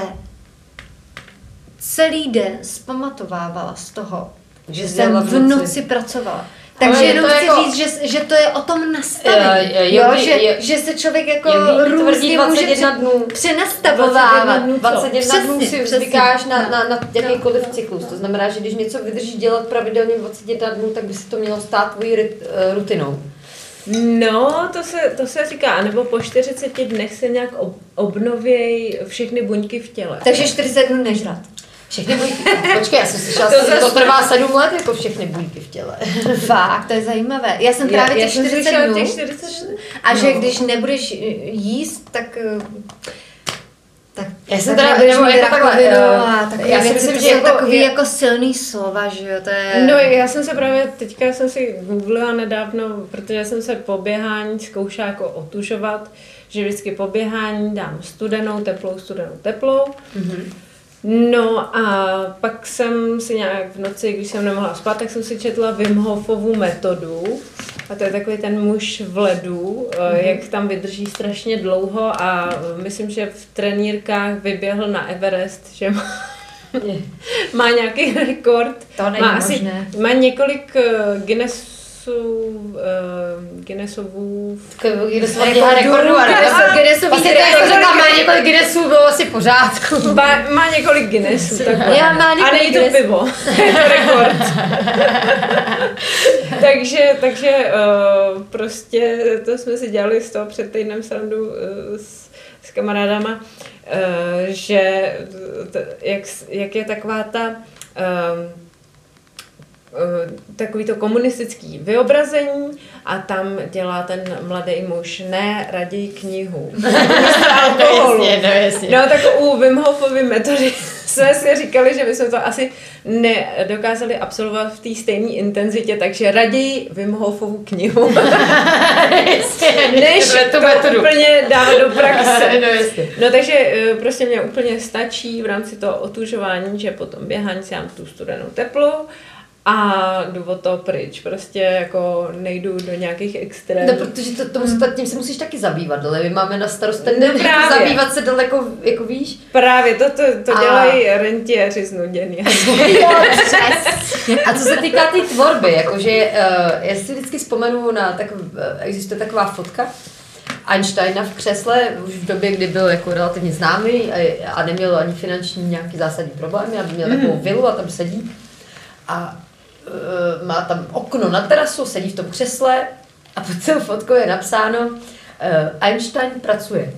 celý den zpamatovávala z toho, že, že jsem v noci, noci pracovala. Takže jenom chci jako říct, že, že to je o tom nastavení, jo, jo, jo, že, je, že se člověk jako různě může přenastavovat. dvacet jedna dnů si zvykáš na, na, na jakýkoliv cyklus, to znamená, že když něco vydržíš dělat pravidelně dvacet jedna dnů, tak by se to mělo stát tvojí rutinou. No, to se, to se říká, nebo po čtyřiceti dnech se nějak ob, obnovějí všechny buňky v těle. Takže čtyřicet dnů nežrat. Všechny buňky. Počkej, já jsem slyšela, to, zase... to trvá sedm let jako všechny buňky v těle. Fakt, to je zajímavé. Já jsem právě já, těch já čtyřicet dnů. Těch čtyřicet dnů. A no. že když nebudeš jíst, tak... Tak, já jsem teda, nebo jako takhle, a takové já věci, myslím, to že jsou jako, takový je... jako silný slova, že jo, to je... No, já jsem se právě, teďka jsem si googlila nedávno, protože jsem se po běhání zkoušela jako otužovat, že vždycky po běhání dám studenou, teplou, studenou, teplou. Mm-hmm. No a pak jsem si nějak v noci, když jsem nemohla spát, tak jsem si četla Wim Hofovu metodu. A to je takový ten muž v ledu, mm-hmm. jak tam vydrží strašně dlouho a myslím, že v trenýrkách vyběhl na Everest, že má, má nějaký rekord. To není má možné. Asi, má několik Guinnessů, uh, Guinnessovů... Guinnessová kniha rekordů, ale Guinnessový rekord, má několik Guinnessů, bylo asi pořádku. Má, má několik Guinnessů, takhle. Já má a není to pivo, je to rekord. takže takže uh, prostě to jsme si dělali z toho před týdnem srandu uh, s, s kamarádama, uh, že t, jak, jak je taková ta... Uh, takový to komunistický vyobrazení a tam dělá ten mladý muž ne raději knihu. alkoholu. Jasně, no, jasně. No tak u Wim Hofovy metody jsme si říkali, že bychom to asi nedokázali absolvovat v té stejné intenzitě, takže raději Wim Hofovu knihu. Než to metodu. Úplně dávat do praxe. no, jasně. no takže prostě mě úplně stačí v rámci toho otužování, že potom běhání si dám tu studenou teplou a jdu od toho pryč, prostě jako nejdu do nějakých extrémů. No, protože to, tomu se, tím se musíš taky zabývat, ale my máme na starost ten den, jako zabývat se daleko, jako víš. Právě, to, to, to a... dělají rentiéři znuděný. A co se týká té tý tvorby, jakože uh, já si vždycky vzpomenu na, tak, uh, existuje taková fotka Einsteina v křesle, už v době, kdy byl jako relativně známý a, a neměl ani finanční nějaký zásadní problémy, aby měl mm. takovou vilu a tam sedí. A uh, má tam okno na terasu, sedí v tom křesle a pod celou fotkou je napsáno uh, Einstein pracuje.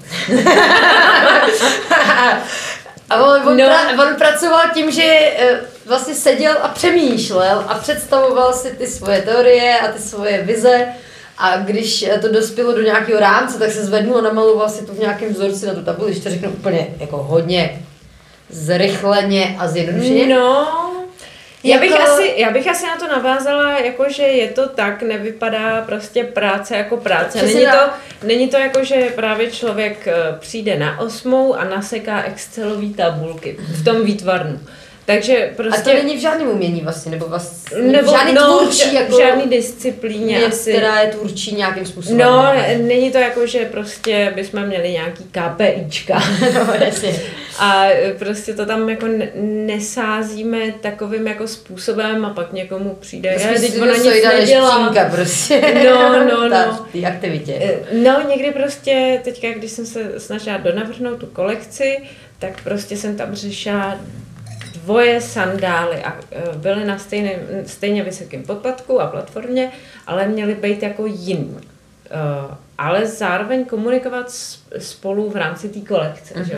a on, on, no. pra, on pracoval tím, že uh, vlastně seděl a přemýšlel a představoval si ty svoje teorie a ty svoje vize a když to dospělo do nějakého rámce, tak se zvednul a namaloval si to v nějakém vzorci na tu tabuli, když to řeknu úplně jako hodně zrychleně a zjednodušeně. No. Já bych, jako... asi, já bych asi na to navázala, jako že je to tak, nevypadá prostě práce jako práce. Není to, není to jako, že právě člověk přijde na osmou a naseká excelové tabulky v tom výtvarnu. Takže prostě... A to není v žádném umění vlastně, nebo vlastně nebo, v žádný no, tvůrčí, jako... v žádný disciplíně věc, asi. která je tvůrčí nějakým způsobem. No, není to jako, že prostě bychom měli nějaký KPIčka. No, jasně. A prostě to tam jako nesázíme takovým jako způsobem a pak někomu přijde, je, teď ona nic nedělá. Prostě. No, no, no. Ty aktivitě. No, někdy prostě, teďka, když jsem se snažila donavrhnout tu kolekci, tak prostě jsem tam řešila dvoje sandály a byly na stejném, stejně vysokém podpatku a platformě, ale měly být jako jiný. Uh, ale zároveň komunikovat spolu v rámci té kolekce. Mm-hmm. Že?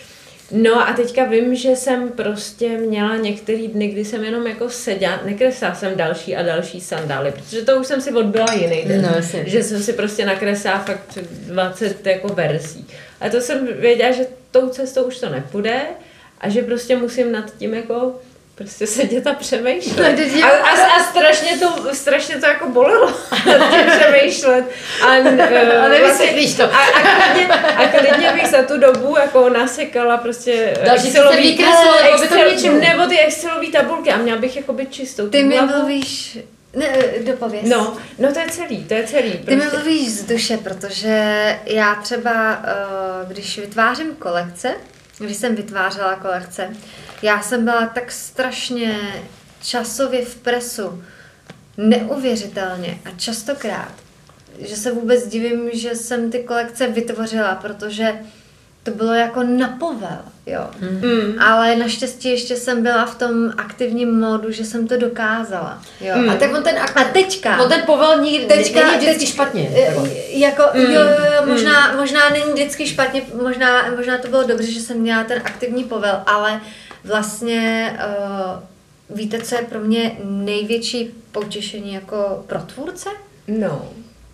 No a teďka vím, že jsem prostě měla některý dny, kdy jsem jenom jako seděla, nekresala jsem další a další sandály, protože to už jsem si odbyla jiný den. No, že jsem si prostě nakresala fakt dvacet jako verzí. A to jsem věděla, že tou cestou už to nepůjde a že prostě musím nad tím jako prostě sedět a přemýšlet. A, a, a strašně, to, strašně to jako bolelo nad tím přemýšlet. A, a nevysvětlíš to. A, a, klidně, a klidně bych za tu dobu jako nasekala prostě Excelový, Excel, nebo ty Excelové tabulky a měla bych jako být čistou. Ty mi mluvíš... Ne, dopověz. No, no to je celý, to je celý. Prostě. Ty mi mluvíš z duše, protože já třeba, když vytvářím kolekce, když jsem vytvářela kolekce, já jsem byla tak strašně časově v presu, neuvěřitelně a častokrát, že se vůbec divím, že jsem ty kolekce vytvořila, protože to bylo jako na povel, jo. Mm. Ale naštěstí ještě jsem byla v tom aktivním módu, že jsem to dokázala, jo. Mm. A tak on ten ak- a teďka, on ten povel nikdy teďka, není vždycky teď, špatně. Jako, mm. jo, jo, jo, možná, mm. možná není vždycky špatně, možná, možná to bylo dobře, že jsem měla ten aktivní povel, ale vlastně uh, víte, co je pro mě největší potěšení jako pro tvůrce? No.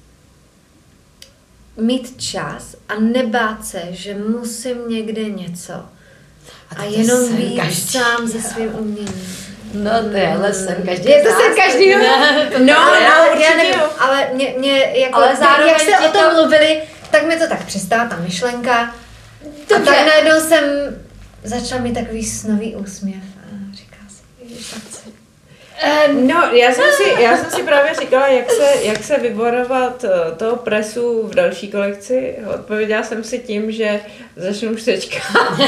Mít čas a nebát se, že musím někde něco a, a jenom být sám se svým uměním. No to je ale sen každý. Je to sen každý, no, no, no, ale, já nevím, ale mě, mě jako, ale zároveň jak jste o tom to... mluvili, tak mi to tak přistala ta myšlenka. Dobře. A tak najednou jsem začala mít takový snový úsměv a říká si, ježiš, tak co? No, já jsem, si, já jsem si právě říkala, jak se, jak se vyborovat toho presu v další kolekci. Odpověděla jsem si tím, že začnu už teďka.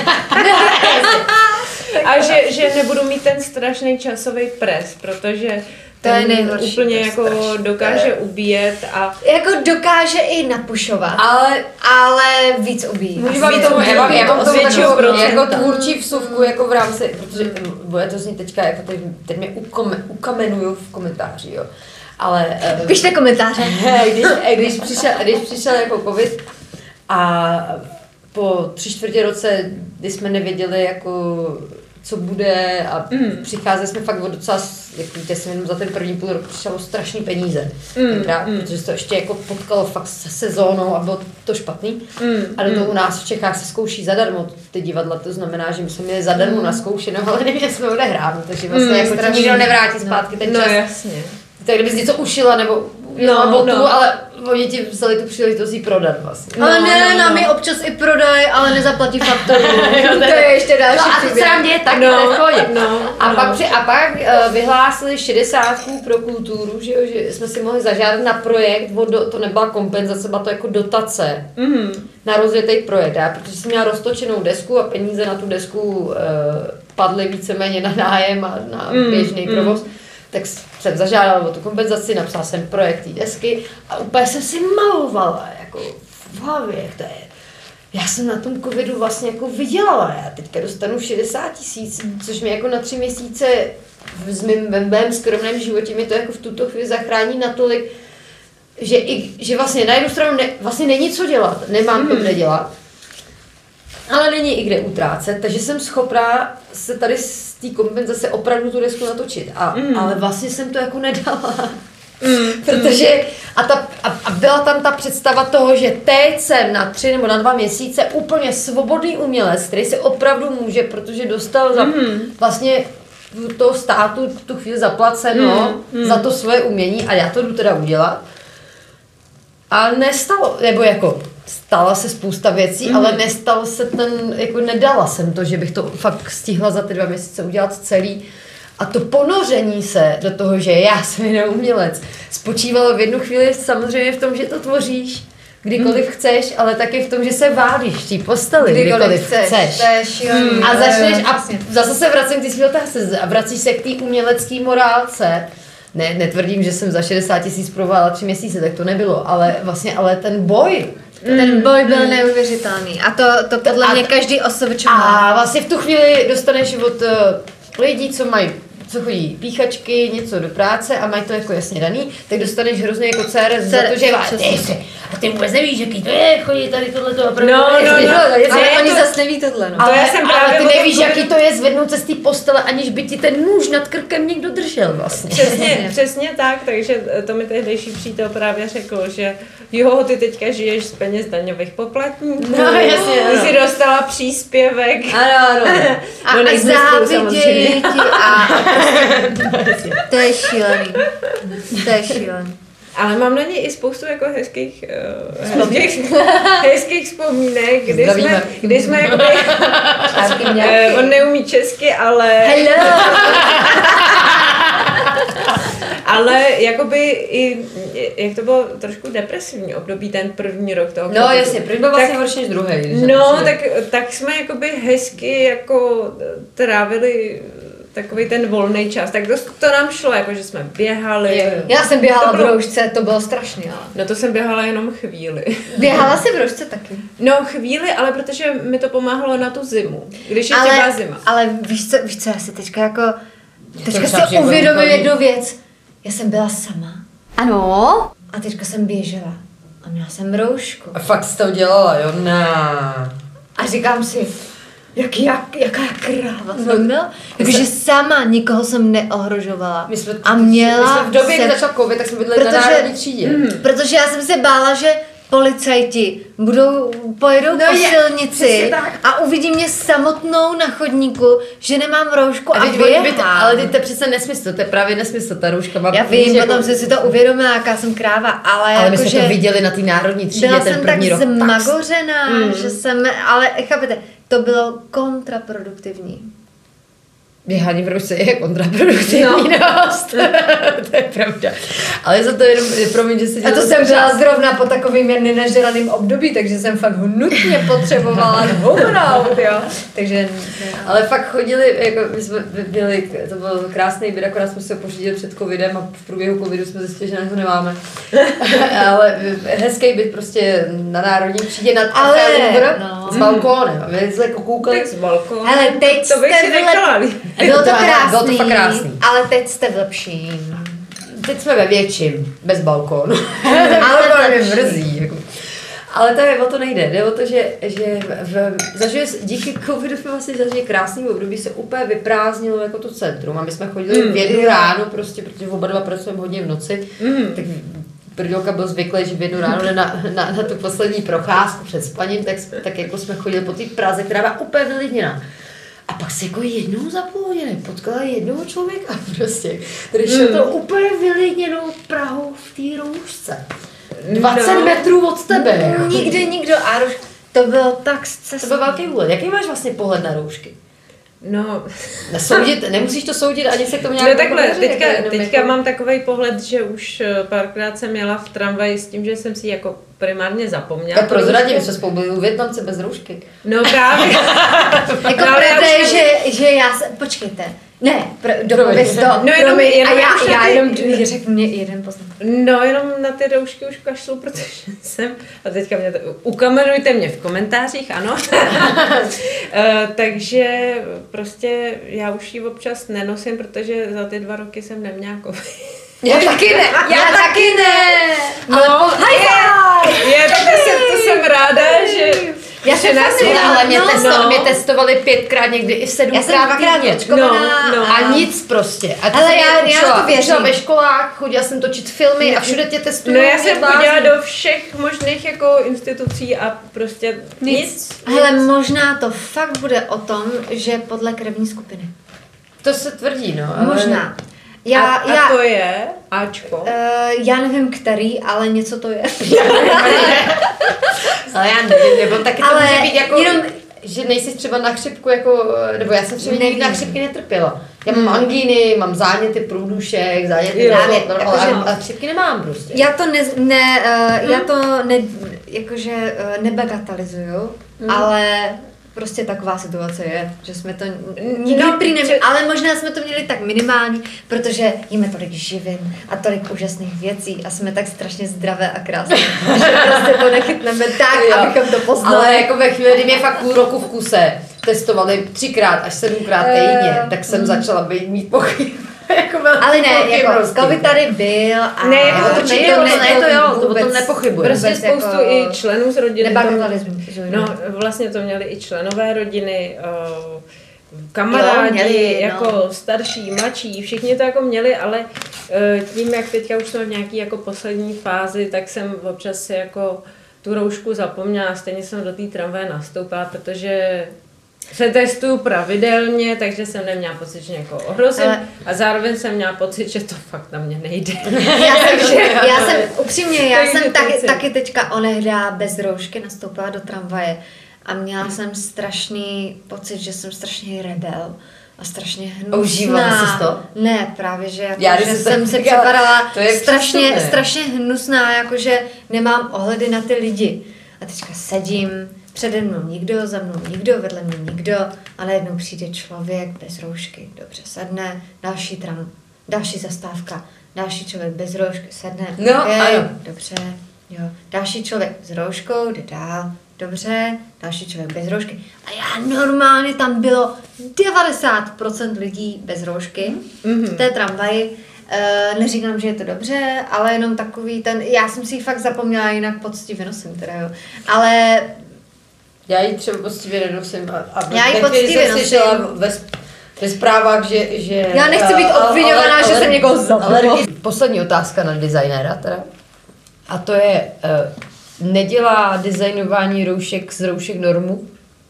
A že, že nebudu mít ten strašný časový pres, protože to je nejhorší, úplně jako strašný. Dokáže ubíjet a... Jako dokáže i napušovat, ale, ale víc ubíjí. Můžu vám tomu, já mám, já mám tomu takovou, jako tvůrčí vsuvku, jako v rámci, protože bude to znít teďka, jako teď, teď mě ukome, ukamenuju v komentáři, jo. Ale... Pište komentáře. když, když, přišel, když přišel jako covid a po tři čtvrtě roce, kdy jsme nevěděli, jako co bude a mm. přicházeli jsme fakt od docela, jak víte, jsem jenom za ten první půl rok přišlo strašný peníze, mm. tenkrát, mm. protože se to ještě jako potkalo fakt se sezónou a bylo to špatný. Mm. A do toho u nás v Čechách se zkouší zadarmo ty divadla, to znamená, že my jsme měli zadarmo mm. naskoušeno, ale neměli jsme odehráno, takže vlastně mm, jako ti nikdo nevrátí zpátky ten čas. No jasně. Tak kdybys něco ušila nebo udělala no, botu, no. ale oni ti vzali tu příležitost jí prodat vlastně. Ale no, ne, no, nám no. ji občas i prodají, ale nezaplatí fakturu. To je ještě další no, a to se nám děje taky no, v chodě. No, a, no. Pak při, a pak uh, vyhlásili šedesátku pro kulturu, že, jo, že jsme si mohli zažádat na projekt, do, to nebyla kompenzace, byla to jako dotace mm. na rozjetý projekt. Já, protože jsem měla roztočenou desku a peníze na tu desku uh, padly víceméně na nájem a na mm. běžný provoz. Mm. Tak jsem zažádala o tu kompenzaci, napsala jsem projekt té desky a úplně jsem si malovala jako v hlavě, jak to je. Já jsem na tom covidu vlastně jako vydělala, já teďka dostanu šedesát tisíc, což mi jako na tři měsíce v mém, v mém skromném životě mi to jako v tuto chvíli zachrání natolik, že, i, že vlastně na jednu stranu ne, vlastně není co dělat, nemám to kde dělat, ale není i kde utrácet, takže jsem schopná se tady z té kompenzace opravdu tu desku natočit. A, mm. Ale vlastně jsem to jako nedala. Mm. Protože a, ta, a, a byla tam ta představa toho, že teď jsem na tři nebo na dva měsíce úplně svobodný umělec, který si opravdu může, protože dostal za, mm. vlastně toho státu tu chvíli zaplaceno mm. za to svoje umění a já to jdu teda udělat. A nestalo, nebo jako stala se spousta věcí, mm. ale nestal se ten, jako nedala jsem to, že bych to fakt stihla za ty dva měsíce udělat celý. A to ponoření se do toho, že já jsem jenom umělec, spočívalo v jednu chvíli samozřejmě v tom, že to tvoříš, kdykoliv mm. chceš, ale taky v tom, že se válíš v té posteli, kdykoliv, kdykoliv chceš. chceš. Mm. A začneš, a zase se vracím k té svý otázce, a vracíš se k té umělecké morálce. Ne, netvrdím, že jsem za šedesát tisíc provála tři měsíce, tak to nebylo, ale vlastně, ale ten boj, ten boj byl mm. neuvěřitelný a to, to podle a, mě každý osobočil. A vlastně v tu chvíli dostaneš od uh, lidí, co mají, co chodí píchačky, něco do práce a mají to jako jasně daný, tak dostaneš hrozně jako cér za to, že ty, a ty vůbec nevíš, jaký to je, chodí tady tohleto a pravda. No, no, no, no. Ale oni zase neví tohle, no. Ale, to já jsem ale ty nevíš, jaký to je zvednout se z té postele, aniž by ti ten nůž nad krkem někdo držel vlastně. Přesně, přesně tak, takže to mi tehdejší přítel právě řekl, že jo, ty teďka žiješ z peněz daňových poplatníků, no, jasně, ty jsi dostala příspěvek. Ano, ano. A, no, a závidějí ti a prostě, to je šílený. To je šílený. Ale mám na něj i spoustu jako hezkých, uh, hezkých, hezkých vzpomínek, kdy Zdravíme. jsme, kdy jsme jakoby, uh, on neumí česky, ale... Hello! Ale jakoby i, jak to bylo trošku depresivní období, ten první rok toho No COVID. Jasně, první byl vlastně horší než druhý. No, tak, tak jsme jakoby hezky jako trávili takový ten volný čas, tak to, to nám šlo, jako že jsme běhali. Já jsem běhala bylo... v roušce, to bylo strašný, ale. No to jsem běhala jenom chvíli. Běhala jsi v roušce taky? No chvíli, ale protože mi to pomáhalo na tu zimu, když je ale, třeba zima. Ale víš co, víš co, já si teďka jako, teďka si uvědomím jednu věc. Já jsem byla sama. Ano. A teďka jsem běžela. A měla jsem roušku. A fakt jsi to udělala, jo? Ne. A říkám si, jak, jak, jaká kráva jsem byla. Jakože sama, nikoho jsem neohrožovala. My jsme, a měla my jsme v době, se... kdy začal covid, tak jsme bydleli na národní třídě. Mm, protože já jsem se bála, že policajti budou, pojedou no po je, silnici a uvidí mě samotnou na chodníku, že nemám roušku a, a běhám. Ale to je přece nesmysl, to je právě nesmysl, ta rouška má... Já vím, potom jako... jsem si to uvědomila, jaká jsem kráva, ale Ale jako, my jsme že to viděli na té národní třídě ten první rok. Byla jsem tak zmagořená, mm. že jsem, ale chápete, to bylo kontraproduktivní. Běhání v roušce je kontraproduktivní no. dost. To je pravda. Ale za to jenom, promiň, že se A to jsem byla zrovna po takovým nenažraným období, takže jsem fakt nutně potřebovala hubnout, jo. Takže... Ale fakt chodili, jako my jsme byli, to byl krásný byt, akorát jsme se pořídili před covidem a v průběhu covidu jsme zjistili, že na to nemáme. Ale hezký byt prostě na národní třídě nad Ale, no. s balkónem. A my jsme jako koukali. S balkónem. Hele, teď to bych si nechala. Bylo to krásný, bylo to fakt krásný, ale teď jste v lepším. Teď jsme ve větším, bez balkónu. Ale mě mrzí. Jako. Ale to je, o to nejde. Jde o to, že, že v, zažije, díky covidu jsme vlastně zažili krásný období, se úplně vyprázdnilo jako to centrum. A my jsme chodili mm. v jednu ráno, prostě, protože oba dva pracujeme hodně v noci, mm. tak Prdolka byl zvyklý, že v jednu ráno na, na, na tu poslední procházku před spaním, tak, tak jako jsme chodili po té Praze, která byla úplně vylidněná. A pak se jako jednou za půl hodiny potkala jednoho člověka prostě, který šel mm. to úplně vylidněnou Prahou v té roušce. dvacet no. metrů od tebe. No, nikdy nikdo. A rouš... to bylo tak scestné. To byl velký úlet. Jaký máš vlastně pohled na roušky? No, soudit, nemusíš to soudit, ani se k tomu nějak... No takhle, pověřit, teďka, jako teďka jako... mám takový pohled, že už párkrát jsem jela v tramvaji s tím, že jsem si jako primárně zapomněla. Tak prozradím, my jsme spolu byli u Vietnamce bez roušky. No právě. Jako no, pravda je, že, že já se... Počkejte. Ne, pr- dopověz to. No jenom, jenom a já, já jenom řeknu mě jeden poznat. No jenom na ty roušky už kašlu, protože jsem, a teďka mě to, ukamenujte mě v komentářích, ano. uh, takže prostě já už ji občas nenosím, protože za ty dva roky jsem neměla covid. Já taky ne, já, já taky ne. No, high five! Je, tak to jsem, to jsem ráda, že... Já jsem fakt ale mě, no, testo, no. mě testovali pětkrát, někdy i sedmkrát týdně. No, no. A nic prostě. A ale já, já učila, to věřím. ve školách, chodila jsem točit filmy a všude tě testují. No já jsem chodila do všech možných jako institucí a prostě nic. nic. Hele, možná to fakt bude o tom, že podle krevní skupiny. To se tvrdí, no. Ale... Možná. Já, a, já, a to je Ačko? Uh, já nevím který, ale něco to je. Ale já nevím, nebo taky to Ale může být jako, jenom- že nejsi třeba na chřipku jako, nebo já jsem třeba nikdy Nevím. na chřipky netrpěla. Já mám angíny, mám záněty průdušek, záněty Jo. právě, Jako, ale že- a chřipky nemám prostě. Já to ne, ne uh, já to ne, jakože uh, nebagatelizuju, Mm. ale prostě taková situace je, že jsme to nikdy No, prý neměli, že- ale možná jsme to měli tak minimální, protože jíme tolik živin a tolik úžasných věcí a jsme tak strašně zdravé a krásné, že prostě to nechytneme tak, Jo. abychom to poznali. Ale jako ve chvíli, kdy mě fakt půl roku v kuse testovali třikrát až sedmkrát týdně, tak jsem začala být mít pochyb. jako velký Ale ne, jako pochybnosti. covid tady byl a Ne, jako to určitě nejde, jo, ne, ne, to jo, to o tom vůbec- nepochybuji. Prostě vůbec spoustu jako i členů z rodiny. to- nebagatelizuju. No, vlastně to měli i členové rodiny, uh, kamarádi, Jo, měli, no. jako starší, mladší, všichni to jako měli, ale uh, tím, jak teďka už jsme v nějaký jako poslední fázi, tak jsem občas si jako tu roušku zapomněla, stejně jsem do té tramvaje nastoupila, protože se testuju pravidelně, takže jsem neměla pocit, že někoho ohrozím Ale- a zároveň jsem měla pocit, že to fakt na mě nejde. Já jsem, já jsem upřímně, já Takže jsem taky, pocit. taky teďka onehda bez roušky nastoupila do tramvaje a měla jsem strašný pocit, že jsem strašný rebel a strašně hnusná. Užívala jsi to? Ne, právě, že, jako, Já, když že jsi to jsem se říkala, připadala to je strašně, přístupné. strašně hnusná, jakože nemám ohledy na ty lidi. A teďka sedím, přede mnou nikdo, za mnou nikdo, vedle mě nikdo a najednou přijde člověk bez roušky, dobře sedne, další tram, další zastávka, další člověk bez roušky, sedne, No, okay, ano. dobře, jo, další člověk s rouškou, jde dál, dobře, další člověk bez roušky. A já normálně tam bylo devadesát procent lidí bez roušky Mhm. v té tramvaji. Uh, neříkám, že je to dobře, ale jenom takový ten, já jsem si ji fakt zapomněla, jinak poctivě nosím teda, jo. Ale Já ji třeba poctivě nenosím a, a Já ji ve chvíli poctivě jsem nosím. slyšela ve, ve zprávách, že, že... Já nechci být eh, ale- obviňovaná, ale- že ale- jsem někoho zabila. ale- Poslední otázka na designéra teda. A to je, uh, nedělá designování roušek z roušek normu?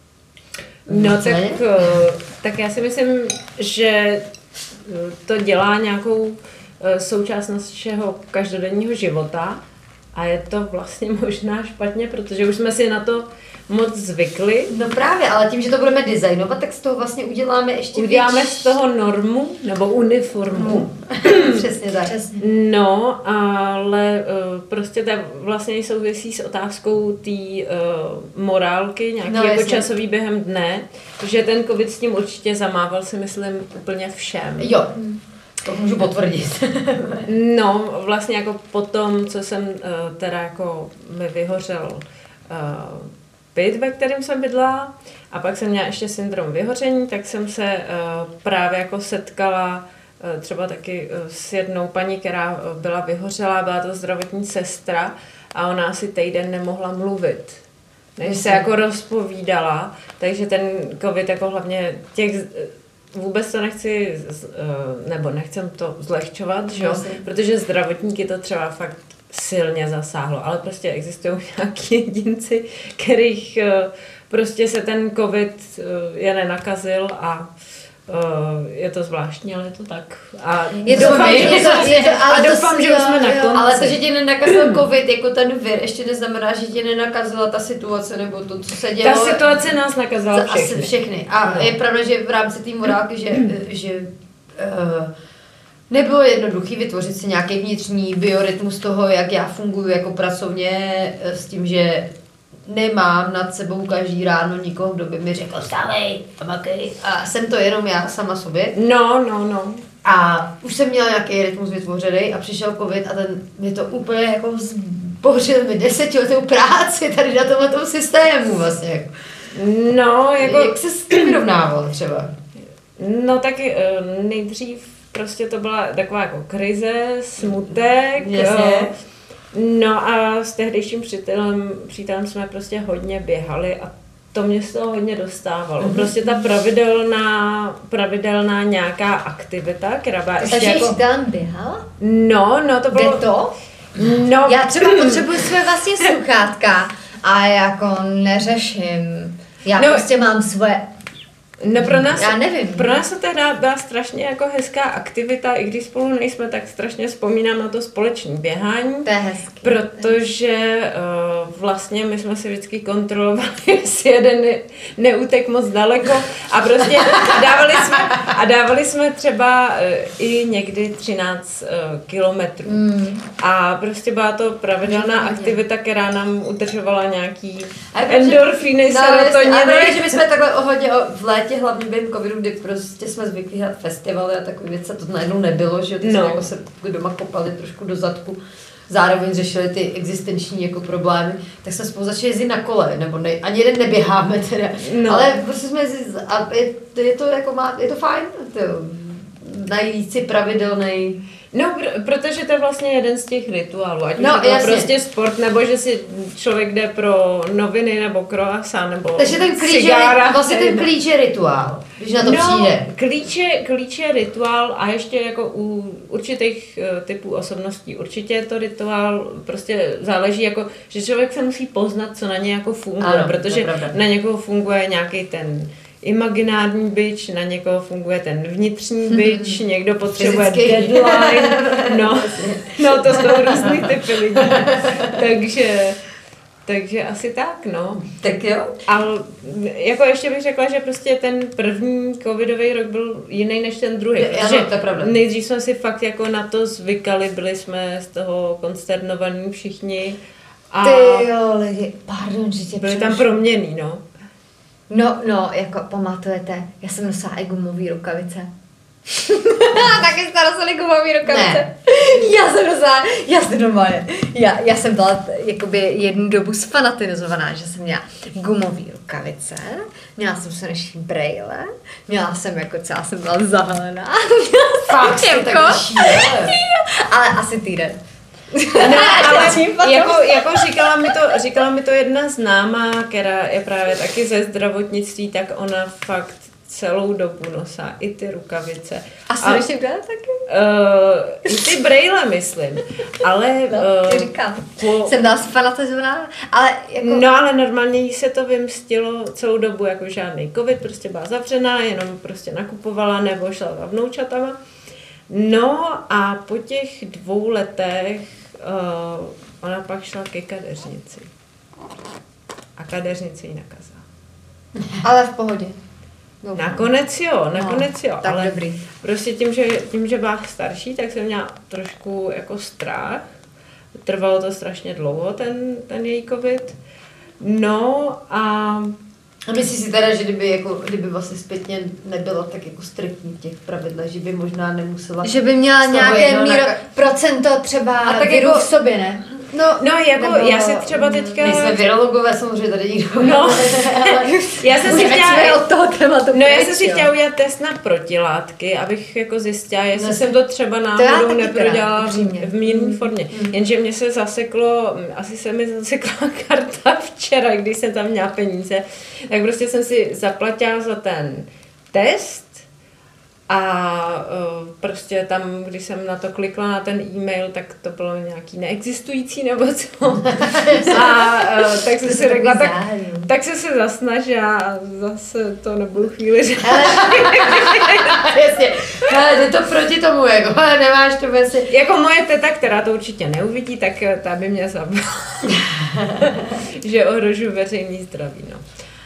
No tak, Nicméně? eh, tak já si myslím, že eh, to dělá nějakou eh, součást našeho každodenního života a je to vlastně možná špatně, protože už jsme si na to moc zvykli. No právě, ale tím, že to budeme designovat, tak z toho vlastně uděláme ještě Uděláme větší... z toho normu nebo uniformu. Přesně tak. přesně. No, ale uh, prostě to vlastně i souvisí s otázkou té uh, morálky, nějaký No, no, jako jasně. časový během dne, že ten covid s tím určitě zamával, si myslím, úplně všem. Jo, to můžu potvrdit. No, vlastně jako po tom, co jsem uh, teda jako mi vyhořel uh, byt, ve kterém jsem bydla, a pak jsem měla ještě syndrom vyhoření, tak jsem se uh, právě jako setkala uh, třeba taky uh, s jednou paní, která uh, byla vyhořelá, byla to zdravotní sestra a ona asi týden nemohla mluvit, než se jako rozpovídala, takže ten covid jako hlavně těch vůbec to nechci, z- eh, nebo nechcem to zlehčovat, že jo? Jasně. Protože zdravotníky to třeba fakt silně zasáhlo, ale prostě existují nějaký jedinci, kterých eh, prostě se ten covid eh, je nenakazil a eh, je to zvláštní, ale je to tak. A Je to doufám, fakt, že, je to- je to- a ale to doufám, si- že už jsme jo, na jo. konci. Ale to, že tě nenakazil covid jako ten vir, ještě neznamená, že tě nenakazila ta situace nebo to, co se dělo. Ta situace nás nakazila za- všechny. Asi všechny. A No. je pravda, že v rámci té morálky, že, že uh, nebylo jednoduché vytvořit si nějaký vnitřní biorytmus toho, jak já funguji jako pracovně, eh, s tím, že nemám nad sebou každý ráno nikoho, kdo by mi řekl vstávej a makej. A jsem to jenom já sama sobě. No, no, no. A už jsem měla nějaký rytmus vytvořený a přišel covid a ten mi to úplně jako zbořil mi desetiletou práci tady na tomhle systému vlastně. No, jako... Jak se s tím vyrovnával třeba? No tak eh, nejdřív prostě to byla taková jako krize, smutek. Jasně. eh, No a s tehdejším přítelem, přítelem jsme prostě hodně běhali a to mě z toho hodně dostávalo. Mhm. Prostě ta pravidelná, pravidelná nějaká aktivita, která byla ještě Takže jako... přítelem běhala? No, no to Kde bylo... to? No, Já třeba potřebuji své vlastní sluchátka a jako neřeším. Já No. prostě mám svoje No pro nás, Já nevím. Pro nás to teda byla strašně jako hezká aktivita, i když spolu nejsme, tak strašně vzpomínám na to společné běhání. To je hezký. Protože uh, vlastně my jsme si vždycky kontrolovali, jestli jeden ne, neutek moc daleko a prostě dávali jsme, a dávali jsme třeba uh, i někdy třináct uh, kilometrů. Mm. A prostě byla to pravidelná aktivita, která nám udržovala nějaký endorfiny, no, serotoniny. A právě, že my jsme takhle hodně v létě, hlavně během covidu, kdy prostě jsme zvyklí hrát festivaly a takové věci, to najednou nebylo, že ty no. jsme jako se doma kopali trošku do zadku, zároveň řešili ty existenční jako problémy, tak jsme spolu začali jezdit na kole, nebo ne, ani jeden neběháme teda, no. ale prostě jsme jezdili, a je, je to jako má, je to fajn, to, najít si pravidelnej. No, pr- protože to je vlastně jeden z těch rituálů, ať no, už je to prostě sport, nebo že si člověk jde pro noviny, nebo croissant, nebo takže ten klíč cigára. Je, vlastně ten klíč je rituál, když na to no, přijde. Klíč je, klíč je rituál a ještě jako u určitých uh, typů osobností určitě je to rituál, prostě záleží jako, že člověk se musí poznat, co na ně jako funguje, ano, protože na někoho funguje nějaký ten imaginární bič, na někoho funguje ten vnitřní bič, někdo potřebuje fyzický deadline, no, no to jsou různý typy lidí, takže, takže asi tak, no. Tak jo. Ale jako ještě bych řekla, že prostě ten první covidový rok byl jiný než ten druhý, protože to je pravda. Nejdřív jsme si fakt jako na to zvykali, byli jsme z toho konsternovaní všichni a Ty jo, lidi, pardon, že tě byli tam proměný, no. No, no, jako pamatujete, já jsem nosila i gumový rukavice. Taky jste nosili gumový rukavice? Ne. Já jsem nosila, já jsem normálně, já, já jsem byla jakoby jednu dobu sfanatizovaná, že jsem měla gumový rukavice, měla jsem slunečný brejle, měla jsem jako celá jsem byla zahalená. Fakt, jako, ale asi týden. Ne, ale jako, jako říkala, mi to, říkala mi to jedna známá, která je právě taky ze zdravotnictví, tak ona fakt celou dobu nosá i ty rukavice. A slunečný brejle taky? Uh, I ty brejle, myslím. Ale... No, ty uh, říkám. Po... Jsem byla sfanatizovaná, ale jako... No, ale normálně jí se to vymstilo celou dobu, jako žádný covid, prostě byla zavřená, jenom prostě nakupovala nebo šla za vnoučatama. No a po těch dvou letech uh, ona pak šla ke kadeřnici. A kadeřnici ji nakazala. Ale v pohodě. Doufám. Nakonec jo, nakonec jo, tak ale dobrý. prostě tím že, tím, že byla starší, tak jsem měla trošku jako strach. Trvalo to strašně dlouho, ten, ten její covid. No a... A myslíš si teda, že kdyby, jako, kdyby vlastně zpětně nebylo tak jako striktní těch pravidlech, že by možná nemusela... Že by měla nějaké míro, na... procento třeba a tak viru jako... v sobě, ne? No, no jako nebo... já si třeba teďka... My jsme virologové, samozřejmě tady nikdo. No, já jsem si chtěla... od toho tématu. No, já jsem si chtěla udělat test na protilátky, abych jako zjistila, jestli no, jsem to třeba náhodou neprodělala v mírné formě. Mm. Jenže mě se zaseklo, asi se mi zasekla karta včera, když jsem tam měla peníze, tak prostě jsem si zaplatila za ten test. A uh, prostě tam, když jsem na to klikla na ten e-mail, tak to bylo nějaký neexistující nebo co. A uh, tak jsem si řekla, tak, tak jsem se zasnažila a zase to nebudu chvíli říct. Jasně, ale jde to proti tomu, jako, ale nemáš to vlastně. Jako moje teta, která to určitě neuvidí, tak ta by mě zabila. Že ohrožuji veřejný zdraví, no.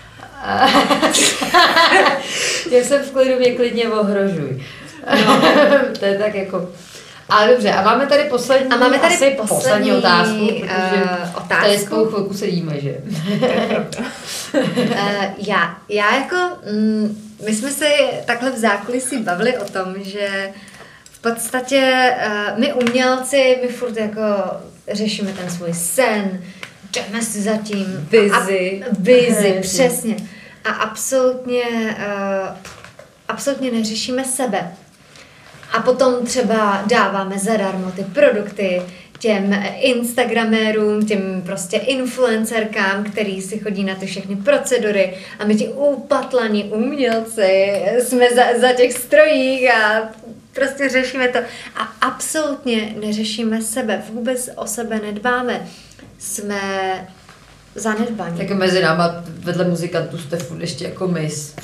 Já jsem v klidu, mě klidně ohrožuj. No. To je tak jako... Ale dobře, a máme tady poslední, a máme tady asi poslední, poslední otázku, protože uh, otázku. tady spolu chvilku sedíme, že? uh, já, já jako... Mm, my jsme se takhle v zákulisí bavili o tom, že v podstatě uh, my umělci, my furt jako řešíme ten svůj sen, jdeme si zatím. Vizi. A, vizi, přesně. A absolutně, uh, absolutně neřešíme sebe. A potom třeba dáváme zadarmo ty produkty těm instagramérům, těm prostě influencerkám, který si chodí na ty všechny procedury a my ti upatlaní umělci jsme za, za těch strojích a prostě řešíme to. A absolutně neřešíme sebe, vůbec o sebe nedbáme. Jsme zanedbaní. Tak mezi náma vedle muzikantů jste furt ještě jako mis.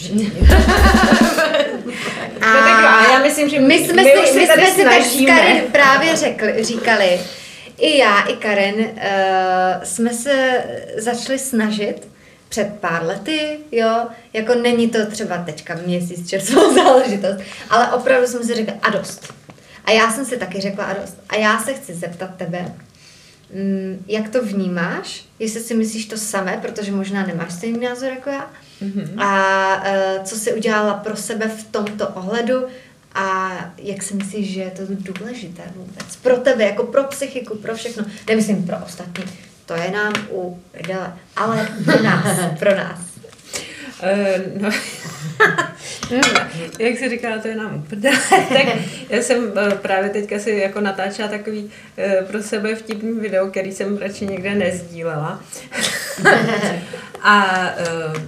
A no tak, já myslím, že my jsme my si, už my tady jsme si tak s Karin snažíme. právě řekli, říkali, i já, i Karin, uh, jsme se začali snažit před pár lety, jo, jako není to třeba teďka měsíc čerstvou záležitost, ale opravdu jsme si řekli a dost. A já jsem si taky řekla a dost. A já se chci zeptat tebe, mm, jak to vnímáš, jestli si myslíš to samé, protože možná nemáš stejný názor jako já, mm-hmm. a uh, co jsi udělala pro sebe v tomto ohledu a jak si myslíš, že je to důležité vůbec pro tebe, jako pro psychiku, pro všechno, nemyslím pro ostatní, to je nám u prdele, ale pro nás, pro nás. Uh, no. Jak jsi říkala, to je nám uprdele. Tak já jsem uh, právě teďka si jako natáčela takový uh, pro sebe vtipný video, který jsem radši někde nezdílela. A uh,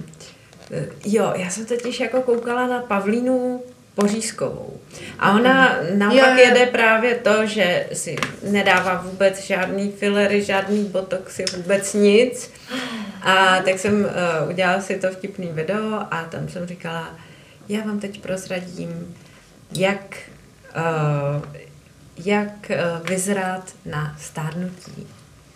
jo, já jsem totiž jako koukala na Pavlínu Pořízkovou. A ona naopak jo, jo. jede právě to, že si nedává vůbec žádný fillery, žádný botoxy, vůbec nic. A tak jsem uh, udělala si to vtipný video a tam jsem říkala, já vám teď prozradím, jak, uh, jak uh, vyzrát na stárnutí.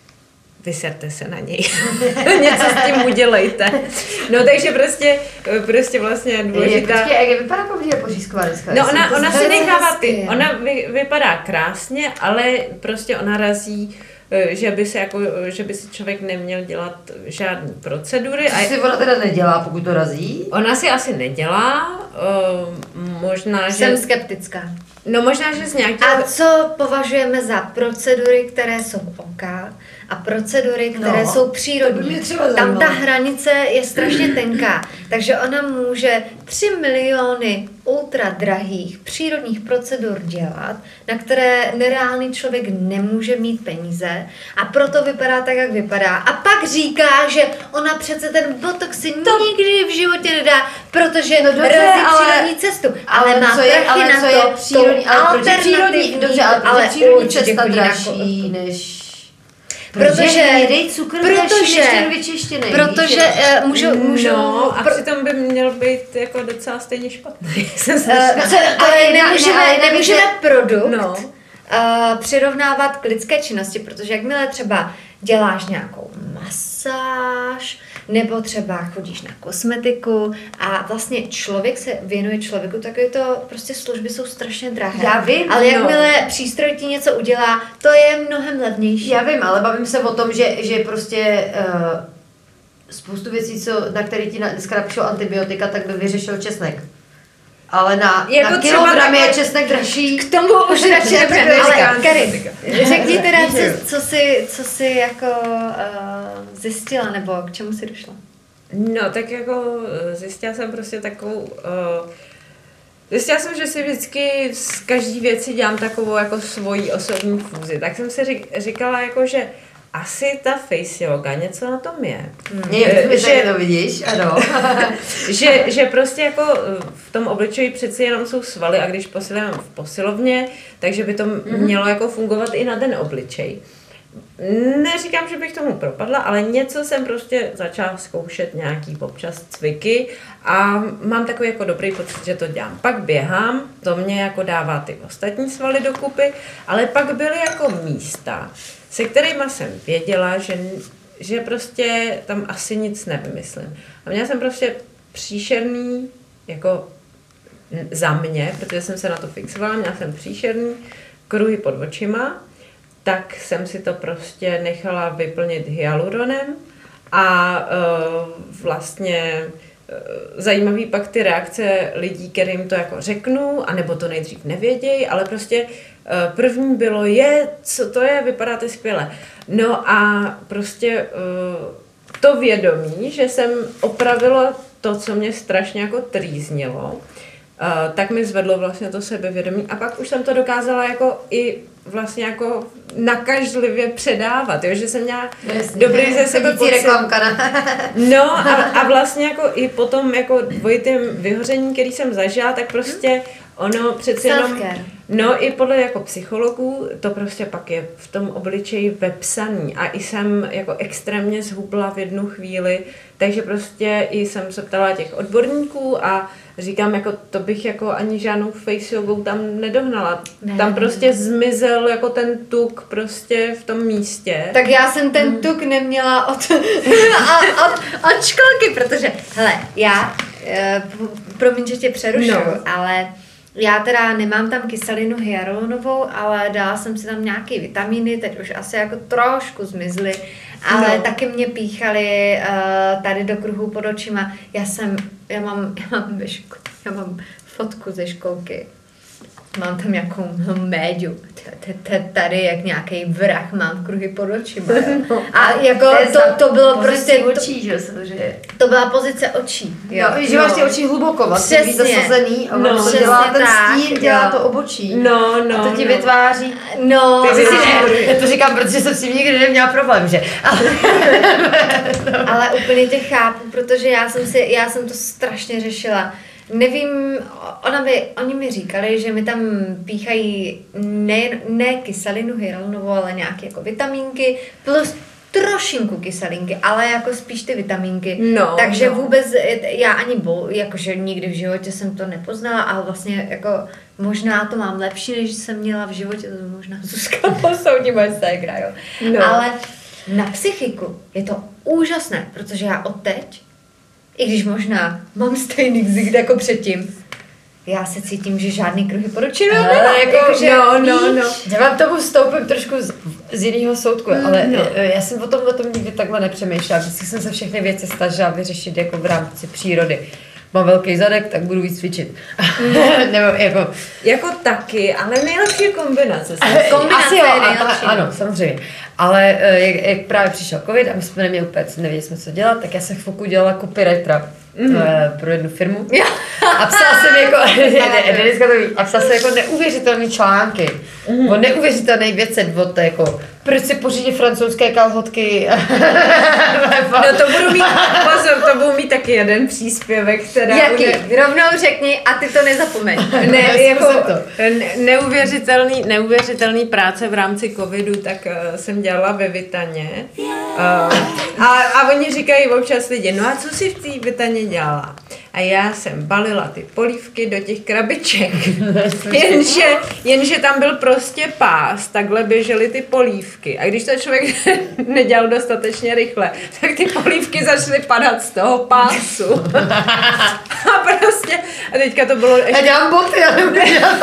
Vyserte se na něj. Něco s tím udělejte. No takže prostě, prostě vlastně důležitá... Je, počkej, jak vypadá Pavlína Pořízková dneska? No ona, ona si nechává ty, hezky. ona vy, vypadá krásně, ale prostě ona razí, že by se jako, že by si člověk neměl dělat žádný procedury. A si ona teda nedělá, pokud to razí? Ona si asi nedělá, možná, že... Jsem skeptická. No možná, že z nějakého... A co považujeme za procedury, které jsou OK a procedury, které No, jsou to by přírodní? mě třeba Tam zajímalo. ta hranice je strašně tenká, takže ona může tři miliony ultra drahých přírodních procedur dělat, na které nereálný člověk nemůže mít peníze a proto vypadá tak, jak vypadá. A pak říká, že ona přece ten botox si to... nikdy v životě nedá, protože No dobře, razí ale- přírodní cestu. Ale, Ale má co je, prachy ale na co to, je přírodní, tou ale proč je přírodní, alternativní, dobře, ale proč ale je přírodní určitě cesta chodí na dražší ko- než... Protože- hnědej cukr dražší protože- než ten vyčištěnej. Protože uh, můžu, můžu No a pr- přitom by měl být jako docela stejně špatný. Jsem se Uh, co, ale Ale ne- nemůžeme, ne, ale nemůžeme produkt No. uh, přirovnávat k lidské činnosti, protože jakmile třeba děláš nějakou masáž, nebo třeba chodíš na kosmetiku a vlastně člověk se věnuje člověku, takové to prostě služby jsou strašně drahé. Já vím, ale no. jakmile přístroj ti něco udělá, to je mnohem levnější. Já vím, ale bavím se o tom, že, že prostě uh, spoustu věcí, co, na které ti na, dneska napíšou antibiotika, tak by vyřešil česnek. Ale na, Jako na třeba kilogram je takhle- česnek dražší. K tomu už radši Dobře, nebudeme, neříkám. ale Karin, řekni teda, Že- co, co, jsi, co jsi jako uh, zjistila, nebo k čemu jsi došla? No, tak jako zjistila jsem prostě takovou... Uh, zjistila jsem, že si vždycky z každé věci dělám takovou jako svoji osobní fúzi. Tak jsem si řík, říkala jako, že asi ta face yoga, něco na tom je. Hmm. Je, že- že to vidíš, ano. že, že prostě jako v tom obličeji přeci jenom jsou svaly a když posilujeme v posilovně, takže by to mělo jako fungovat i na ten obličej. Neříkám, že bych tomu propadla, ale něco jsem prostě začala zkoušet, nějaký občas cviky a mám takový jako dobrý pocit, že to dělám. Pak běhám, to mě jako dává ty ostatní svaly dokupy, ale pak byly jako místa, se kterými jsem věděla, že, že prostě tam asi nic nevymyslím. A měla jsem prostě příšerný, jako za mě, protože jsem se na to fixovala, měla jsem příšerný kruhy pod očima, tak jsem si to prostě nechala vyplnit hyaluronem a uh, vlastně uh, zajímavý pak ty reakce lidí, kterým to jako řeknu, anebo to nejdřív nevědějí, ale prostě uh, první bylo, je, co to je, vypadáte skvěle. No a prostě uh, to vědomí, že jsem opravila to, co mě strašně jako trýznilo, uh, tak mi zvedlo vlastně to sebevědomí a pak už jsem to dokázala jako i vlastně jako nakažlivě předávat, jo? Že jsem měla Jasně. dobrý ze sebe Sedící reklamka, ne? No a, a vlastně jako i potom jako dvojitým vyhořením, který jsem zažila, tak prostě ono přece jenom Self-care. No i podle jako psychologů to prostě pak je v tom obličeji vepsaný a i jsem jako extrémně zhubla v jednu chvíli, takže prostě i jsem se ptala těch odborníků a říkám, jako to bych jako ani žádnou face jogou tam nedohnala. Ne. Tam prostě zmizel jako ten tuk prostě v tom místě. Tak já jsem ten hmm. tuk neměla od, od, od školky, protože, hele, já, promiň, že tě přerušu, no. ale já teda nemám tam kyselinu hyaluronovou, ale dala jsem si tam nějaký vitamíny, teď už asi jako trošku zmizly, ale no. taky mě píchali uh, tady do kruhu pod očima. Já jsem, já mám, já mám, já mám fotku ze školky. Mám tam nějakou méďu. Tady jak nějaký vrah mám v kruhy pod očima. No, a jako to, to bylo prostě... očí, že se to byla pozice očí. Jo, no, že máš ty oči hluboko, vlastně víc zasazený a no, to dělá ten tak, stín, dělá jo. to obočí. No, no, a to ti no. vytváří... No, Ty si ne, já to říkám, protože jsem s tím nikdy neměla problém, že? Ale, ale úplně tě chápu, protože já jsem si, já jsem to strašně řešila. Nevím, ona by, oni mi říkali, že mi tam píchají ne, ne kyselinu hyaluronovou, ale nějaké jako vitamínky, plus trošinku kyselinky, ale jako spíš ty vitamínky. No, Takže no. vůbec, já ani bol, jakože nikdy v životě jsem to nepoznala, ale vlastně jako možná to mám lepší, než jsem měla v životě, to možná Zuzka posoudí moje ségra, jo. No. Ale na psychiku je to úžasné, protože já odteď, i když možná mám stejný ksicht jako předtím, já se cítím, že žádný kruhy pod očima nemám. Jako, že no, no, no. Já vám tomu vstoupím trošku z, z jiného soudku, mm, ale no. já jsem o tomhle tom nikdy takhle nepřemýšlela. Vždycky jsem se všechny věci snažila vyřešit jako v rámci přírody. Mám velký zadek, tak budu víc cvičit. Nebo jako... jako taky, ale nejlepší je kombinace. Kombinace Asi jo, je nejlepší. A, ano, samozřejmě. Ale jak, jak právě přišel covid a my jsme neměli úplně, nevěděli jsme, co dělat, tak já jsem chvilku dělala copywritera mm. pro jednu firmu. A psala jsem jako, Deniska to ví, a psala jsem jako neuvěřitelný články. Mm. O neuvěřitelných věcech, od jako, proč si pořídit francouzské kalhotky. No to budu mít, pozor, to budu mít taky jeden příspěvek, která... Jaký? Bude... Rovnou řekni a ty to nezapomeň. Ne, jako neuvěřitelný, neuvěřitelný práce v rámci covidu, tak uh, jsem dělala ve Vitaně. Uh, a, a oni říkají občas lidi, no a co si v té Vitaně dělala? A já jsem balila ty polívky do těch krabiček. jenže, jenže tam byl prostě pás, takhle běžely ty polívky. A když to člověk nedělal dostatečně rychle, tak ty polívky začaly padat z toho pásu. A prostě, a teďka to bylo ještě... Já dělám boty, já nedělám.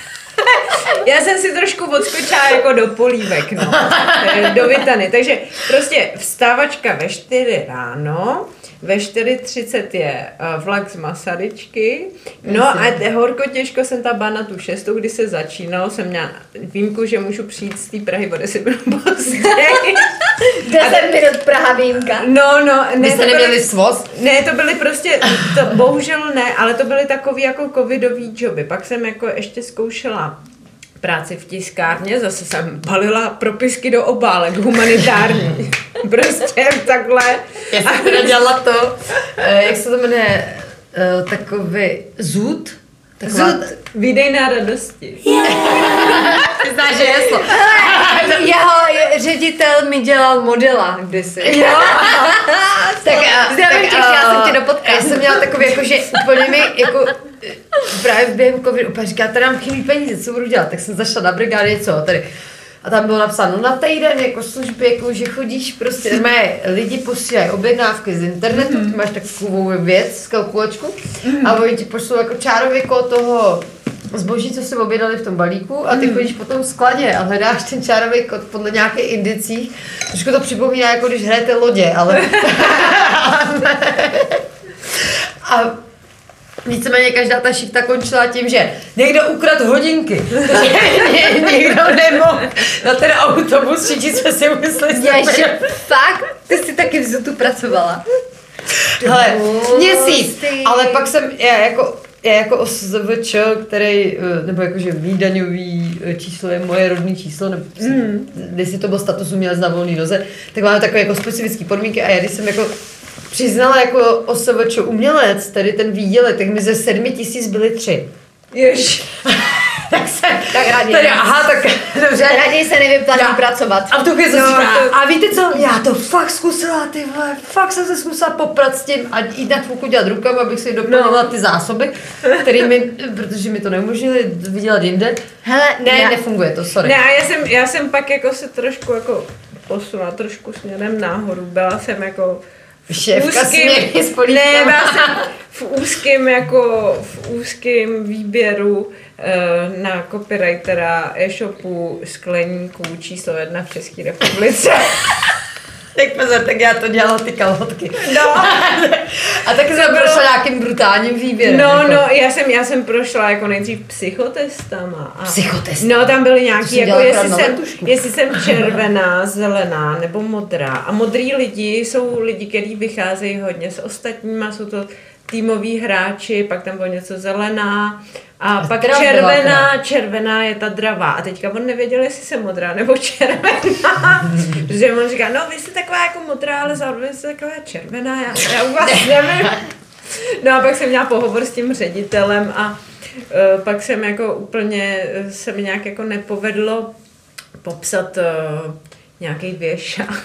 Já jsem si trošku odskočila jako do polívek, no, do Vitany. Takže prostě vstávačka ve čtyři ráno, ve čtyři třicet je vlak z Masaryčky, no a horko těžko jsem tam byla na tu šestou, kdy se začínalo, jsem měla výjimku, že můžu přijít z té Prahy o deset minut později. deset minut Praha výjimka. No, no. Ne, Vy jste neměli svoz? Ne, to byly prostě, to, bohužel ne, ale to byly takový jako covidový joby. Pak jsem jako ještě zkoušela práci v tiskárně, zase jsem balila propisky do obálek, humanitární. Prostě takhle. Já jsem teda dělala to, jak se to jmenuje, takový zud. Taková zud, výdejná radosti. Ty znáš, že jeslo. Jeho ředitel mi dělal modela kdysi. Jo. tak zdravím tě, já jsem tě do podcastu. Já jsem měla takový, jako, že úplně mi, jako, právě během covidu, úplně říká, tady nám chybí peníze, co budu dělat, tak jsem zašla na brigádu něco tady. A tam bylo napsáno na týden jako služby, jako, že chodíš prostě, mé lidi posílají objednávky z internetu, mm. máš takovou věc z kalkulačku mm. a oni ti pošlou jako čárově kód toho zboží, co si objednali v tom balíku a ty mm. chodíš po tom skladě a hledáš ten čárový kód podle nějakých indicích. Trošku to připomíná, jako když hrajete lodě, ale... a nicméně každá ta šifta končila tím, že někdo ukradl hodinky, že někdo nemohl na ten autobus, všichni jsme si mysleli, že fakt, ty jsi taky v Zutu pracovala. Hele, měsíc, ale pak jsem, já jako, já jako O S V Č, který, nebo jakože výdaňový číslo je moje rodné číslo, nebo mm. když si to byl status umělec na volný noze, tak máme takové jako specifické podmínky a já když jsem jako přiznala jako O S V Č umělec, tady ten výdělek, tak mi ze sedmi tisíc byly tři. Jež. tak se. Tak raději. Tady, aha, tak dobře. Raději se nevyplatí Já- pracovat. A v tu chvíli No, jsem si říkala, to- a víte co, já to fakt zkusila, ty vole, fakt jsem se zkusila poprat s tím a jít na chvilku dělat rukama, abych si doplnila ty zásoby, které mi, protože mi to neumožnili vydělat jinde. Hele, Ne, já- nefunguje to, sorry. Ne, a já jsem, já jsem pak jako se trošku jako posunula trošku směrem nahoru. Byla jsem jako v Šéfka směrně s polívkama. ne, byla jsem v úzkém jako v úzkém výběru eh, na copywritera e-shopu skleníků číslo jedna v České republice. Tak pozor, tak já to dělala ty kalhotky. No. A taky jsem bylo- prošla nějakým brutálním výběrem. No, jako. no, já jsem, já jsem prošla jako nejdřív psychotestama. A, Psychotest? No, tam byly To nějaký, jsi jako dělala jestli akorát na jsem, letušku. jestli jsem červená, zelená nebo modrá. A modrý lidi jsou lidi, kteří vycházejí hodně s ostatníma, jsou to týmoví hráči, pak tam bylo něco zelená. A, A pak která byla červená, červená je ta dravá. A teďka on nevěděl, jestli jsem modrá nebo červená. Protože on říká, no vy jste taková jako modrá, ale zároveň jste taková červená, já, já u vás nevím. No a pak jsem měla pohovor s tím ředitelem a uh, pak jsem jako úplně, se mi nějak jako nepovedlo popsat uh, nějaký věšák.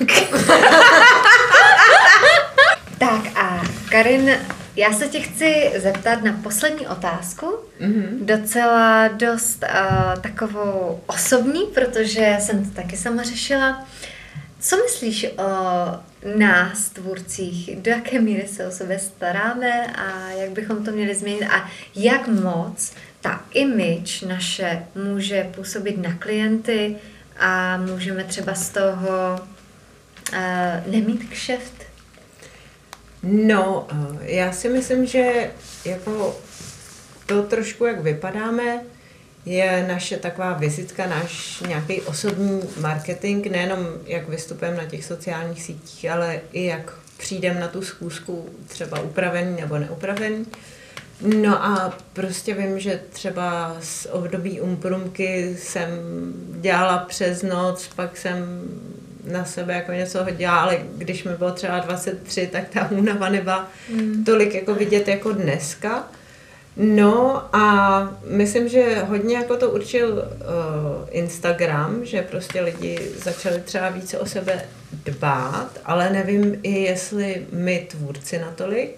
Tak a Karin, já se tě chci zeptat na poslední otázku. Mm-hmm. Docela dost uh, takovou osobní, protože jsem to taky sama řešila. Co myslíš o nás, tvůrcích? Do jaké míry se o sebe staráme a jak bychom to měli změnit? A jak moc ta image naše může působit na klienty a můžeme třeba z toho uh, nemít kšeft? No, uh, já si myslím, že jako to trošku, jak vypadáme, je naše taková vizitka, náš nějaký osobní marketing, nejenom jak vystupujeme na těch sociálních sítích, ale i jak přijdeme na tu schůzku třeba upravený nebo neupravený. No a prostě vím, že třeba z období umprumky jsem dělala přes noc, pak jsem na sebe jako něco dělala, ale když mi bylo třeba dvacet tři, tak ta únava nebyla mm. tolik jako vidět jako dneska. No a myslím, že hodně jako to určil uh, Instagram, že prostě lidi začali třeba více o sebe dbát, ale nevím i jestli my tvůrci natolik.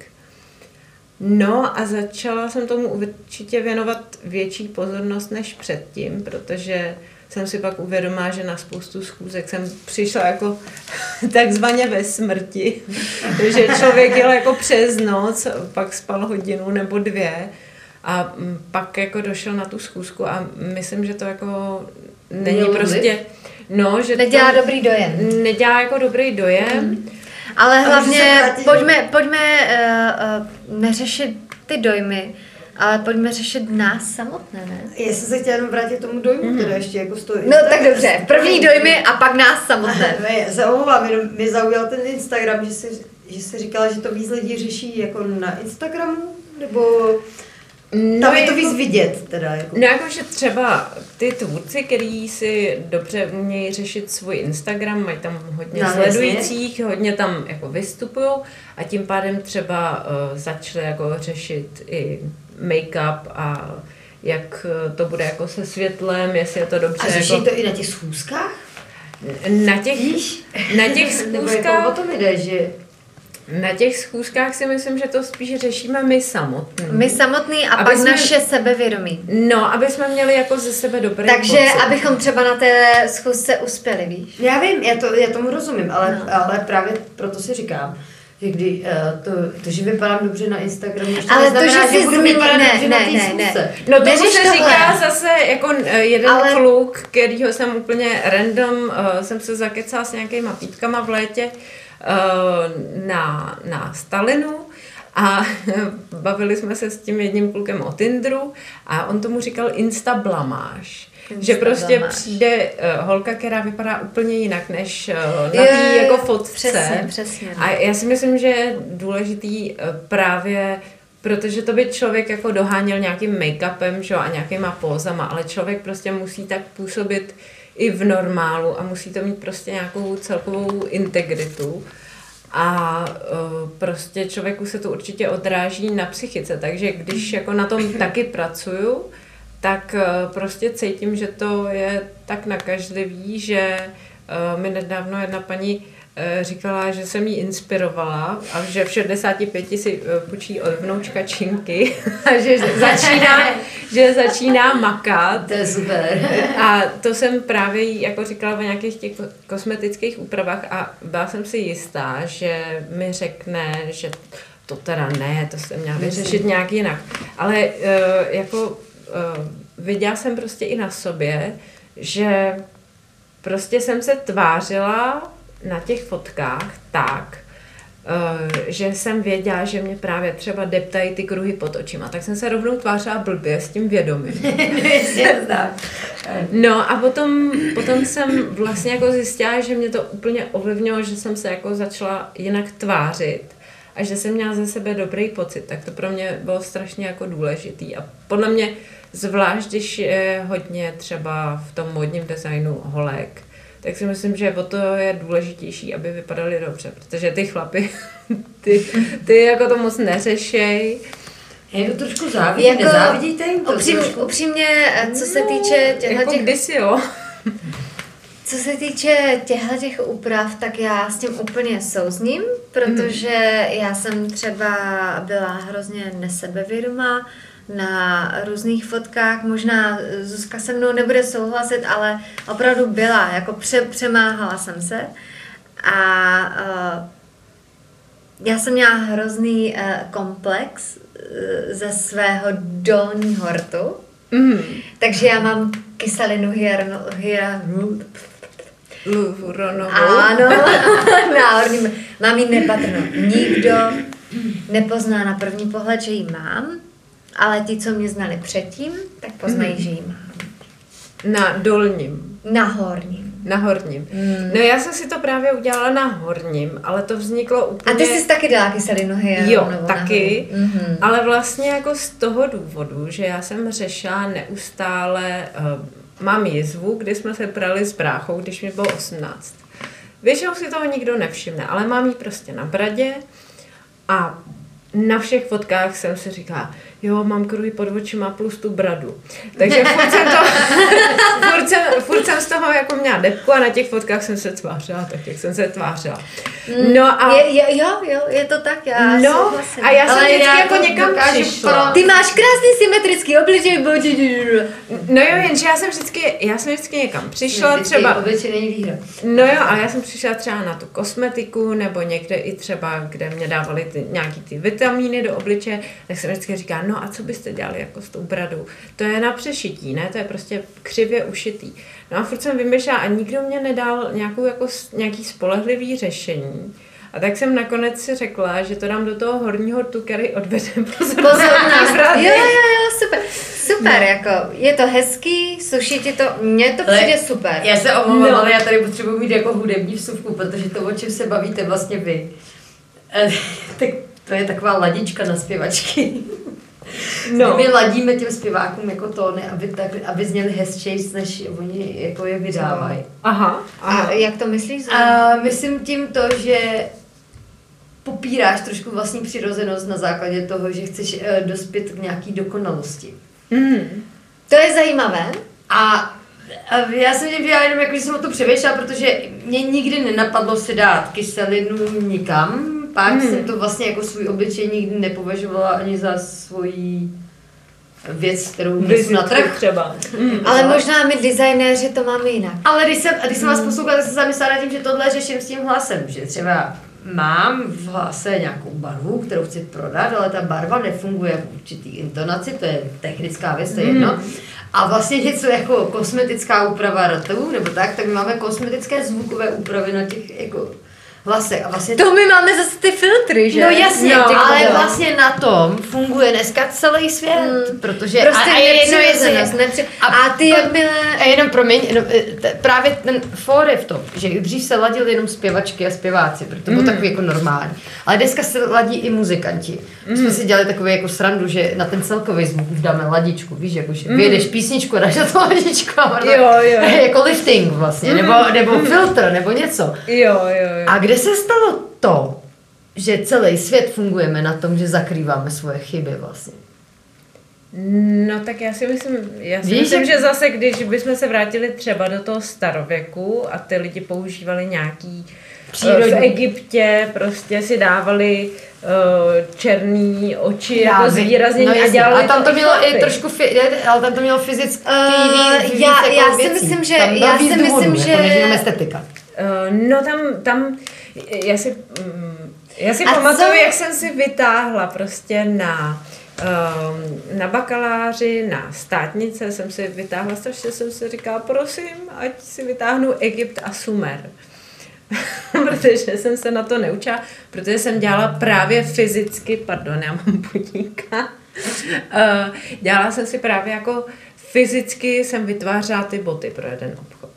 No a začala jsem tomu určitě věnovat větší pozornost než předtím, protože jsem si pak uvědomila, že na spoustu schůzek jsem přišla jako takzvaně ve smrti, že člověk jel jako přes noc, pak spal hodinu nebo dvě a pak jako došel na tu schůzku a myslím, že to jako není Mělo prostě... No, že Nedělá to dobrý dojem. Nedělá jako dobrý dojem. Mm. Ale A můžu hlavně se vrátit? pojďme, pojďme uh, uh, neřešit ty dojmy, ale pojďme řešit nás samotné, ne? Já jsem se chtěla jenom vrátit k tomu dojmu, mm. teda ještě jako stojí. No tak dobře, první dojmy a pak nás samotné. Ne, já se omlouvám, jenom mě zaujal ten Instagram, že jsi, že jsi říkala, že to víc lidí řeší jako na Instagramu, nebo No, tam je to jako- víc vidět teda. Jako. No jakože třeba ty tvůrci, který si dobře umějí řešit svůj Instagram, mají tam hodně No, sledujících, hodně tam jako vystupují a tím pádem třeba uh, začali jako řešit i make-up a jak to bude jako se světlem, jestli je to dobře. A řeší jako... to i na těch schůzkách? Na těch, Víš? na těch Nebo jako o schůzkách, tom jde, že... na těch schůzkách si myslím, že to spíš řešíme my samotní. My samotný a Aby pak jsme- naše sebevědomí. No, aby jsme měli jako ze sebe dobrý Takže pocit. abychom třeba na té schůzce uspěli, víš? Já vím, já, to, já tomu rozumím, ale, No. ale právě proto si říkám, že kdy, uh, to, to, že vypadám dobře na Instagramu, ještě Ale to, neznamená, že jsi budu zmínil- vypadat ne, dobře ne, na té ne, schůzce. ne. No to Neřeš se tohle. říká zase jako eh, jeden Ale- Ale... kluk, kterýho jsem úplně random, uh, jsem se zakecala s nějakýma pítkama v létě uh, na, na Stalinu a bavili jsme se s tím jedním klukem o Tinderu a on tomu říkal instablamáž. Že prostě Instablamáž. přijde uh, holka, která vypadá úplně jinak než uh, na Jo, té jo, jako jo, fotce. přesně, přesně. A já si myslím, že je důležitý uh, právě protože to by člověk jako doháněl nějakým make-upem, že jo, a nějakýma pózama, ale člověk prostě musí tak působit i v normálu a musí to mít prostě nějakou celkovou integritu. A uh, prostě člověku se to určitě odráží na psychice, takže když jako na tom taky pracuju, tak prostě cítím, že to je tak nakažlivý, že mi nedávno jedna paní říkala, že jsem jí inspirovala a že v šedesáti pěti si půjčí od vnoučka činky a že začíná, že začíná makat. To je super. A to jsem právě jí jako říkala o nějakých těch kosmetických úpravách a byla jsem si jistá, že mi řekne, že to teda ne, to jsem měla vyřešit nějak jinak. Ale jako viděla jsem prostě i na sobě, že prostě jsem se tvářila na těch fotkách tak, že jsem věděla, že mě právě třeba deptají ty kruhy pod očima, tak jsem se rovnou tvářila blbě s tím vědomím. No a potom, potom jsem vlastně jako zjistila, že mě to úplně ovlivnilo, že jsem se jako začala jinak tvářit a že jsem měla ze sebe dobrý pocit, tak to pro mě bylo strašně jako důležitý a podle mě zvlášť, když je hodně třeba v tom módním designu holek, tak si myslím, že o to je důležitější, aby vypadaly dobře, protože ty chlapy, ty, ty jako to moc neřešej. Je to trošku závidí, jako, nezávidíte jim to upřím, trošku? Upřímně, co se týče těchto jako těch... kdysi, jo. Co se týče těchto těch úprav, tak já s tím úplně souzním, protože já jsem třeba byla hrozně nesebevědomá na různých fotkách, možná Zuzka se mnou nebude souhlasit, ale opravdu byla, jako pře, přemáhala jsem se a uh, já jsem měla hrozný uh, komplex uh, ze svého dolního rtu, mm. takže já mám kyselinu hyaluronovou. Ano, náhodným. Mám ji nepatrno. Nikdo nepozná na první pohled, že ji mám, ale ti, co mě znali předtím, tak poznají, mm. že ji mám. Na dolním. Na horním. Na horním. Mm. No já jsem si to právě udělala na horním, ale to vzniklo úplně... A ty jsi taky dala kyselinu hyaluronovou? Jo, taky, mm-hmm. ale vlastně jako z toho důvodu, že já jsem řešila neustále... Uh, mám jizvu, kdy jsme se prali s bráchou, když mi bylo osmnáct. Většinou si toho nikdo nevšimne, ale mám ji prostě na bradě a na všech fotkách jsem si říkala, jo, mám kruhy pod očima plus tu bradu. Takže furt jsem, to, furt, jsem, furt jsem z toho jako měla depku a na těch fotkách jsem se tvářila, tak jak jsem se tvářila. No a... Je, je, jo, jo, je to tak, já no, souhlasím. A já jsem ale vždycky já jako někam přišla. Ty máš krásný symetrický obličej, no jo, jenže já jsem vždycky, já jsem vždycky někam přišla třeba... Obličej není výhra. No jo, ale já jsem přišla třeba na tu kosmetiku, nebo někde i třeba, kde mě dávali ty, nějaký ty vitamíny do obličeje, tak jsem vždycky říkala, no a co byste dělali jako s tou bradou? To je na přešití, ne? To je prostě křivě ušitý. No a furt jsem vymýšlela a nikdo mě nedal nějakou, jako, nějaký spolehlivý řešení. A tak jsem nakonec si řekla, že to dám do toho horního rtu, který odvede pozornost. Jo, jo, jo, super. Super, no. Jako, je to hezký, sluší ti to, mně to přijde ale super. Já se omlouvám, no. Ale já tady potřebuji mít jako hudební vsuvku, protože to, o čem se bavíte vlastně vy, eh, tak to je taková ladička na zpěvačky. No. My ladíme těm zpěvákům jako tóny, aby, tak, aby zněli hezčejc, než oni jako je vydávají. Aha, aha. A jak to myslíš? A myslím tím to, že popíráš trošku vlastní přirozenost na základě toho, že chceš uh, dospět k nějaký dokonalosti. Mm. To je zajímavé. A, a já jsem tím dělala jenom, jako, že jsem o to přemýšlela, protože mě nikdy nenapadlo si dát kyselinu nikam. Pak hmm. jsem to vlastně jako svůj obličej nikdy nepovažovala ani za svoji věc, kterou nesu na trh třeba. Hmm. Ale možná my designéři to máme jinak. Ale když jsem, když jsem vás poslouchala, tak jsem zamyslela nad tím, že tohle řeším s tím hlasem, že třeba mám v hlase nějakou barvu, kterou chci prodat, ale ta barva nefunguje v určitý intonaci, to je technická věc, to je jedno. Hmm. A vlastně něco jako kosmetická úprava rtů, nebo tak, tak my máme kosmetické zvukové úpravy na těch jako hlasech. A vlastně to my máme zase ty filtry, že? No jasně, no, ale vlastně na tom funguje dneska celý svět, hmm. protože prostě a, a je jedno, jestli, nepři... a, a ty jak byla... A jenom promiň, jenom, t, právě ten fór je v tom, že dřív se ladili jenom zpěvačky a zpěváci, protože to bylo mm. takový jako normální. Ale dneska se ladí i muzikanti. Mm. Jsme si dělali takový jako srandu, že na ten celkový zvuk už dáme ladičku, víš, jako že mm. vyjedeš písničku, dáš na to ladičku a jo, jo. jako lifting vlastně, mm. nebo, nebo filtr, nebo něco. Jo, jo, jo. A kde se stalo to, že celý svět fungujeme na tom, že zakrýváme svoje chyby vlastně? No tak já si myslím, já si Víš, myslím, jak- že zase, když bychom se vrátili třeba do toho starověku a ty lidi používali nějaký Přírodní. v Egyptě prostě si dávali uh, černý oči jako zvýraznění no, a jasně. dělali A tam to mělo chlapy. i trošku, fi, ale tam to mělo fyzicky Uh, víc, víc já- jako já si věcí. myslím, že- Tam bylo já víc si důvodů, myslím, jako že- než jenom estetika. Uh, no tam, tam, já si, mm, já si A pamatuju, co- jak jsem si vytáhla prostě na, um, na bakaláři, na státnice jsem si vytáhla, strašně jsem si říkala, prosím, ať si vytáhnu Egypt a Sumer. Protože jsem se na to neučila, protože jsem dělala právě fyzicky, pardon, já mám pudníka, uh, dělala jsem si právě jako fyzicky, jsem vytvářela ty boty pro jeden obchod.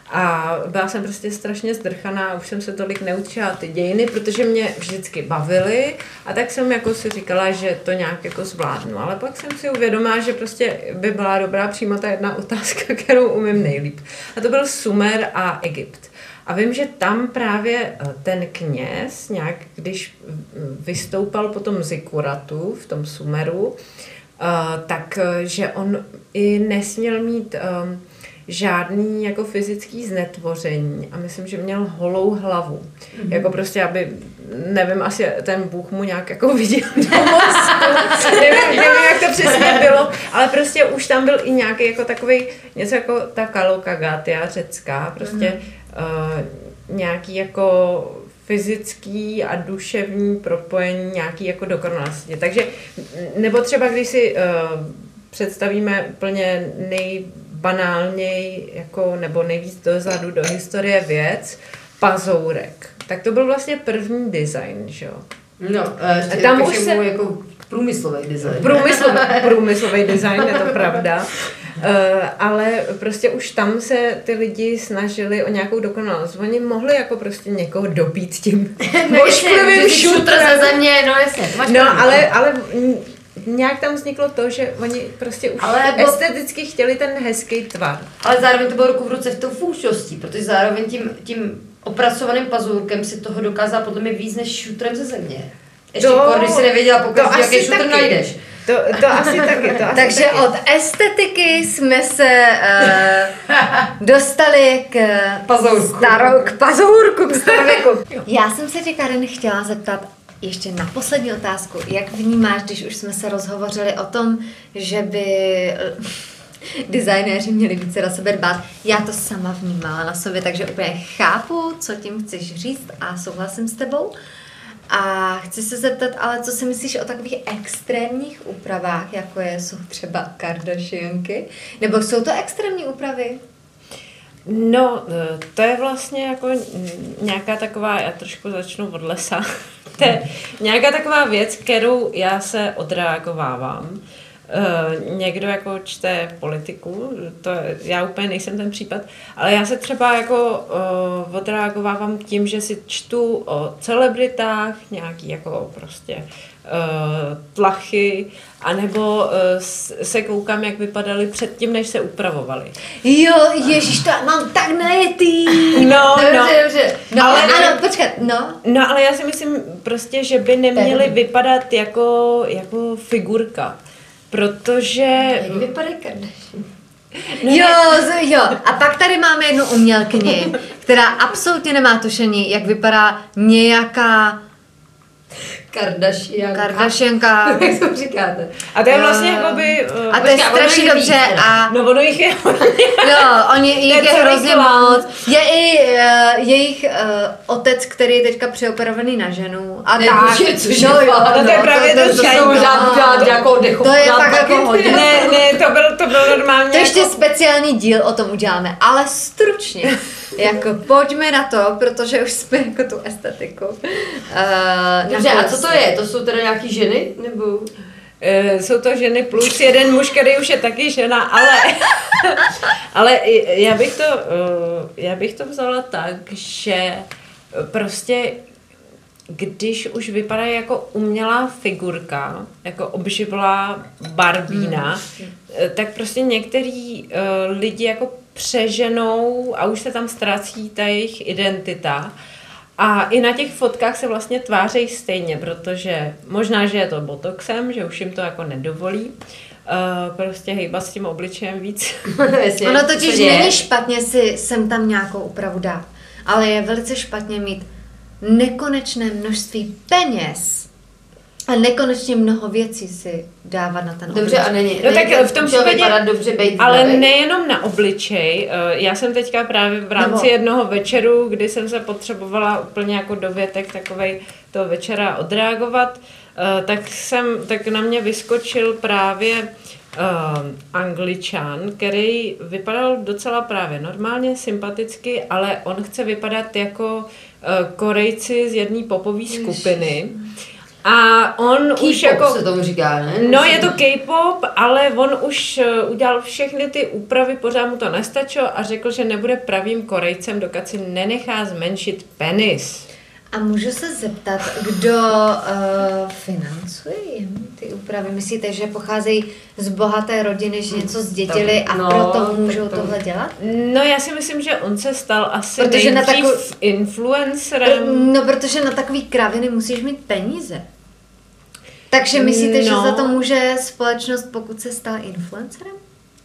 A byla jsem prostě strašně zdrchaná, už jsem se tolik neučila ty dějiny, protože mě vždycky bavily a tak jsem jako si říkala, že to nějak jako zvládnu. Ale pak jsem si uvědomila, že prostě by byla dobrá přímo ta jedna otázka, kterou umím nejlíp. A to byl Sumer a Egypt. A vím, že tam právě ten kněz nějak, když vystoupal potom Zikuratu v tom Sumeru, uh, tak, že on i nesměl mít um, žádný jako fyzický znetvoření a myslím, že měl holou hlavu. Mm-hmm. Jako prostě, aby, nevím, asi ten Bůh mu nějak jako viděl do mozku. nevím, nevím, jak to přesně bylo, ale prostě už tam byl i nějaký jako takovej, něco jako ta Kalokagatia řecká, prostě mm-hmm. uh, nějaký jako fyzický a duševní propojení, nějaký jako dokonalosti. Takže, nebo třeba když si uh, představíme úplně nejbanálněji, jako, nebo nejvíc dozadu do historie věc, pazourek. Tak to byl vlastně první design, že jo? No, uh, tam už se... jako průmyslový design. Průmyslový, průmyslový design, je to pravda. Uh, ale prostě už tam se ty lidi snažili o nějakou dokonalost. Oni mohli jako prostě někoho dobít tím ošklivým šutr ze země, no jasně. No, ale, ale nějak tam vzniklo to, že oni prostě už ale esteticky chtěli ten hezký tvar. Ale zároveň to bylo ruku v ruce v tou funkčností, protože zároveň tím, tím opracovaným pazurkem si toho dokázal podle mě víc než šutrem ze země. Ještě to, když si nevěděla pokaždé, jaký šutr najdeš. To, to asi taky. To asi Takže taky. od estetiky jsme se uh, dostali k pazourku. Staro, k pazourku, k starověku. Já jsem se tě, Karin, chtěla zeptat ještě na poslední otázku. Jak vnímáš, když už jsme se rozhovořili o tom, že by designéři měli více na sebe dbát. Já to sama vnímala na sobě, takže úplně chápu, co tím chceš říct a souhlasím s tebou. A chci se zeptat, ale co si myslíš o takových extrémních úpravách, jako je, jsou třeba Kardashianky? Nebo jsou to extrémní úpravy? No, to je vlastně jako nějaká taková, já trošku začnu od lesa, to je nějaká taková věc, kterou já se odreagovávám. Uh, někdo jako čte politiku, to já úplně nejsem ten případ, ale já se třeba jako uh, odreagovávám tím, že si čtu o celebritách, nějaký jako prostě uh, tlachy, anebo uh, se koukám, jak vypadaly předtím, než se upravovali. Jo, ježiš, to mám tak najetý. No, dobře, no. dobře. No, ale ano, počkat, no. No, ale já si myslím prostě, že by neměly vypadat jako, jako figurka. Protože... Jak vypadají Kardashian? No, jo, z, jo. A pak tady máme jednu umělkyni, která absolutně nemá tušení, jak vypadá nějaká Kardashianka. Kardashianka. Jak to říkáte? A to je vlastně uh, jakoby... Uh, A to je počká, strašně ono dobře víc, a... No, ono jich je... Jo, oni, jich je celý hrozně klan. moc. Je i uh, jejich uh, otec, který je teďka přeoperovaný na ženu. A Ne, tak. což je- což je no, jo, fakt, no, to je právě to, to že- jsou žád, žád, nějakou dechu. To je fakt jako hodně. Ne, ne, to bylo, to bylo normálně To ještě jako... speciální díl o tom uděláme, ale stručně. Jako pojďme na to, protože už jsme jako tu estetiku. Uh, Dobře, a co to je? To jsou teda nějaký ženy? Nebo... Uh, jsou to ženy plus jeden muž, který už je taky žena, ale, ale já bych to, uh, já bych to vzala tak, že prostě když už vypadá jako umělá figurka, jako obživlá barbína, hmm. tak prostě některý uh, lidi jako přeženou a už se tam ztrácí ta jejich identita. A i na těch fotkách se vlastně tvářejí stejně, protože možná, že je to botoxem, že už jim to jako nedovolí, uh, prostě hejbat s tím obličejem víc. Jasně, Ono totiž je. není špatně si sem tam nějakou úpravu dát, ale je velice špatně mít nekonečné množství peněz a nekonečně mnoho věcí si dávat na ten Dobře, obličej. a není, No není tak v tom případě, vypadat dobře být ale zdravý? nejenom na obličej. eh, Já jsem teďka právě v rámci Nebo- jednoho večeru, kdy jsem se potřebovala úplně jako dovětek takovej toho večera odreagovat, eh, tak jsem, tak na mě vyskočil právě eh, Angličan, který vypadal docela právě normálně, sympaticky, ale on chce vypadat jako eh, Korejci z jedné popové skupiny. A on už K-pop jako... se tomu říká, ne? No je to K-pop, ale on už uh, udělal všechny ty úpravy, pořád mu to nestačilo a řekl, že nebude pravým Korejcem, dokud si nenechá zmenšit penis. A můžu se zeptat, kdo uh, financuje jim ty úpravy? Myslíte, že pocházejí z bohaté rodiny, že něco zdědili a No, proto můžou tak to- tohle dělat? No já si myslím, že on se stal asi Protože na nejdřív takovou- influencerem. No, protože na takový kraviny musíš mít peníze. Takže myslíte, No. že za to může společnost, pokud se stala influencerem?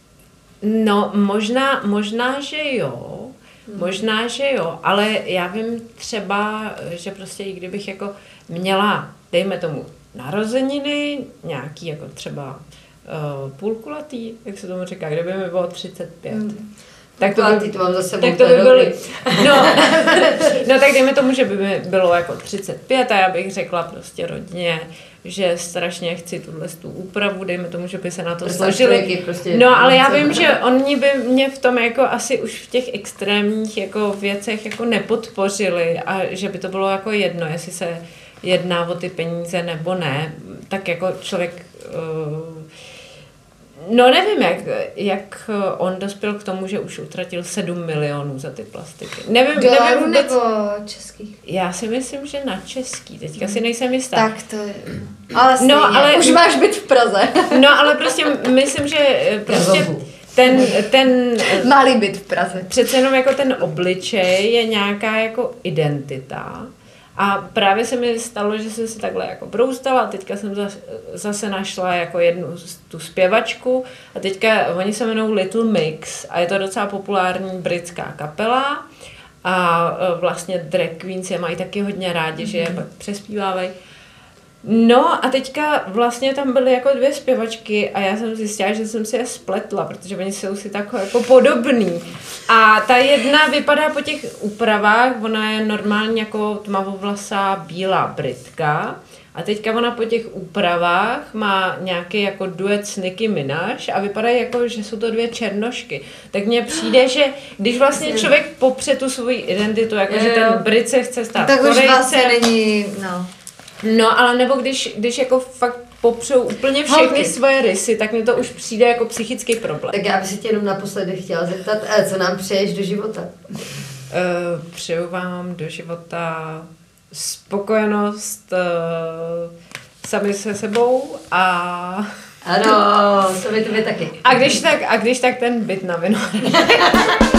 No možná, možná, že jo. Možná, že jo, ale já vím třeba, že prostě i kdybych jako měla, dejme tomu, narozeniny, nějaký jako třeba uh, půlkulatý, jak se tomu říká, kdyby mi bylo třicet pět. Hmm. Tak to, Kulatý, by, to mám za sebou, tak to to je by byly, dobrý. no, no tak dejme tomu, že by mi bylo jako třicet pět a já bych řekla prostě rodině, že strašně chci tuhle tu úpravu, dejme tomu, že by se na to Prostě složili. člověk je prostě No ale já něco- vím, že oni by mě v tom jako asi už v těch extrémních jako věcech jako nepodpořili a že by to bylo jako jedno, jestli se jedná o ty peníze nebo ne, tak jako člověk uh, no nevím, jak, jak on dospěl k tomu, že už utratil sedm milionů za ty plastiky. Nevím, Dolarů nevím vůbec. nebo českých? Já si myslím, že na český, teďka si nejsem jistá. Tak to je... Ale stejně, No, ale- už máš byt v Praze. No ale prostě myslím, že eh, prostě Jazobu. ten, ten Malý byt v Praze. přece jenom jako ten obličej je nějaká jako identita. A právě se mi stalo, že jsem si takhle jako broustala a teďka jsem zase, zase našla jako jednu tu zpěvačku a teďka oni se jmenují Little Mix a je to docela populární britská kapela a e, vlastně drag queens je mají taky hodně rádi, že je pak přespívávají. No a teďka vlastně tam byly jako dvě zpěvačky a já jsem zjistila, že jsem si je spletla, protože oni jsou si tak jako podobný. A ta jedna vypadá po těch úpravách, ona je normálně jako tmavovlasá bílá Britka a teďka ona po těch úpravách má nějaký jako duet s Nicki Minaj a vypadají jako, že jsou to dvě černošky. Tak mně přijde, že když vlastně člověk popře tu svoji identitu, jako že ten Brit se chce stát Tak už Korejcem, vlastně není, no. no, ale nebo když, když jako fakt popřou úplně všechny Holky. svoje rysy, tak mi to už přijde jako psychický problém. Tak já bych se tě jenom naposledy chtěla zeptat, eh, co nám přeješ do života? Uh, přeju vám do života spokojenost uh, sami se sebou a... Ano, to by tobě taky. A když tak, a když tak ten byt na Vinohradech.